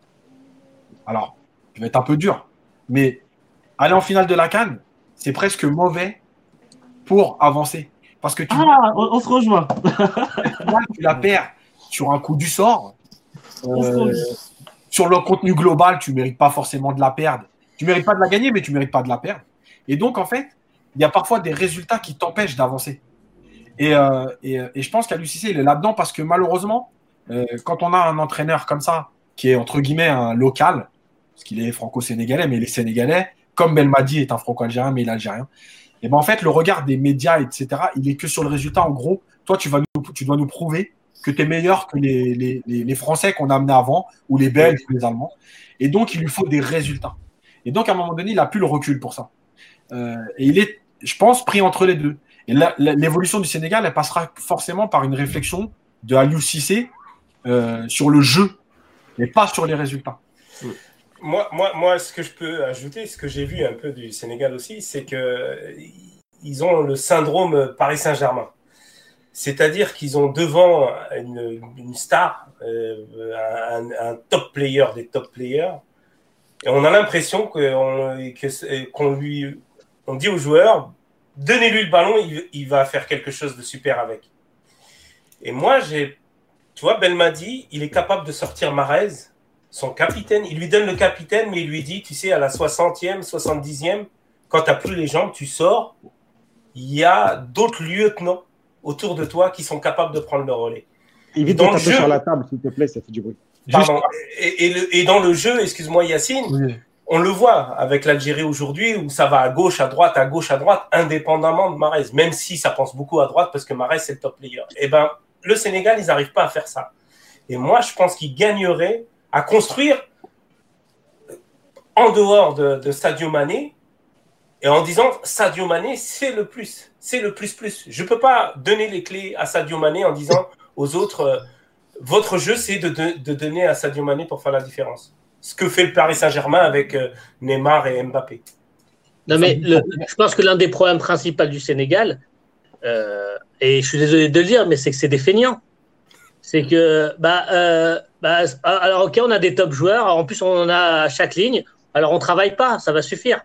alors, je vais être un peu dur, mais aller en finale de la CAN, c'est presque mauvais pour avancer. Parce que tu, Ah, on, on se rejoint. tu la perds sur un coup du sort. On se Euh, rejoint. sur le contenu global, tu ne mérites pas forcément de la perdre. Tu ne mérites pas de la gagner, mais tu ne mérites pas de la perdre. Et donc, en fait, il y a parfois des résultats qui t'empêchent d'avancer. Et, euh, et, et je pense qu'Aliou Cissé, il est là-dedans parce que malheureusement, euh, quand on a un entraîneur comme ça, qui est entre guillemets un local, parce qu'il est franco-sénégalais, mais il est sénégalais, comme Belmadi est un franco-algérien, mais il est algérien, et ben en fait, le regard des médias, et cetera, il est que sur le résultat. En gros, toi, tu, vas nous, tu dois nous prouver que tu es meilleur que les, les, les, les Français qu'on a amenés avant, ou les Belges, ou les Allemands. Et donc, il lui faut des résultats. Et donc, à un moment donné, il n'a plus le recul pour ça. Euh, et il est, je pense, pris entre les deux. Et là, l'évolution du Sénégal, elle passera forcément par une réflexion de Aliou Cissé euh, sur le jeu, mais pas sur les résultats. Moi, moi, moi, ce que je peux ajouter, ce que j'ai vu un peu du Sénégal aussi, c'est qu'ils ont le syndrome Paris Saint-Germain. C'est-à-dire qu'ils ont devant une, une star, euh, un, un top player des top players, et on a l'impression qu'on, que, qu'on lui, on dit aux joueurs, donnez-lui le ballon, il, il va faire quelque chose de super avec. Et moi, j'ai, tu vois, Belmadi, il est capable de sortir Mahrez, son capitaine, il lui donne le capitaine, mais il lui dit, tu sais, à la soixantième, soixante-dixième, quand tu n'as plus les jambes, tu sors, il y a d'autres lieutenants autour de toi qui sont capables de prendre le relais. Évite de taper jeu, sur la table, s'il te plaît, ça fait du bruit. Pardon. Et, et, le, et dans le jeu, excuse-moi Yacine, oui. On le voit avec l'Algérie aujourd'hui où ça va à gauche, à droite, à gauche, à droite, indépendamment de Mahrez, même si ça pense beaucoup à droite parce que Mahrez, c'est le top player. Et ben, le Sénégal, ils n'arrivent pas à faire ça. Et moi, je pense qu'ils gagneraient à construire en dehors de, de Sadio Mané et en disant Sadio Mané, c'est le plus, c'est le plus plus. Je ne peux pas donner les clés à Sadio Mané en disant aux autres, euh, votre jeu, c'est de, de, de donner à Sadio Mané pour faire la différence. Ce que fait le Paris Saint-Germain avec euh, Neymar et Mbappé. Non, mais le, je pense que l'un des problèmes principaux du Sénégal, euh, et je suis désolé de le dire, mais c'est que c'est des feignants. C'est que, bah, euh, bah, alors, ok, on a des top joueurs, en plus, on en a à chaque ligne, alors on ne travaille pas, ça va suffire.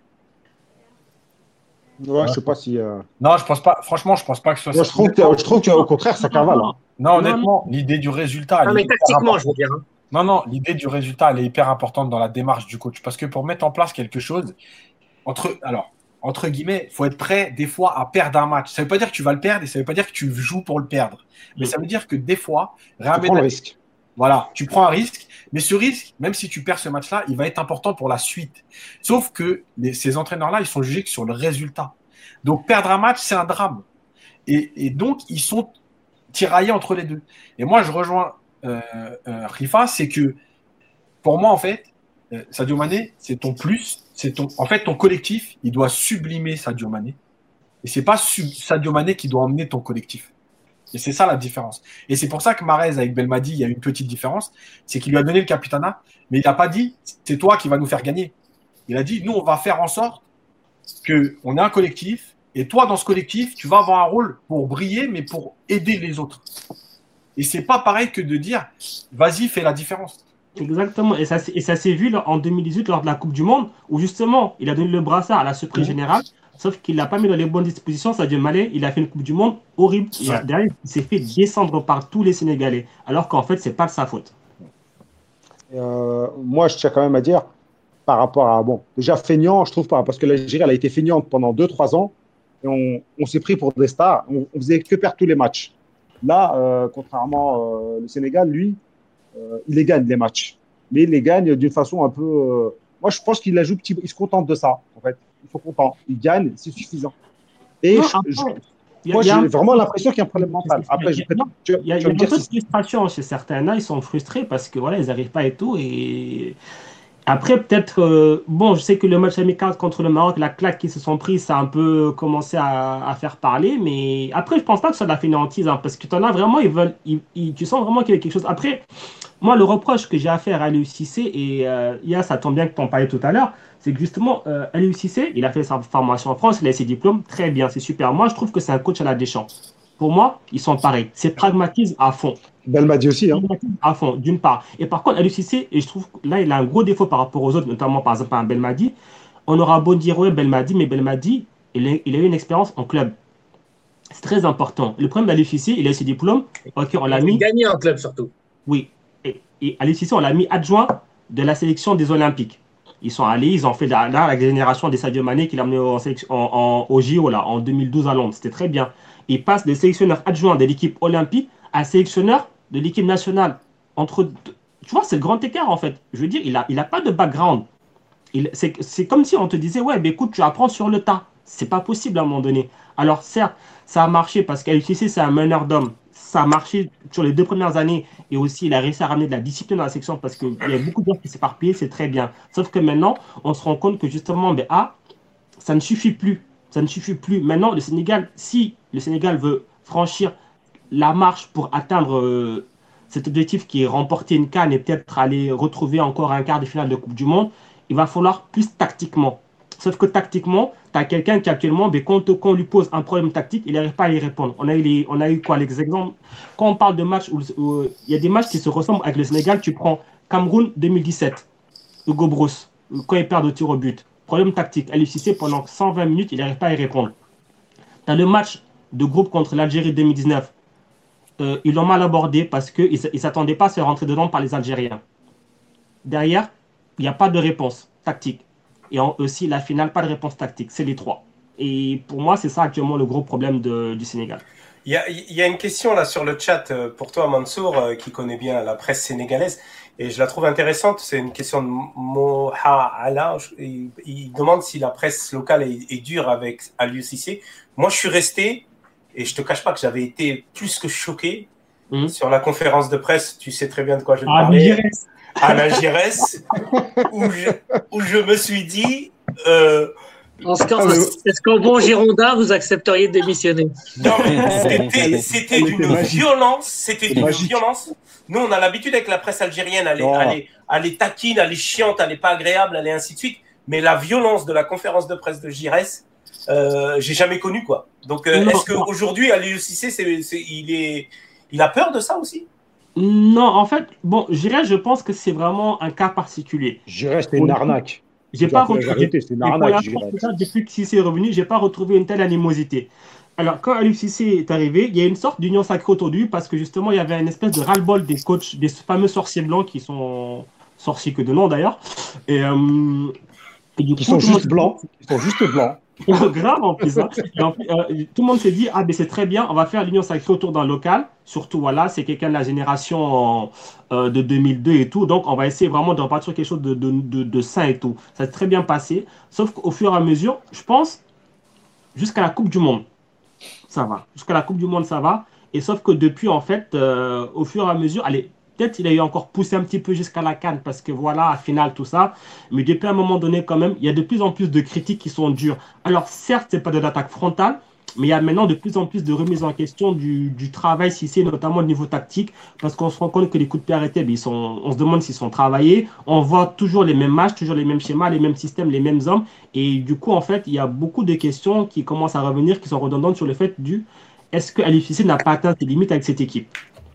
Ouais, je sais pas si. Euh... Non, je pense pas. Franchement, je pense pas que ce soit. Moi, je trouve que, je trouve qu'au contraire, ça cavale. Hein. Non, honnêtement, l'idée du résultat. Non, mais tactiquement, je veux dire. Hein. Non, non, l'idée du résultat, elle est hyper importante dans la démarche du coach. Parce que pour mettre en place quelque chose, entre, alors, entre guillemets, il faut être prêt des fois à perdre un match. Ça ne veut pas dire que tu vas le perdre et ça ne veut pas dire que tu joues pour le perdre. Mais ça veut dire que des fois, tu prends le risque. Voilà, tu prends un risque. Mais ce risque, même si tu perds ce match-là, il va être important pour la suite. Sauf que les, ces entraîneurs-là, ils sont jugés que sur le résultat. Donc, perdre un match, c'est un drame. Et, et donc, ils sont tiraillés entre les deux. Et moi, je rejoins euh, euh, Rifa, c'est que pour moi, en fait, euh, Sadio Mané, c'est ton plus. C'est ton, en fait, ton collectif, il doit sublimer Sadio Mané. Et c'est pas sub, Sadio Mané qui doit emmener ton collectif. Et c'est ça la différence. Et c'est pour ça que Mahrez, avec Belmadi, il y a une petite différence. C'est qu'il lui a donné le capitanat, mais il n'a pas dit c'est toi qui vas nous faire gagner. Il a dit nous, on va faire en sorte qu'on ait un collectif. Et toi, dans ce collectif, tu vas avoir un rôle pour briller, mais pour aider les autres. Et c'est pas pareil que de dire vas-y, fais la différence. Exactement. Et ça, et ça s'est vu là, en deux mille dix-huit lors de la Coupe du Monde, où justement, il a donné le brassard à la surprise mmh. générale. Sauf qu'il ne l'a pas mis dans les bonnes dispositions. Sadio Mané, il a fait une Coupe du Monde horrible. Il, a, derrière, il s'est fait descendre par tous les Sénégalais. Alors qu'en fait, ce n'est pas de sa faute. Euh, moi, je tiens quand même à dire, par rapport à. Bon, déjà, feignant, je trouve pas. Parce que l'Algérie, elle a été feignante pendant deux trois ans. Et on, on s'est pris pour des stars. On, on faisait que perdre tous les matchs. Là, euh, contrairement euh, le Sénégal, lui, euh, il les gagne, les matchs. Mais il les gagne d'une façon un peu. Euh, moi, je pense qu'il la joue petit. Il se contente de ça, en fait. Ils sont contents. Ils gagnent, c'est suffisant. Et non, je, je, moi, j'ai un... vraiment l'impression qu'il y a un problème mental. Après, je prétends. Il y a, il y a, il y a une peu de frustration chez certains. Là, ils sont frustrés parce que voilà, ils n'arrivent pas et tout. Et après, peut-être. Euh, bon, je sais que le match amical contre le Maroc, la claque qu'ils se sont pris, ça a un peu commencé à, à faire parler. Mais après, je ne pense pas que ce soit de la fainéantise. Hein, parce que tu en as vraiment, ils veulent. Ils, ils, tu sens vraiment qu'il y a quelque chose. Après. Moi, le reproche que j'ai à faire à Aliou Cissé, et euh, Ia, ça tombe bien que tu en parlais tout à l'heure, c'est que justement, euh, Aliou Cissé, il a fait sa formation en France, il a ses diplômes, très bien, c'est super. Moi, je trouve que c'est un coach à la Deschamps. Pour moi, ils sont pareils. C'est pragmatisme à fond. Belmadi aussi. Hein. À fond, d'une part. Et par contre, Aliou Cissé, et je trouve que là, il a un gros défaut par rapport aux autres, notamment par exemple à Belmadi. On aura beau dire, ouais, Belmadi, mais Belmadi, il a, il a eu une expérience en club. C'est très important. Le problème d'Aliou Cissé, il a ses diplômes. Ok, on l'a mis. Il a gagné en club surtout. Oui. Et Aliou Cissé, on l'a mis adjoint de la sélection des Olympiques. Ils sont allés, ils ont fait là, la génération des Sadio Mané qu'il a amené en, en, en, au J O là, en deux mille douze à Londres. C'était très bien. il passe de sélectionneur adjoint de l'équipe olympique à sélectionneur de l'équipe nationale. Entre deux- Tu vois, c'est le grand écart en fait. Je veux dire, il a, il a pas de background. Il- C'est c'est comme si on te disait, ouais, ben écoute, tu apprends sur le tas. C'est pas possible à un moment donné. Alors certes, ça a marché parce qu'A L C C, c'est un meneur d'hommes. Ça a marché sur les deux premières années et aussi il a réussi à ramener de la discipline dans la section parce qu'il y a beaucoup de gens qui s'éparpillent, c'est très bien. Sauf que maintenant, on se rend compte que justement, ben, ah, ça ne suffit plus. Ça ne suffit plus. Maintenant, le Sénégal, si le Sénégal veut franchir la marche pour atteindre euh, cet objectif qui est remporter une CAN et peut-être aller retrouver encore un quart de finale de Coupe du Monde, il va falloir plus tactiquement. Sauf que tactiquement, tu as quelqu'un qui actuellement, ben, quand, quand on lui pose un problème tactique, il n'arrive pas à y répondre. On a eu, les, on a eu quoi, les exemples. Quand on parle de matchs où où il y a des matchs qui se ressemblent avec le Sénégal, tu prends Cameroun deux mille dix-sept, Hugo Brousse, quand il perd de tir au but. Problème tactique. Aliou Cissé, pendant cent vingt minutes, il n'arrive pas à y répondre. Tu as le match de groupe contre l'Algérie deux mille dix-neuf. Euh, ils l'ont mal abordé parce qu'ils ne s'attendaient pas à se faire rentrer dedans par les Algériens. Derrière, il n'y a pas de réponse tactique. Et en, aussi, la finale, pas de réponse tactique. C'est les trois. Et pour moi, c'est ça actuellement le gros problème de, du Sénégal. Il y, a, il y a une question là sur le chat euh, pour toi, Mansour, euh, qui connaît bien la presse sénégalaise. Et je la trouve intéressante. C'est une question de Moha Ala. Il, il demande si la presse locale est, est dure avec Aliou Cissé. Moi, je suis resté, et je te cache pas que j'avais été plus que choqué Mmh. sur la conférence de presse. Tu sais très bien de quoi je Ah, parlais. Algérie. À l'Algérès, où je, où je me suis dit. Euh, En ce cas, Ah, mais- est-ce qu'en bon Girondin, vous accepteriez de démissionner? Non, mais c'était, c'était Elle d'une était magique. violence. C'était d'une Magique. violence. Nous, on a l'habitude avec la presse algérienne, elle est, Non. elle est, elle est taquine, elle est chiante, elle n'est pas agréable, elle est ainsi de suite. Mais la violence de la conférence de presse de Giresse, euh, j'ai jamais connu quoi. Donc, euh, Non. est-ce qu'aujourd'hui, Aliou Cissé, c'est, c'est, il est, il a peur de ça aussi? Non, en fait, bon, je dirais, je pense que c'est vraiment un cas particulier. Je reste une arnaque. J'ai Tu pas dois faire la retrouvé, vérité, c'est une et pour arnaque, l'instant, je dirais. déjà, depuis que Cissé est revenu, j'ai pas retrouvé une telle animosité. Alors, quand Aliou Cissé est arrivé, il y a une sorte d'union sacrée autour de lui parce que justement, il y avait une espèce de ras-le-bol des coachs, des fameux sorciers blancs qui sont sorciers que de nom d'ailleurs. Et, euh, et du Ils coup, sont tout le monde- juste blancs. Ils sont juste blancs. grave en plus. Hein. Et en plus, euh, tout le monde s'est dit, ah ben c'est très bien, on va faire l'union sacrée autour d'un local. Surtout, voilà, c'est quelqu'un de la génération euh, de deux mille deux et tout. Donc, on va essayer vraiment de repartir sur quelque chose de, de, de, de sain et tout. Ça s'est très bien passé. Sauf qu'au fur et à mesure, je pense, jusqu'à la Coupe du Monde, ça va. Jusqu'à la Coupe du Monde, ça va. Et sauf que depuis, en fait, euh, au fur et à mesure, allez, peut-être il a eu encore poussé un petit peu jusqu'à la CAN parce que voilà, à finale, tout ça. Mais depuis un moment donné, quand même, il y a de plus en plus de critiques qui sont dures. Alors, certes, c'est pas de l'attaque frontale, mais il y a maintenant de plus en plus de remise en question du, du travail, si c'est notamment au niveau tactique, parce qu'on se rend compte que les coups de pied arrêtés, ben, ils sont, on se demande s'ils sont travaillés. On voit toujours les mêmes matchs, toujours les mêmes schémas, les mêmes systèmes, les mêmes hommes. Et du coup, en fait, il y a beaucoup de questions qui commencent à revenir, qui sont redondantes sur le fait du est-ce que Aliou Cissé n'a pas atteint ses limites avec cette équipe?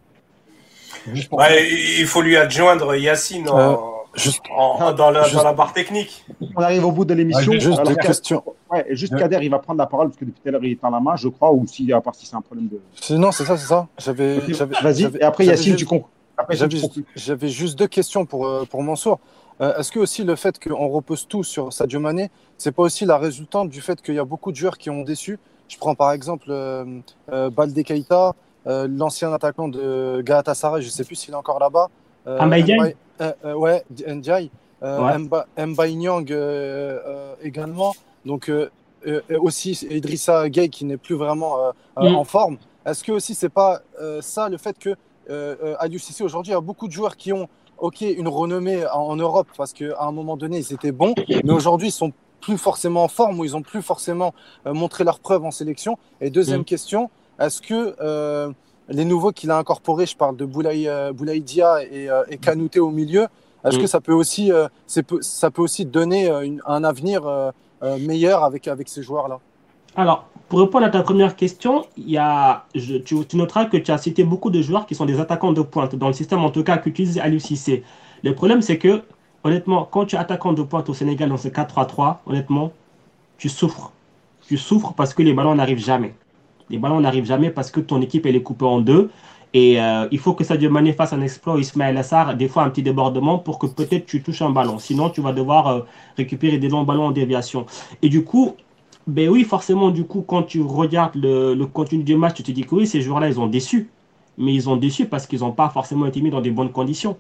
Juste pour Ouais, il faut lui adjoindre Yacine en, Euh, juste- en- dans, la, juste- dans la barre technique. On arrive au bout de l'émission. Ouais, Juste Alors, deux Kader- questions. ouais, juste Kader, il va prendre la parole parce que depuis tout à l'heure, il est en la main, je crois, ou si, à part si c'est un problème de. Sinon, c'est ça, c'est ça. J'avais, j'avais- Vas-y, j'avais- et après j'avais Yacine, juste- tu conclus. Après, J'avais, tu conclus. j'avais juste deux questions pour, euh, pour Mansour. Euh, est-ce que aussi le fait qu'on repose tout sur Sadio Mané, c'est pas aussi la résultante du fait qu'il y a beaucoup de joueurs qui ont déçu? Je prends par exemple euh, euh, Baldé Keita, euh, l'ancien attaquant de Galatasaray, je sais plus s'il est encore là-bas. Euh, Ambaye Ndiaye Mbaye- euh, euh, Ouais, Ndiaye. Euh, Ouais. Mba- Mbaye Niang euh, euh, également. Donc euh, euh, et aussi Idrissa Gueye qui n'est plus vraiment euh, euh, Mm. en forme. Est-ce que aussi c'est pas euh, ça le fait que euh, euh, Aliou Cissé aujourd'hui il y a beaucoup de joueurs qui ont ok une renommée en, en Europe parce qu'à un moment donné ils étaient bons, mais aujourd'hui ils sont plus forcément en forme ou ils ont plus forcément euh, montré leurs preuves en sélection. Et deuxième Mm. question, est-ce que euh, les nouveaux qu'il a incorporés, je parle de Boulaye, euh, Boulaye Dia et, euh, et Kanouté au milieu, est-ce Mm. que ça peut aussi, euh, c'est peu- ça peut aussi donner euh, une- un avenir euh, euh, meilleur avec, avec ces joueurs-là? Alors, pour répondre à ta première question, il y a, je- tu, tu noteras que tu as cité beaucoup de joueurs qui sont des attaquants de pointe, dans le système en tout cas qu'utilise Aliou Cissé. Le problème, c'est que, honnêtement, quand tu es attaquant de pointe au Sénégal dans ce quatre trois trois, honnêtement, tu souffres. Tu souffres parce que les ballons n'arrivent jamais. Les ballons n'arrivent jamais parce que ton équipe elle est coupée en deux. Et euh, il faut que Sadio Mané fasse un exploit, Ismaël Assar, des fois un petit débordement pour que peut-être tu touches un ballon. Sinon, tu vas devoir euh, récupérer des longs ballons en déviation. Et du coup, Ben oui, forcément, du coup, quand tu regardes le, le contenu du match, tu te dis que oui, ces joueurs-là, ils ont déçu. Mais ils ont déçu parce qu'ils n'ont pas forcément été mis dans des bonnes conditions.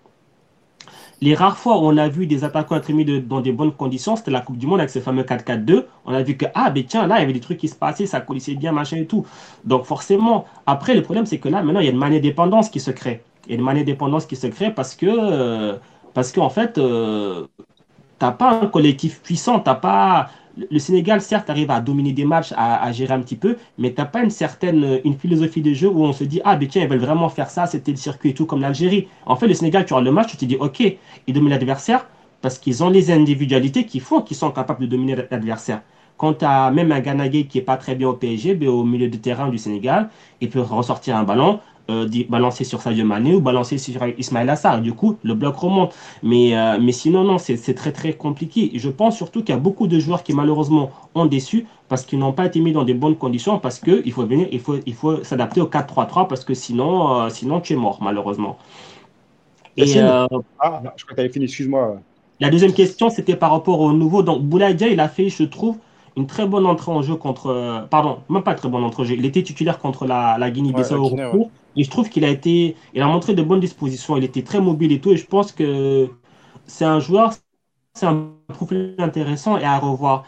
Les rares fois où on a vu des attaquants être mis de- dans des bonnes conditions, c'était la Coupe du Monde avec ce fameux quatre quatre deux. On a vu que, ah, ben tiens, là, il y avait des trucs qui se passaient, ça coulissait bien, machin et tout. Donc, forcément, après, le problème, c'est que là, maintenant, il y a une manée dépendance qui se crée. Il y a une manée dépendance qui se crée parce que, euh, parce qu'en fait, euh, t'as pas un collectif puissant, t'as pas. Le Sénégal, certes, arrive à dominer des matchs, à, à gérer un petit peu, mais t'as pas une certaine une philosophie de jeu où on se dit, ah, ben tiens, ils veulent vraiment faire ça, c'était le circuit et tout, comme l'Algérie. En fait, le Sénégal, tu regardes le match, tu te dis, ok, ils dominent l'adversaire parce qu'ils ont les individualités qui font qu'ils sont capables de dominer l'adversaire. Quand tu as même un Gana Gueye qui est pas très bien au P S G, ben, au milieu de terrain du Sénégal, il peut ressortir un ballon, euh, di- balancer sur Sadio Mané ou balancer sur Ismaël Assar. Du coup, le bloc remonte. Mais, euh, mais sinon, non, c'est c'est très très compliqué. Et je pense surtout qu'il y a beaucoup de joueurs qui malheureusement ont déçu parce qu'ils n'ont pas été mis dans des bonnes conditions, parce qu'il faut venir, il faut, il faut s'adapter au quatre trois trois parce que sinon, euh, sinon tu es mort malheureusement. Et Yacine? euh, Ah, non, je crois que tu avais fini, excuse-moi. la deuxième question, c'était par rapport au nouveau. Donc Boulaye Dia, il a fait, je trouve, une très bonne entrée en jeu contre. euh, pardon, même pas très bonne entrée en jeu. Il était titulaire contre la, la Ouais, la Guinée-Bissau au Guinée, ouais. retour. Et je trouve qu'il a été, il a montré de bonnes dispositions. Il était très mobile et tout. Et je pense que c'est un joueur, c'est un profil intéressant et à revoir.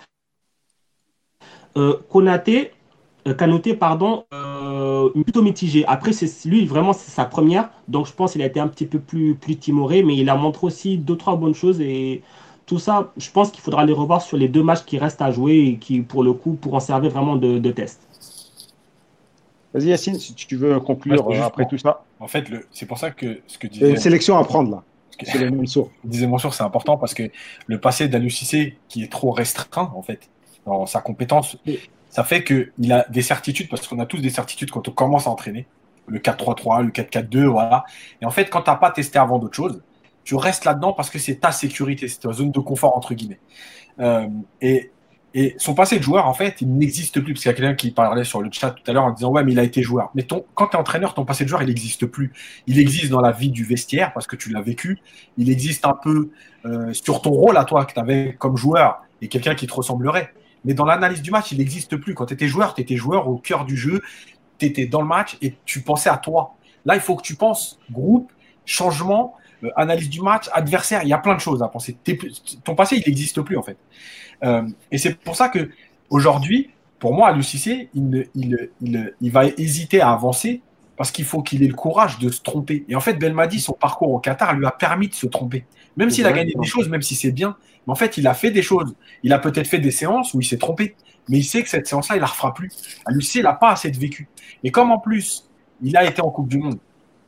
Euh, Konaté, euh, Kanoté, pardon, euh, plutôt mitigé. Après, c'est lui, vraiment, c'est sa première. Donc, je pense qu'il a été un petit peu plus, plus timoré, mais il a montré aussi deux, trois bonnes choses. Et tout ça, je pense qu'il faudra les revoir sur les deux matchs qui restent à jouer et qui, pour le coup, pourront servir vraiment de, de test. Vas-y, Yacine, si tu veux Ouais, conclure c'était euh, juste après pour- tout ça. En fait, le... c'est pour ça que ce que Il y a une disait, sélection à prendre là. ce que C'est le même saut. disait Mansour, c'est important parce que le passé d'Aliou Cissé, qui est trop restreint, en fait, dans sa compétence, Et- ça fait qu'il a des certitudes, parce qu'on a tous des certitudes quand on commence à entraîner. Le quatre trois trois, le quatre quatre deux, voilà. Et en fait, quand tu n'as pas testé avant d'autres choses, tu restes là-dedans parce que c'est ta sécurité, c'est ta zone de confort, entre guillemets. Euh, et, et son passé de joueur, en fait, il n'existe plus. Parce qu'il y a quelqu'un qui parlait sur le chat tout à l'heure en disant, ouais, mais il a été joueur. Mais ton, quand tu es entraîneur, ton passé de joueur, il n'existe plus. Il existe dans la vie du vestiaire parce que tu l'as vécu. Il existe un peu euh, sur ton rôle à toi que tu avais comme joueur et quelqu'un qui te ressemblerait. Mais dans l'analyse du match, il n'existe plus. Quand tu étais joueur, tu étais joueur au cœur du jeu, tu étais dans le match et tu pensais à toi. Là, il faut que tu penses groupe, changement, euh, analyse du match, adversaire. Il y a plein de choses à penser. T'es plus- ton passé, il n'existe plus en fait. Euh, et c'est pour ça que aujourd'hui, pour moi, Aliou Cissé, il, ne- il, il, il va hésiter à avancer parce qu'il faut qu'il ait le courage de se tromper. Et en fait, Belmadi, son parcours au Qatar lui a permis de se tromper. Même s'il a gagné Exactement. des choses, même si c'est bien, mais en fait, il a fait des choses. Il a peut-être fait des séances où il s'est trompé, mais il sait que cette séance-là, il la refera plus. Aliou Cissé, il n'a pas assez de vécu. Et comme en plus, il a été en Coupe du Monde,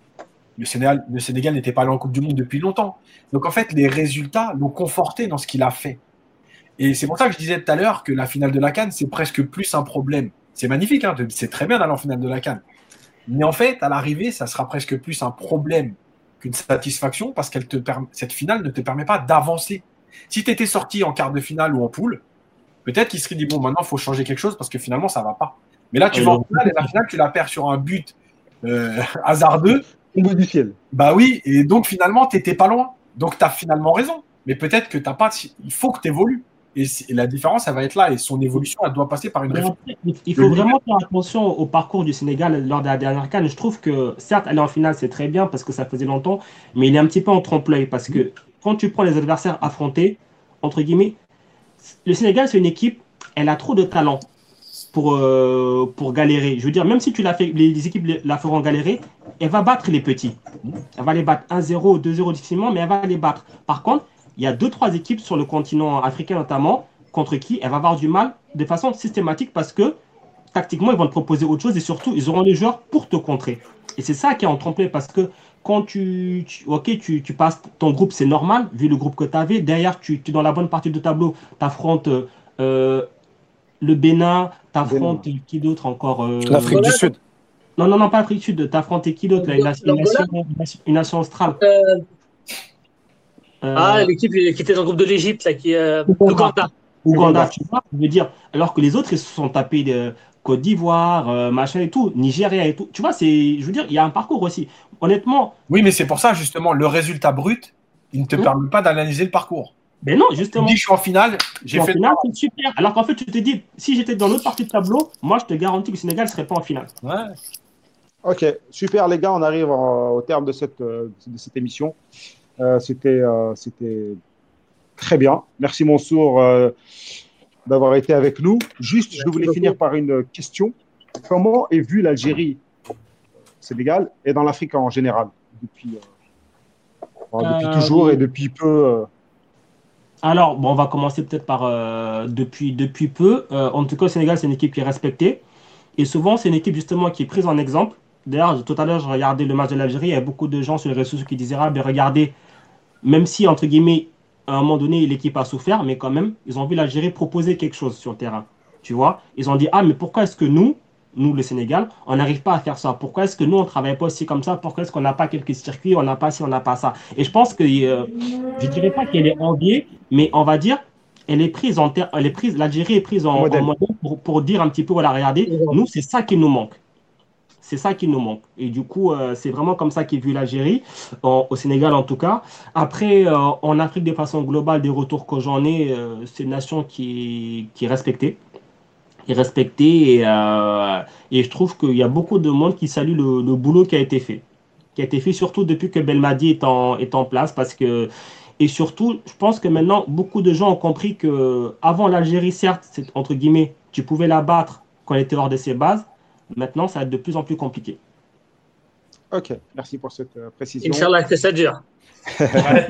le Sénégal, le Sénégal n'était pas allé en Coupe du Monde depuis longtemps. Donc en fait, les résultats l'ont conforté dans ce qu'il a fait. Et c'est pour ça que je disais tout à l'heure que la finale de la CAN, c'est presque plus un problème. C'est magnifique, hein, c'est très bien d'aller en finale de la CAN. Mais en fait, à l'arrivée, ça sera presque plus un problème qu'une satisfaction parce que cette finale ne te permet pas d'avancer. Si tu étais sorti en quart de finale ou en poule, peut-être qu'il serait dit, bon, maintenant, il faut changer quelque chose parce que finalement, ça ne va pas. Mais là, tu vas en finale et la finale, tu la perds sur un but euh, hasardeux. Au bout du ciel. Bah oui, et donc finalement, tu n'étais pas loin. Donc, tu as finalement raison. Mais peut-être que tu n'as pas. Il faut que tu évolues. Et, et la différence, elle va être là. Et son évolution, elle doit passer par une réflexion. Il faut vraiment faire attention au parcours du Sénégal lors de la dernière CAN. Je trouve que, certes, aller en finale, c'est très bien parce que ça faisait longtemps, mais il est un petit peu en trompe-l'œil parce que quand tu prends les adversaires affrontés, entre guillemets, le Sénégal, c'est une équipe, elle a trop de talent pour, euh, pour galérer. Je veux dire, même si tu l'as fait, les équipes la feront galérer, elle va battre les petits. Elle va les battre un zéro, deux zéro difficilement, mais elle va les battre. Par contre, il y a deux, trois équipes sur le continent africain notamment, contre qui elle va avoir du mal de façon systématique parce que tactiquement, ils vont te proposer autre chose et surtout, ils auront les joueurs pour te contrer. Et c'est ça qui est en trompe-l'œil parce que quand tu, tu ok, tu, tu passes ton groupe, c'est normal, vu le groupe que tu avais. Derrière, tu, tu es dans la bonne partie du tableau, tu affrontes euh, le Bénin, tu affrontes qui d'autre encore euh, L'Afrique du Sud. Non, non, non, pas l'Afrique du Sud, tu affrontes qui d'autre là, une, nation, une, nation, une nation australe. Euh... Euh... Ah, l'équipe qui était dans le groupe de l'Égypte, là, qui euh, Ouganda. Ouganda, tu vois, je veux dire, alors que les autres, ils se sont tapés de Côte d'Ivoire, euh, machin et tout, Nigeria et tout. Tu vois, c'est, je veux dire, il y a un parcours aussi. Honnêtement. Oui, mais c'est pour ça, justement, le résultat brut, il ne te mmh. permet pas d'analyser le parcours. Mais non, Tu me justement. dis, je suis en finale, En j'ai fait le finale, c'est super. Alors qu'en fait, tu te dis, si j'étais dans l'autre partie de tableau, moi, je te garantis que le Sénégal ne serait pas en finale. Ouais. Ok, super les gars, on arrive en- au terme de cette, euh, de cette émission. Euh, c'était, euh, c'était très bien. Merci Mansour euh, d'avoir été avec nous. Juste, je Merci voulais beaucoup. finir par une question. Comment est vue l'Algérie au Sénégal et dans l'Afrique en général depuis, euh, enfin, depuis Euh, toujours et depuis peu euh, alors, bon, on va commencer peut-être par euh, depuis, depuis peu. Euh, en tout cas, au Sénégal, c'est une équipe qui est respectée. Et souvent, c'est une équipe justement qui est prise en exemple. D'ailleurs, tout à l'heure, je regardais le match de l'Algérie. Il y a beaucoup de gens sur les réseaux sociaux qui disaient, ah, ben regardez, même si, entre guillemets, à un moment donné, l'équipe a souffert, mais quand même, ils ont vu l'Algérie proposer quelque chose sur le terrain. Tu vois? Ils ont dit, ah, mais pourquoi est-ce que nous, nous, le Sénégal, on n'arrive pas à faire ça? Pourquoi est-ce que nous, on ne travaille pas aussi comme ça? Pourquoi est-ce qu'on n'a pas quelques circuits? On n'a pas ci, on n'a pas ça. Et je pense que, euh, je ne dirais pas qu'elle est enviée, mais on va dire, elle est prise en terre, elle est prise, l'Algérie est prise en, en modèle. modèle pour, pour dire un petit peu, voilà, regardez, nous, c'est ça qui nous manque. C'est ça qui nous manque. Et du coup, euh, c'est vraiment comme ça qu'est vu l'Algérie, en- au Sénégal en tout cas. Après, euh, en Afrique, de façon globale, des retours que j'en ai, euh, c'est une nation qui, qui est respectée. Qui est respectée et, euh, et je trouve qu'il y a beaucoup de monde qui salue le, le boulot qui a été fait. Qui a été fait surtout depuis que Belmadi est en, est en place. Parce que, et surtout, je pense que maintenant, beaucoup de gens ont compris que avant l'Algérie, certes, c'est, entre guillemets, tu pouvais la battre quand elle était hors de ses bases. Maintenant, ça va être de plus en plus compliqué. Ok, merci pour cette euh, précision. Inch'Allah que ça dure. Ouais.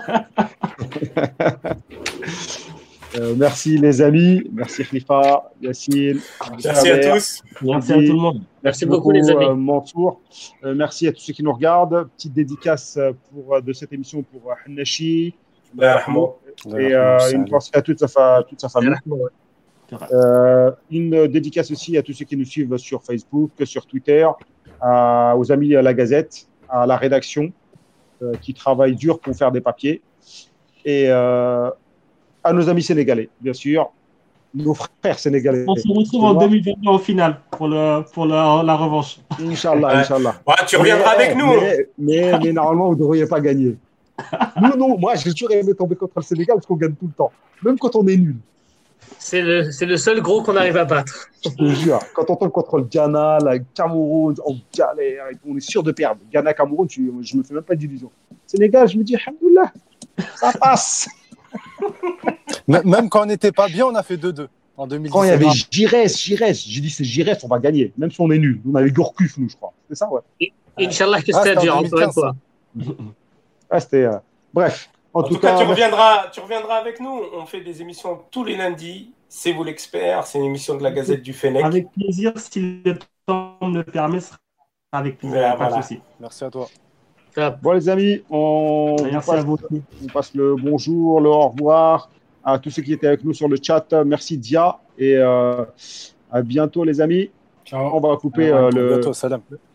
Euh, merci les amis, merci Khalifa, Yacine, Merci à tous. Merci à tout le monde. Merci beaucoup, les amis. euh, Mansour. Euh, merci à tous ceux qui nous regardent. Petite dédicace euh, pour, euh, de cette émission pour euh, Hannachi Allah yarhamou. et euh, une pensée à toute sa, fa- toute sa famille. Euh, une dédicace aussi à tous ceux qui nous suivent sur Facebook, sur Twitter, à- aux amis à la Gazette, à la rédaction euh, qui travaillent dur pour faire des papiers et euh, à nos amis sénégalais, bien sûr, nos frères sénégalais. On se retrouve en deux mille vingt-deux en finale pour, le, pour la, la revanche. Inch'Allah, Ouais. Inch'Allah. Ouais, tu reviendras Mais- avec nous. Mais, mais, mais normalement, vous ne devriez pas gagner. Nous, non, moi, j'ai toujours aimé tomber contre le Sénégal parce qu'on gagne tout le temps, même quand on est nul. C'est le, c'est le seul gros qu'on arrive à battre. Je te jure, quand on tombe contre le Ghana, le Cameroun, on galère, et on est sûr de perdre. Ghana, Cameroun, tu, je me fais même pas d'illusions. Sénégal, je me dis, alhamdoulilah, ça passe. M- Même quand on n'était pas bien, on a fait deux deux en deux mille dix-sept. Quand il y avait Giresse, Giresse, j'ai dit c'est Giresse, on va gagner, même si on est nul. On avait Gourcuff, nous, je crois. C'est ça, ouais. Inch'Allah que Ah, ça c'était en dure, deux mille encore une quinze, fois. Ah, c'était. euh, Bref. En, En tout cas, tu reviendras, tu reviendras avec nous. On fait des émissions tous les lundis. C'est vous l'expert. C'est une émission de la Gazette du Fennec. Avec plaisir, si le temps me le permet, ce sera avec plaisir, Voilà, pas de voilà. souci. Merci à toi. Bon, les amis, on, Merci on à passe, vous aussi. on passe le bonjour, le au revoir à tous ceux qui étaient avec nous sur le chat. Merci Dia et euh, à bientôt, les amis. Ciao. On va couper À euh, le. bientôt, salam.